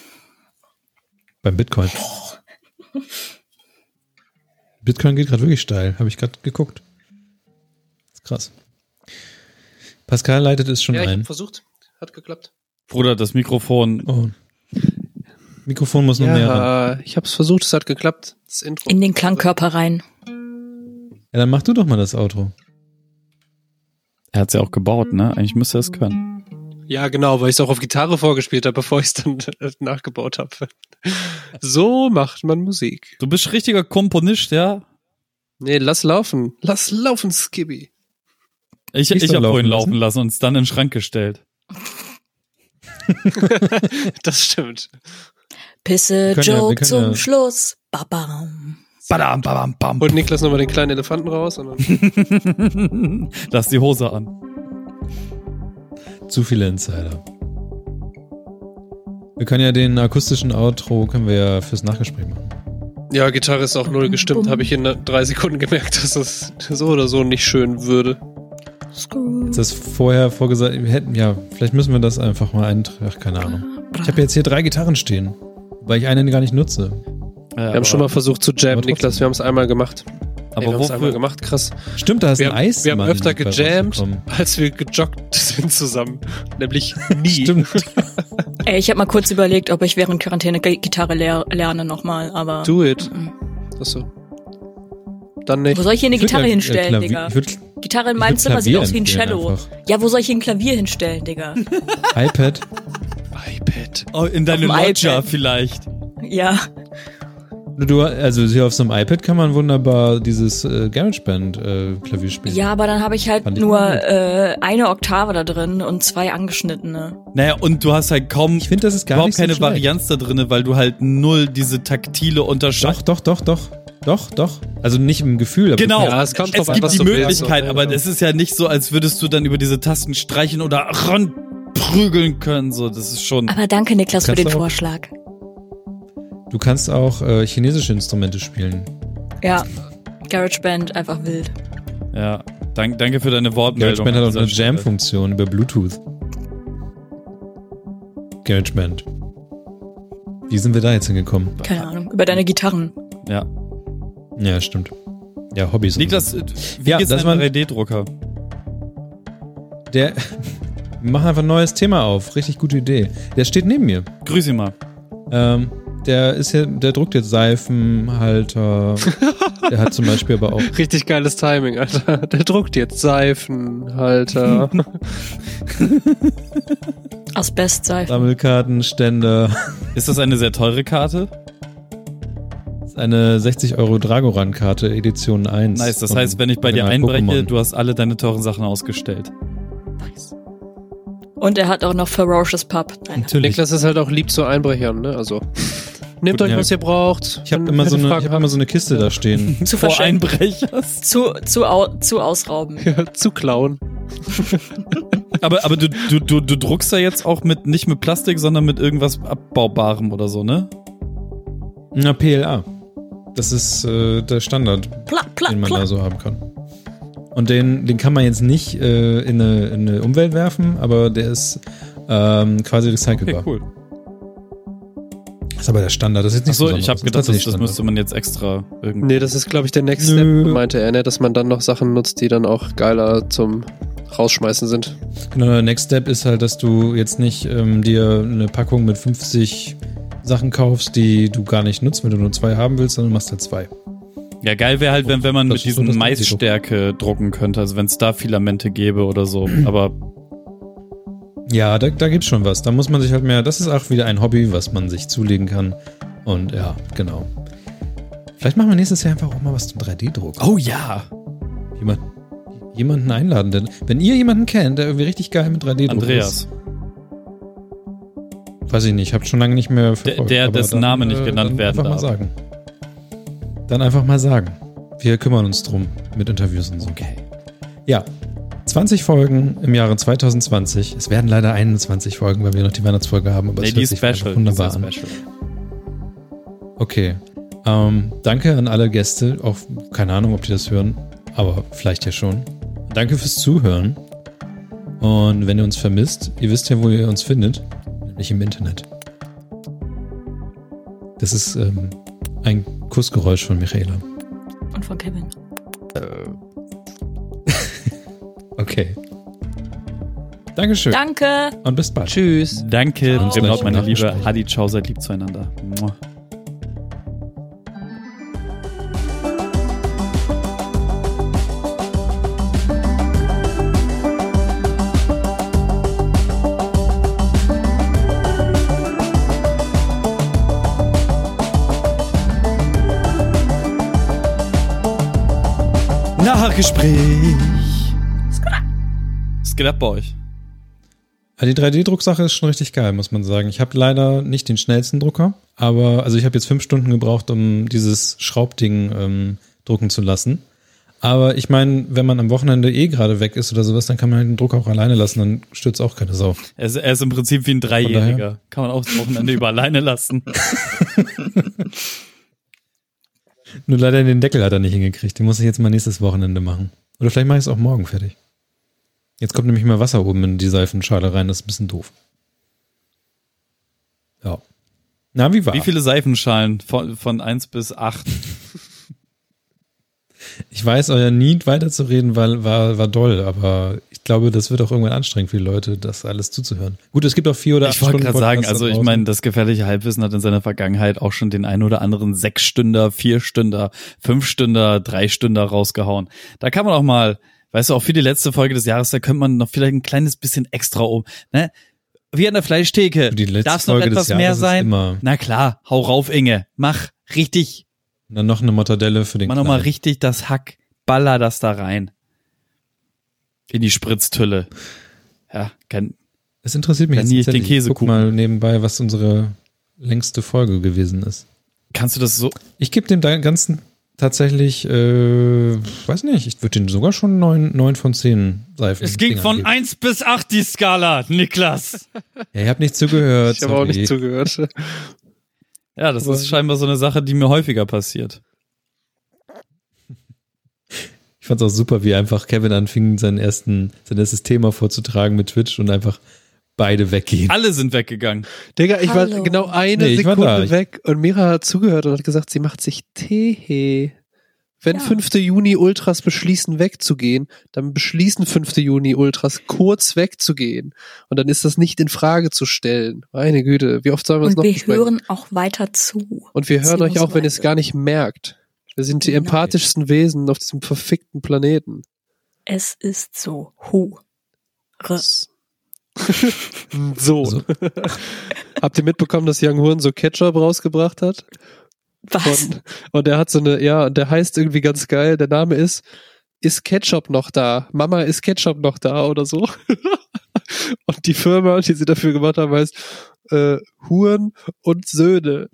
Beim Bitcoin. Bitcoin geht gerade wirklich steil, habe ich gerade geguckt. Das ist krass. Pascal leitet es schon Ja, ich ein. hab versucht. Hat geklappt. Bruder, das Mikrofon. Oh. Mikrofon muss noch mehr ran. Ja, ich hab's versucht, es hat geklappt. Das Intro. In den Klangkörper rein. Ja, dann mach du doch mal das Outro. Er hat's ja auch gebaut, ne? Eigentlich müsste er es können. Ja, genau, weil ich es auch auf Gitarre vorgespielt habe, bevor ich es dann äh, nachgebaut habe. So macht man Musik. Du bist richtiger Komponist, ja? Nee, lass laufen. Lass laufen, Skibby. Ich, Nicht ich so habe vorhin laufen laufen lassen und es dann in den Schrank gestellt. Das stimmt. Pisse Wir können ja- wir Joke können zum ja- Schluss. Babam. Badam, badam, bam. Und Niklas nochmal den kleinen Elefanten raus. Und dann Lass die Hose an. Zu viele Insider. Wir können ja den akustischen Outro, können wir ja fürs Nachgespräch machen. ja, Gitarre ist auch null gestimmt. Habe ich in drei Sekunden gemerkt, dass es so oder so nicht schön würde. Ist das vorher vorgesagt, wir hätten, ja, vielleicht müssen wir das einfach mal eintragen. Ach, keine Ahnung. Ich habe jetzt hier drei Gitarren stehen, weil ich eine gar nicht nutze. Ja, wir haben schon mal versucht zu jammen, Niklas, wir haben es einmal gemacht. Aber Ey, wir haben es wofür? einmal gemacht, krass. Stimmt, da ist Wir ein haben, Eis. wir haben öfter gejammt, als wir gejoggt sind zusammen. Nämlich nie. Stimmt. Ey, ich habe mal kurz überlegt, ob ich während Quarantäne G- Gitarre lehr- lerne nochmal, aber... Do it. Mhm. Achso. Dann nicht. Wo soll ich hier eine Ich würd Gitarre ja, hinstellen, äh, Klavier- Digga? ich würd- Gitarre in ich meinem würd Zimmer sieht Klavier aus wie ein empfehlen Cello. einfach. Ja, wo soll ich hier ein Klavier hinstellen, Digga? iPad. iPad. Oh, in deine Auf dem Loggia iPad. vielleicht. Ja. Du, also hier auf so einem iPad kann man wunderbar dieses äh, GarageBand äh, Klavier spielen. Ja, aber dann habe ich halt Fand ich nur gut. äh, eine Oktave da drin und zwei angeschnittene. Naja, und du hast halt kaum Ich finde, das ist gar überhaupt nicht so keine schlecht. Varianz da drin, weil du halt null diese taktile Doch, Unterscheidung. doch, doch, doch. Doch, doch. Also nicht im Gefühl, aber Genau, Ja, es kommt drauf an, gibt was die du willst. Möglichkeit, Ja, aber ja. es ist ja nicht so, als würdest du dann über diese Tasten streichen oder ranprügeln können. So, das ist schon. Aber danke, Niklas, für Kannst den du auch- Vorschlag. du kannst auch äh, chinesische Instrumente spielen. Ja, GarageBand einfach wild. Ja, dank, danke für deine Wortmeldung. GarageBand hat an auch eine dieser Stelle. Jam-Funktion über Bluetooth. GarageBand. Wie sind wir da jetzt hingekommen? Keine Ahnung. Über deine Gitarren. Ja. Ja, stimmt. Ja, Hobbys. und Niklas, so. äh, wie Ja, geht's das deinem war- drei D-Drucker? Der. Wir machen einfach ein neues Thema auf. Richtig gute Idee. Der steht neben mir. Grüß ihn mal. Ähm, der ist hier, der druckt jetzt Seifenhalter. Der hat zum Beispiel aber auch. Richtig geiles Timing, Alter. Der druckt jetzt Seifenhalter. Asbestseifen. Sammelkarten, Ständer. Ist das eine sehr teure Karte? Das ist eine sechzig Euro Dragoran-Karte, Edition eins. Nice, das von heißt, wenn ich bei dir Original einbreche, Pokémon. du hast alle deine teuren Sachen ausgestellt. Und er hat auch noch Ferocious Pub. Nein. Natürlich. Niklas ist halt auch lieb zu Einbrechern, ne? Also. Nehmt Gut, euch, ja. was ihr braucht. Ich habe Wenn- immer, wenn so ihr eine, Fragen ich hab immer so eine Kiste da stehen. Zu Vor verschenken. Einbrechers. Zu, zu, au, zu ausrauben. habt. zu klauen. Aber, aber du, du, du, du druckst ja jetzt auch mit, nicht mit Plastik, sondern mit irgendwas Abbaubarem oder so, ne? Na, P L A. Das ist äh, der Standard, Pla, pla, den man pla. da so haben kann. Und den, den kann man jetzt nicht äh, in, eine, in eine Umwelt werfen, aber der ist ähm, quasi recycelbar. Okay, cool. Das ist aber der Standard, das ist jetzt nicht Achso, so ich habe besonders. gedacht, das, tatsächlich das Standard. müsste man jetzt extra irgendwie. Nee, das ist, glaube ich, der Next Nö. Step, meinte er, ne? Dass man dann noch Sachen nutzt, die dann auch geiler zum Rausschmeißen sind. Genau, der Next Step ist halt, dass du jetzt nicht ähm, dir eine Packung mit fünfzig Sachen kaufst, die du gar nicht nutzt, wenn du nur zwei haben willst, sondern du machst halt zwei. Ja, geil wäre halt, wenn, wenn man Das mit ist so diesen das Maisstärke drucken könnte, also wenn es da Filamente gäbe oder so. Aber Ja, da, da gibt's schon was. Da muss man sich halt mehr, das ist auch wieder ein Hobby, was man sich zulegen kann. Und ja, genau. Vielleicht machen wir nächstes Jahr einfach auch mal was zum drei D-Druck. oh ja, Jemand, jemanden einladen. Denn wenn ihr jemanden kennt, der irgendwie richtig geil mit drei D-Druck Andreas. ist. Weiß ich nicht, habt schon lange nicht mehr verfolgt. der, aber dessen Name nicht genannt dann werden einfach darf. mal sagen. Dann einfach mal sagen. Wir kümmern uns drum mit Interviews und so. Okay. Ja, zwanzig Folgen im Jahre zwanzig zwanzig. Es werden leider einundzwanzig Folgen, weil wir noch die Weihnachtsfolge haben, aber Nee, es die hört ist sich einfach special. wunderbar die an. ist special. Okay. Ähm, danke an alle Gäste. Auch keine Ahnung, ob die das hören, aber vielleicht ja schon. Danke fürs Zuhören. Und wenn ihr uns vermisst, ihr wisst ja, wo ihr uns findet, nämlich im Internet. Das ist ähm, ein Kussgeräusch von Michaela. Und von Kevin. Okay. Dankeschön. Danke. Und bis bald. Tschüss. Danke, Ciao. dem Laut, meine Liebe. Nachbesprechen. Hadi, ciao, seid lieb zueinander. Mua. Nachgespräch. Was geht ab bei euch? Ja, die drei D-Drucksache ist schon richtig geil, muss man sagen. Ich habe leider nicht den schnellsten Drucker, aber also ich habe jetzt fünf Stunden gebraucht, um dieses Schraubding ähm, drucken zu lassen. Aber ich meine, wenn man am Wochenende eh gerade weg ist oder sowas, dann kann man halt den Drucker auch alleine lassen, dann stürzt auch keine Sau. Er ist, er ist im Prinzip wie ein Dreijähriger. Kann man auch das Wochenende über alleine lassen. Nur leider den Deckel hat er nicht hingekriegt. Den muss ich jetzt mal nächstes Wochenende machen. Oder vielleicht mache ich es auch morgen fertig. Jetzt kommt nämlich mal Wasser oben in die Seifenschale rein, das ist ein bisschen doof. Ja. Na, wie war? Wie viele Seifenschalen von, von eins bis acht? Ich weiß, euer Need weiterzureden war, war, war doll, aber ich glaube, das wird auch irgendwann anstrengend für die Leute, das alles zuzuhören. Gut, es gibt auch vier oder acht Ich wollte Stunden gerade sagen, Podcasts also da ich draußen. meine, das gefährliche Halbwissen hat in seiner Vergangenheit auch schon den ein oder anderen Sechsstünder, Vierstünder, Fünfstünder, Dreistünder rausgehauen. Da kann man auch mal, weißt du, auch für die letzte Folge des Jahres, da könnte man noch vielleicht ein kleines bisschen extra um, ne? Wie an der Fleischtheke. Für die letzte Darf es noch Folge etwas des mehr Jahres ist sein? immer. Na klar, hau rauf, Inge. Mach richtig. Und dann noch eine Mortadelle für den Mach nochmal Kleinen. richtig das Hack. Baller das da rein. In die Spritztülle. Ja, kann, Es interessiert mich Dann jetzt nie ich den tatsächlich. Ich guck Käsekuchen. mal nebenbei, was unsere längste Folge gewesen ist. kannst du das so, Ich gebe dem Ganzen tatsächlich, äh, weiß nicht, ich würde den sogar schon neun, neun von zehn Seifen. es ging Dingern von geben. eins bis acht die Skala, Niklas. Ja, ihr habt nicht zugehört. Ich habe auch sorry. nicht zugehört. Ja, das Aber- ist scheinbar so eine Sache, die mir häufiger passiert. Ich fand's auch super, wie einfach Kevin anfing, seinen ersten, sein erstes Thema vorzutragen mit Twitch und einfach beide weggehen. Alle sind weggegangen. Digga, ich Hallo. war genau eine Nee, ich war Sekunde da. Ich- weg und Mira hat zugehört und hat gesagt, sie macht sich Tee. Wenn Ja. fünfte Juni Ultras beschließen wegzugehen, dann beschließen fünfte Juni Ultras kurz wegzugehen. Und dann ist das nicht in Frage zu stellen. Meine Güte, wie oft sollen wir es Und noch wir besprechen? hören auch weiter zu. Und wir hören euch auch, wenn ihr es Beziehungsweise- gar nicht merkt. Wir sind die Genau. empathischsten Wesen auf diesem verfickten Planeten. Es ist so. Hu. R. So. Also- Habt ihr mitbekommen, dass Young Horn so Ketchup rausgebracht hat? Was? Und, und der hat so eine, ja, und der heißt irgendwie ganz geil, der Name ist, ist Ketchup noch da? Mama, ist Ketchup noch da oder so? Und die Firma, die sie dafür gemacht haben, heißt äh, Huren und Söhne.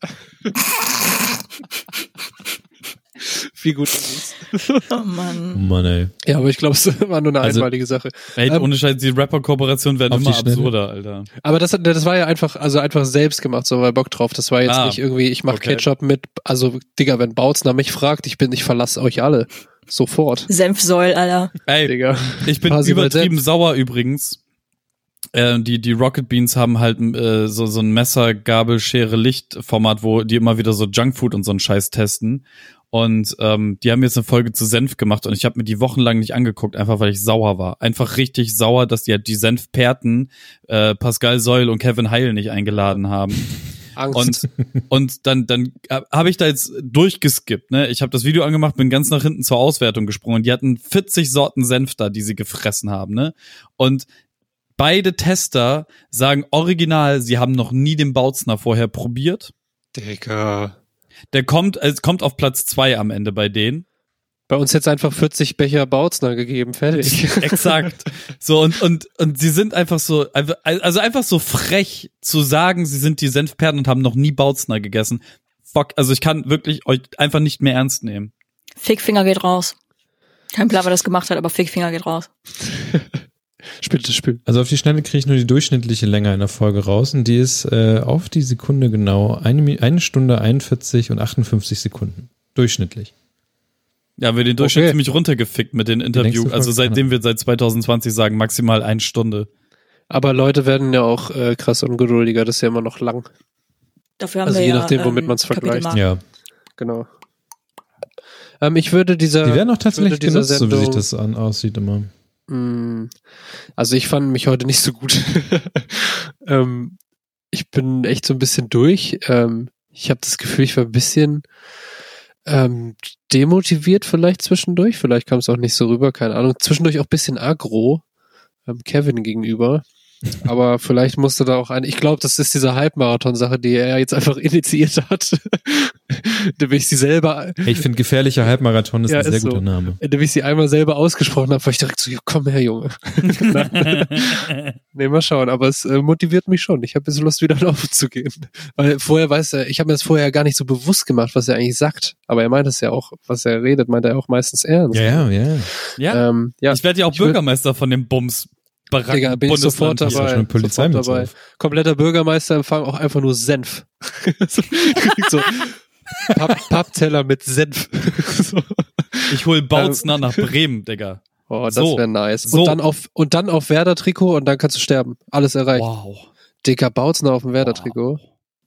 Wie gut das ist. Oh Oh Mann. Mann, ey. Ja, aber ich glaube, es war nur eine Also- einmalige Sache. Ey, Ähm, ohne Scheiß, die Rapper-Kooperationen werden auf immer die Schnelle. absurder, Alter. Aber das, hat- das war ja einfach, also einfach selbst gemacht, so weil Bock drauf. Das war jetzt Ah, nicht irgendwie, ich mach okay. Ketchup mit, also Digga, wenn Bautzner mich fragt, ich bin, ich verlasse euch alle. Sofort. Senfsäul, Alter. Ey, Digga. ich bin Quasi mal übertrieben selbst. sauer übrigens. Äh, die, die Rocket Beans haben halt äh, so, so ein Messer, Gabel, Schere, Licht-Format, wo die immer wieder so Junkfood und so einen Scheiß testen. Und ähm, die haben jetzt eine Folge zu Senf gemacht und ich habe mir die wochenlang nicht angeguckt, einfach weil ich sauer war. Einfach richtig sauer, dass die halt die Senfperten äh, Pascal Seul und Kevin Heil nicht eingeladen haben. Angst. Und und dann dann habe ich da jetzt durchgeskippt, ne? Ich habe das Video angemacht, bin ganz nach hinten zur Auswertung gesprungen. Die hatten vierzig Sorten Senf da, die sie gefressen haben, ne? Und beide Tester sagen original, sie haben noch nie den Bautzner vorher probiert. Digga. Der kommt, es kommt auf Platz zwei am Ende bei denen. Bei uns hätte es einfach vierzig Becher Bautzner gegeben, fertig. Exakt. So, und, und, und sie sind einfach so, also einfach so frech zu sagen, sie sind die Senfperlen und haben noch nie Bautzner gegessen. Fuck, also ich kann wirklich euch einfach nicht mehr ernst nehmen. Fickfinger geht raus. Kein Plan, wer das gemacht hat, aber Fickfinger geht raus. Spiel das Spiel. Also auf die Schnelle kriege ich nur die durchschnittliche Länge einer Folge raus und die ist äh, auf die Sekunde genau eine, Mi- eine Stunde einundvierzig und achtundfünfzig Sekunden. Durchschnittlich. Ja, wir den Durchschnitt Okay. ziemlich runtergefickt mit den Interviews. längste Also Folge, seitdem wir seit zwanzig zwanzig sagen, maximal eine Stunde. Aber Leute werden ja auch äh, krass ungeduldiger, das ist ja immer noch lang. Dafür haben Also wir je ja, nachdem, womit ähm, man's vergleicht. Kapitelmarken. Ja. Genau. Ähm, ich würde dieser. Die werden auch tatsächlich würde dieser genutzt, so wie sich Sendung- das an, aussieht immer. Mm, Also ich fand mich heute nicht so gut. ähm, ich bin echt so ein bisschen durch. Ähm, ich habe das Gefühl, ich war ein bisschen ähm, demotiviert vielleicht zwischendurch. Vielleicht kam es auch nicht so rüber, keine Ahnung. Zwischendurch auch ein bisschen aggro ähm, Kevin gegenüber. Aber vielleicht musste da auch ein, ich glaube, das ist diese Halbmarathon-Sache, die er jetzt einfach initiiert hat. Indem ich sie selber, Hey, ich finde, gefährlicher Halbmarathon ist Ja, ein sehr ist so. guter Name. indem ich sie einmal selber ausgesprochen habe, war ich direkt so, ja, komm her, Junge. Nee, mal schauen, aber es äh, motiviert mich schon. Ich habe jetzt Lust, wieder laufen zu gehen. Weil vorher weiß er, ich habe mir das vorher gar nicht so bewusst gemacht, was er eigentlich sagt. Aber er meint es ja auch, was er redet, meint er auch meistens ernst. Ja, ja, ja. Ja, Ähm, ja. ich werde ja auch ich würd- Bürgermeister von dem Bums. Baracken, Digga, bin ich sofort Ist ja dabei. schon eine Polizei sofort mit dabei. auf. Kompletter Bürgermeisterempfang, auch einfach nur Senf. so, so Papp, Pappteller mit Senf. so. Ich hol Bautzner nach Bremen, Digga. Oh, das So. wäre nice. So. Und dann auf und dann auf Werder-Trikot und dann kannst du sterben. Alles erreicht. Wow. Dicker Bautzner auf dem Werder-Trikot.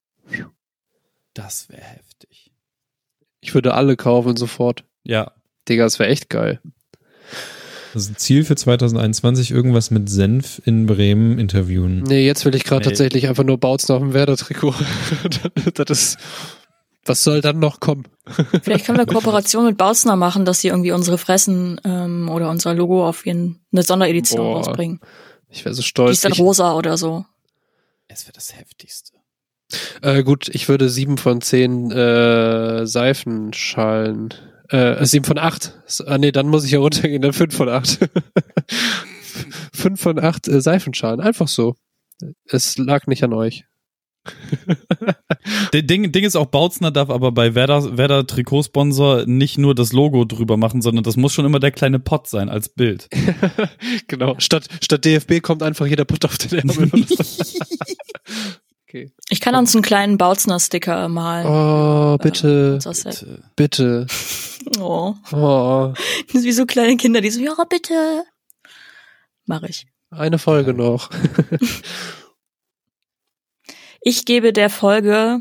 Das wäre heftig. Ich würde alle kaufen sofort. Ja. Digga, das wäre echt geil. Das ist ein Ziel für zwanzig einundzwanzig, irgendwas mit Senf in Bremen interviewen. Nee, jetzt will ich gerade Nee. tatsächlich einfach nur Bautzner auf dem Werder-Trikot. Das ist, was soll dann noch kommen? Vielleicht können wir eine Kooperation mit Bautzner machen, dass sie irgendwie unsere Fressen ähm, oder unser Logo auf ihren, eine Sonderedition Boah, rausbringen. Ich wäre so Die stolz. ist dann Ich, rosa oder so. Es wäre das Heftigste. äh, gut, ich würde sieben von zehn äh, Seifenschalen, äh, sieben von acht. Ah, nee, dann muss ich ja runtergehen, dann fünf von acht. Fünf von acht äh, Seifenschalen, einfach so. Es lag nicht an euch. Der Ding, Ding ist auch, Bautzner darf aber bei Werder, Werder Trikotsponsor nicht nur das Logo drüber machen, sondern das muss schon immer der kleine Pott sein als Bild. Genau. Statt, statt D F B kommt einfach jeder Pott auf den Ärmel. Okay. Ich kann uns einen kleinen Bautzner-Sticker malen. Oh, bitte, Unser Set. bitte. Oh. Oh, Das ist wie so kleine Kinder, die so, ja, bitte. Mach ich. eine Folge noch. Ich gebe der Folge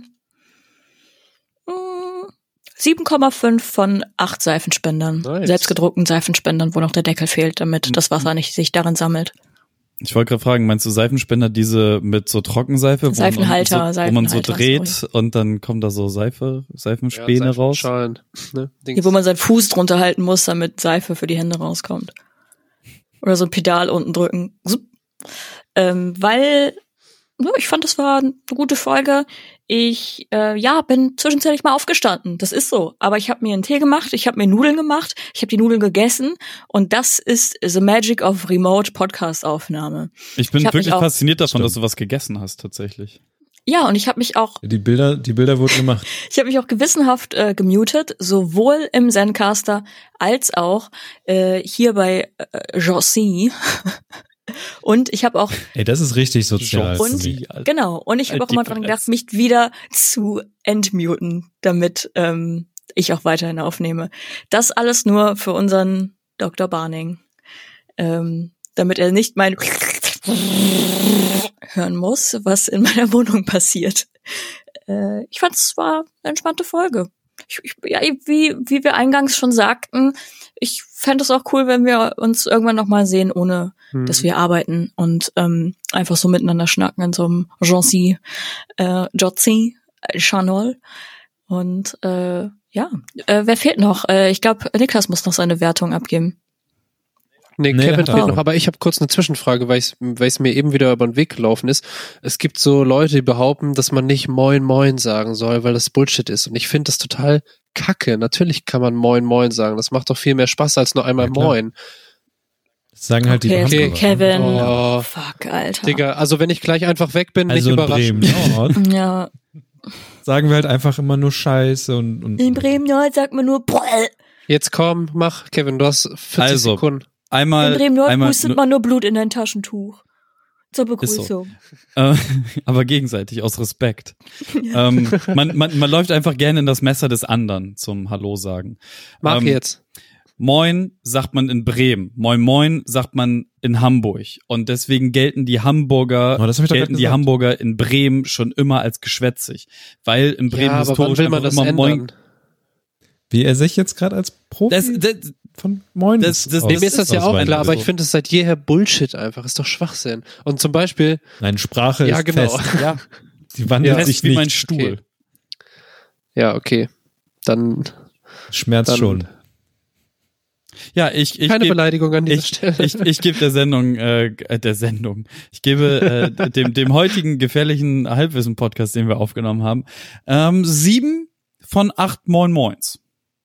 mm, sieben Komma fünf von acht Seifenspendern. Nice. Selbstgedruckten Seifenspendern, wo noch der Deckel fehlt, damit das Wasser nicht sich darin sammelt. Ich wollte gerade fragen, meinst du Seifenspender, diese mit so Trockenseife, wo Seifenhalter, man so, wo man so Seifenhalter, dreht sorry. und dann kommt da so Seife, Seifenspäne raus? Seifenschalen, ne? Dings. Hier, wo man seinen Fuß drunter halten muss, damit Seife für die Hände rauskommt. Oder so ein Pedal unten drücken. Zup. Ähm, weil, ja, ich fand, das war eine gute Folge. Ich, äh, ja, bin zwischenzeitlich mal aufgestanden. Das ist so. Aber ich habe mir einen Tee gemacht, ich habe mir Nudeln gemacht, ich habe die Nudeln gegessen. Und das ist the magic of remote Podcast-Aufnahme. Ich bin Ich hab wirklich mich auch- fasziniert davon, Stimmt. dass du was gegessen hast, tatsächlich. Ja, und ich habe mich auch Die Bilder, die Bilder wurden gemacht. Ich habe mich auch gewissenhaft äh, gemutet, sowohl im Zencaster als auch äh, hier bei äh, Jossi. Und ich habe auch, Ey, das ist richtig sozial. Und- für mich. Alter. genau, und ich habe Halt auch immer die dran Fresse. gedacht, mich wieder zu entmuten, damit ähm, ich auch weiterhin aufnehme. Das alles nur für unseren Doktor Barning. Ähm, damit er nicht mein hören muss, was in meiner Wohnung passiert. Äh, ich fand es war eine entspannte Folge. Ich, ich, ja, wie, wie wir eingangs schon sagten, ich fände es auch cool, wenn wir uns irgendwann noch mal sehen, ohne Hm. dass wir arbeiten und ähm, einfach so miteinander schnacken in so einem Jossi, äh, Jotzi, äh, Chanol. Und äh, ja, äh, wer fehlt noch? Äh, ich glaube, Niklas muss noch seine Wertung abgeben. Nee, Nee, Kevin hat er fehlt auch. noch, aber ich habe kurz eine Zwischenfrage, weil es weil es mir eben wieder über den Weg gelaufen ist. Es gibt so Leute, die behaupten, dass man nicht Moin Moin sagen soll, weil das Bullshit ist. Und ich finde das total kacke. Natürlich kann man Moin Moin sagen. Das macht doch viel mehr Spaß als nur einmal Ja, klar. Moin. Das sagen halt Okay, die okay, Hamburger. Kevin. Oh. Fuck, Alter. Digga, also wenn ich gleich einfach weg bin, Also nicht in überraschen. Bremen Nord Ja. sagen wir halt einfach immer nur Scheiße und, und In Bremen Nord sagt man nur Brrr. Jetzt komm, mach, Kevin, du hast vierzig Also, Sekunden. Einmal, In Bremen Nord einmal pustet man nur Blut in dein Taschentuch. Zur Begrüßung. Äh, aber gegenseitig, aus Respekt. ähm, man, man, man läuft einfach gerne in das Messer des anderen zum Hallo sagen. Mach ähm, jetzt. Moin sagt man in Bremen. Moin Moin sagt man in Hamburg. Und deswegen gelten die Hamburger, Oh, das hab ich doch gelten grad die gesagt. Hamburger in Bremen schon immer als geschwätzig. Weil in Bremen Ja, aber wann historisch will man einfach das immer Moin. ändern? Wie er sich jetzt gerade als Profi Das, das, von Moin das- das- aus- Nee, mir ist das ja auch ausweisen klar, aber will. ich finde es seit jeher Bullshit einfach. Ist doch Schwachsinn. Und zum Beispiel, Nein, Sprache ja ist genau. fest. ja, Die wandelt Ja. sich fest wie nicht. mein Stuhl. Ja, okay. Dann, Schmerz dann schon. Ja, ich, ich keine geb- Beleidigung an dieser Ich, Stelle. ich, ich gebe der Sendung, äh, äh, der Sendung, ich gebe äh, dem, dem heutigen gefährlichen Halbwissen-Podcast, den wir aufgenommen haben, ähm, sieben von acht Moin Moins.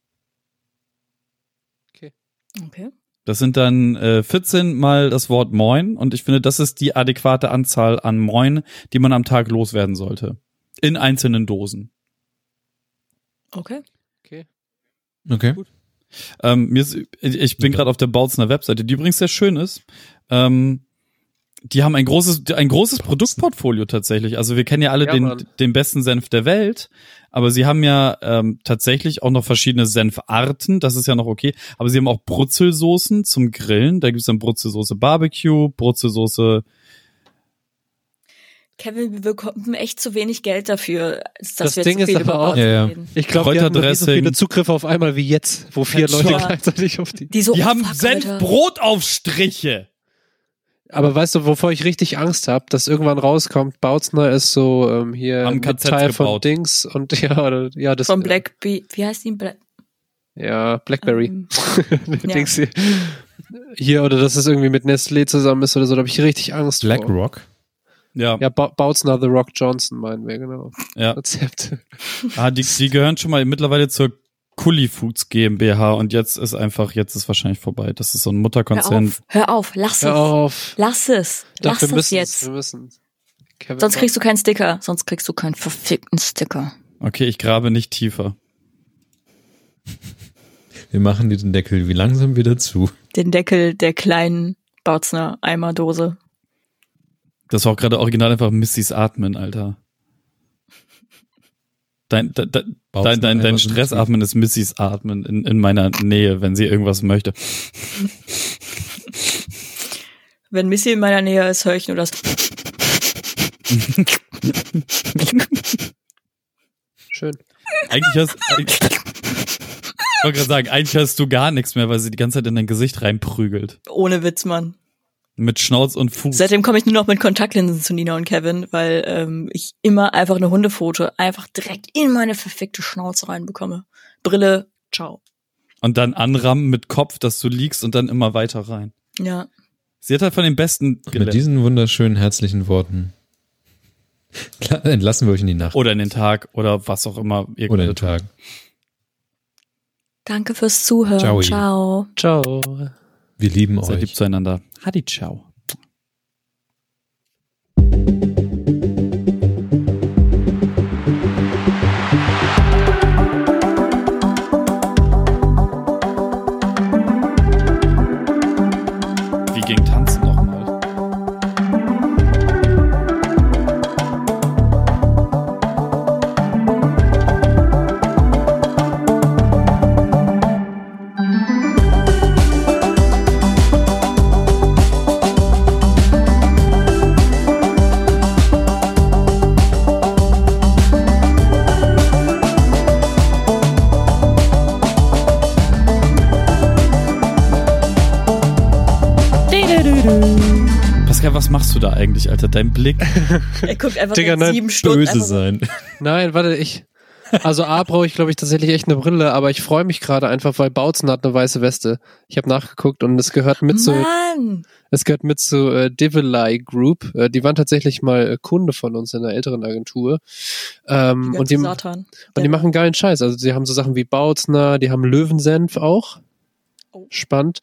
Okay. Das sind dann äh, vierzehn mal das Wort Moin und ich finde, das ist die adäquate Anzahl an Moin, die man am Tag loswerden sollte. In einzelnen Dosen. Okay. Okay. Okay. Ähm, mir ist, ich bin gerade auf der Bautzner Webseite, die übrigens sehr schön ist. Ähm, die haben ein großes, ein großes Produktportfolio tatsächlich. Also wir kennen ja alle Ja, den, Mann. den besten Senf der Welt, aber sie haben ja ähm, tatsächlich auch noch verschiedene Senfarten, das ist ja noch okay, aber sie haben auch Brutzelsoßen zum Grillen, da gibt's dann Brutzelsoße Barbecue, Brutzelsoße. Kevin, wir bekommen echt zu wenig Geld dafür, dass Das wir Ding zu ist viel aber über auch- Bautzen Ja, ja. reden. Ich glaube, wir haben noch nie so Kräuterdressing. viele Zugriffe auf einmal wie jetzt, wo vier Headshot. Leute gleichzeitig auf die... Die, so, Die oh, haben fuck, Alter. Senfbrotaufstriche. Aber weißt du, wovor ich richtig Angst habe, dass irgendwann rauskommt, Bautzner ist so ähm, hier Am mit K Z Teil von gebaut. Dings und ja, oder, ja, das Von Black Bee, wie heißt die? Black, ja, Blackberry. ähm, Dings hier. hier, oder dass es irgendwie mit Nestlé zusammen ist oder so, da habe ich richtig Angst vor. BlackRock. Ja, Ja, ba Bautzner The Rock Johnson meinen wir, genau. ja. Rezept. Ah, die, die gehören schon mal mittlerweile zur Kulli Foods GmbH und jetzt ist einfach, jetzt ist wahrscheinlich vorbei. Das ist so ein hör Mutterkonzern. auf, hör auf, lass Hör es. auf. Lass es. Doch, Lass wir es müssen jetzt. Wir müssen. Kevin Sonst kriegst du keinen Sticker. Sonst kriegst du keinen verfickten Sticker. Okay, ich grabe nicht tiefer. Wir machen dir den Deckel wie langsam wieder zu. Den Deckel der kleinen Bautzner Eimerdose. Das war auch gerade original einfach Missys Atmen, Alter. Dein, de, de, dein, dein, dein Stressatmen ist Missys Atmen in, in meiner Nähe, wenn sie irgendwas möchte. Wenn Missy in meiner Nähe ist, höre ich nur das. Schön. Eigentlich hast eigentlich, ich wollte gerade sagen, eigentlich hörst du gar nichts mehr, weil sie die ganze Zeit in dein Gesicht reinprügelt. Ohne Witz, Mann. Mit Schnauz und Fuß. Seitdem komme ich nur noch mit Kontaktlinsen zu Nina und Kevin, weil ähm, ich immer einfach eine Hundepfote einfach direkt in meine verfickte Schnauze reinbekomme. Brille, ciao. Und dann anrammen mit Kopf, dass du liegst und dann immer weiter rein. Ja. Sie hat halt von den Besten Mit gelernt. diesen wunderschönen, herzlichen Worten entlassen wir euch in die Nacht Oder in den Tag oder was auch immer. ihr oder den gerade Tag. Danke fürs Zuhören. Ciao. Ciao. Ciao. Wir lieben tut. Seid lieb euch. zueinander. Hadi, ciao. Wie ging Tanzen nochmal? Pascal, was machst du da eigentlich, Alter? Dein Blick. Er guckt einfach Digga, seit nein, sieben Stunden. Böse einfach so. sein. Nein, warte, ich. Also A brauche ich, glaube ich, tatsächlich echt eine Brille, aber ich freue mich gerade einfach, weil Bautzen hat eine weiße Weste. Ich habe nachgeguckt und es gehört mit zu, Mann! es gehört mit zu äh, Divilai Group. Äh, die waren tatsächlich mal äh, Kunde von uns in einer älteren Agentur. Ähm, Die und die, und Satan. die machen geilen Scheiß. Also die haben so Sachen wie Bautzner, die haben Löwensenf auch. Oh. Spannend.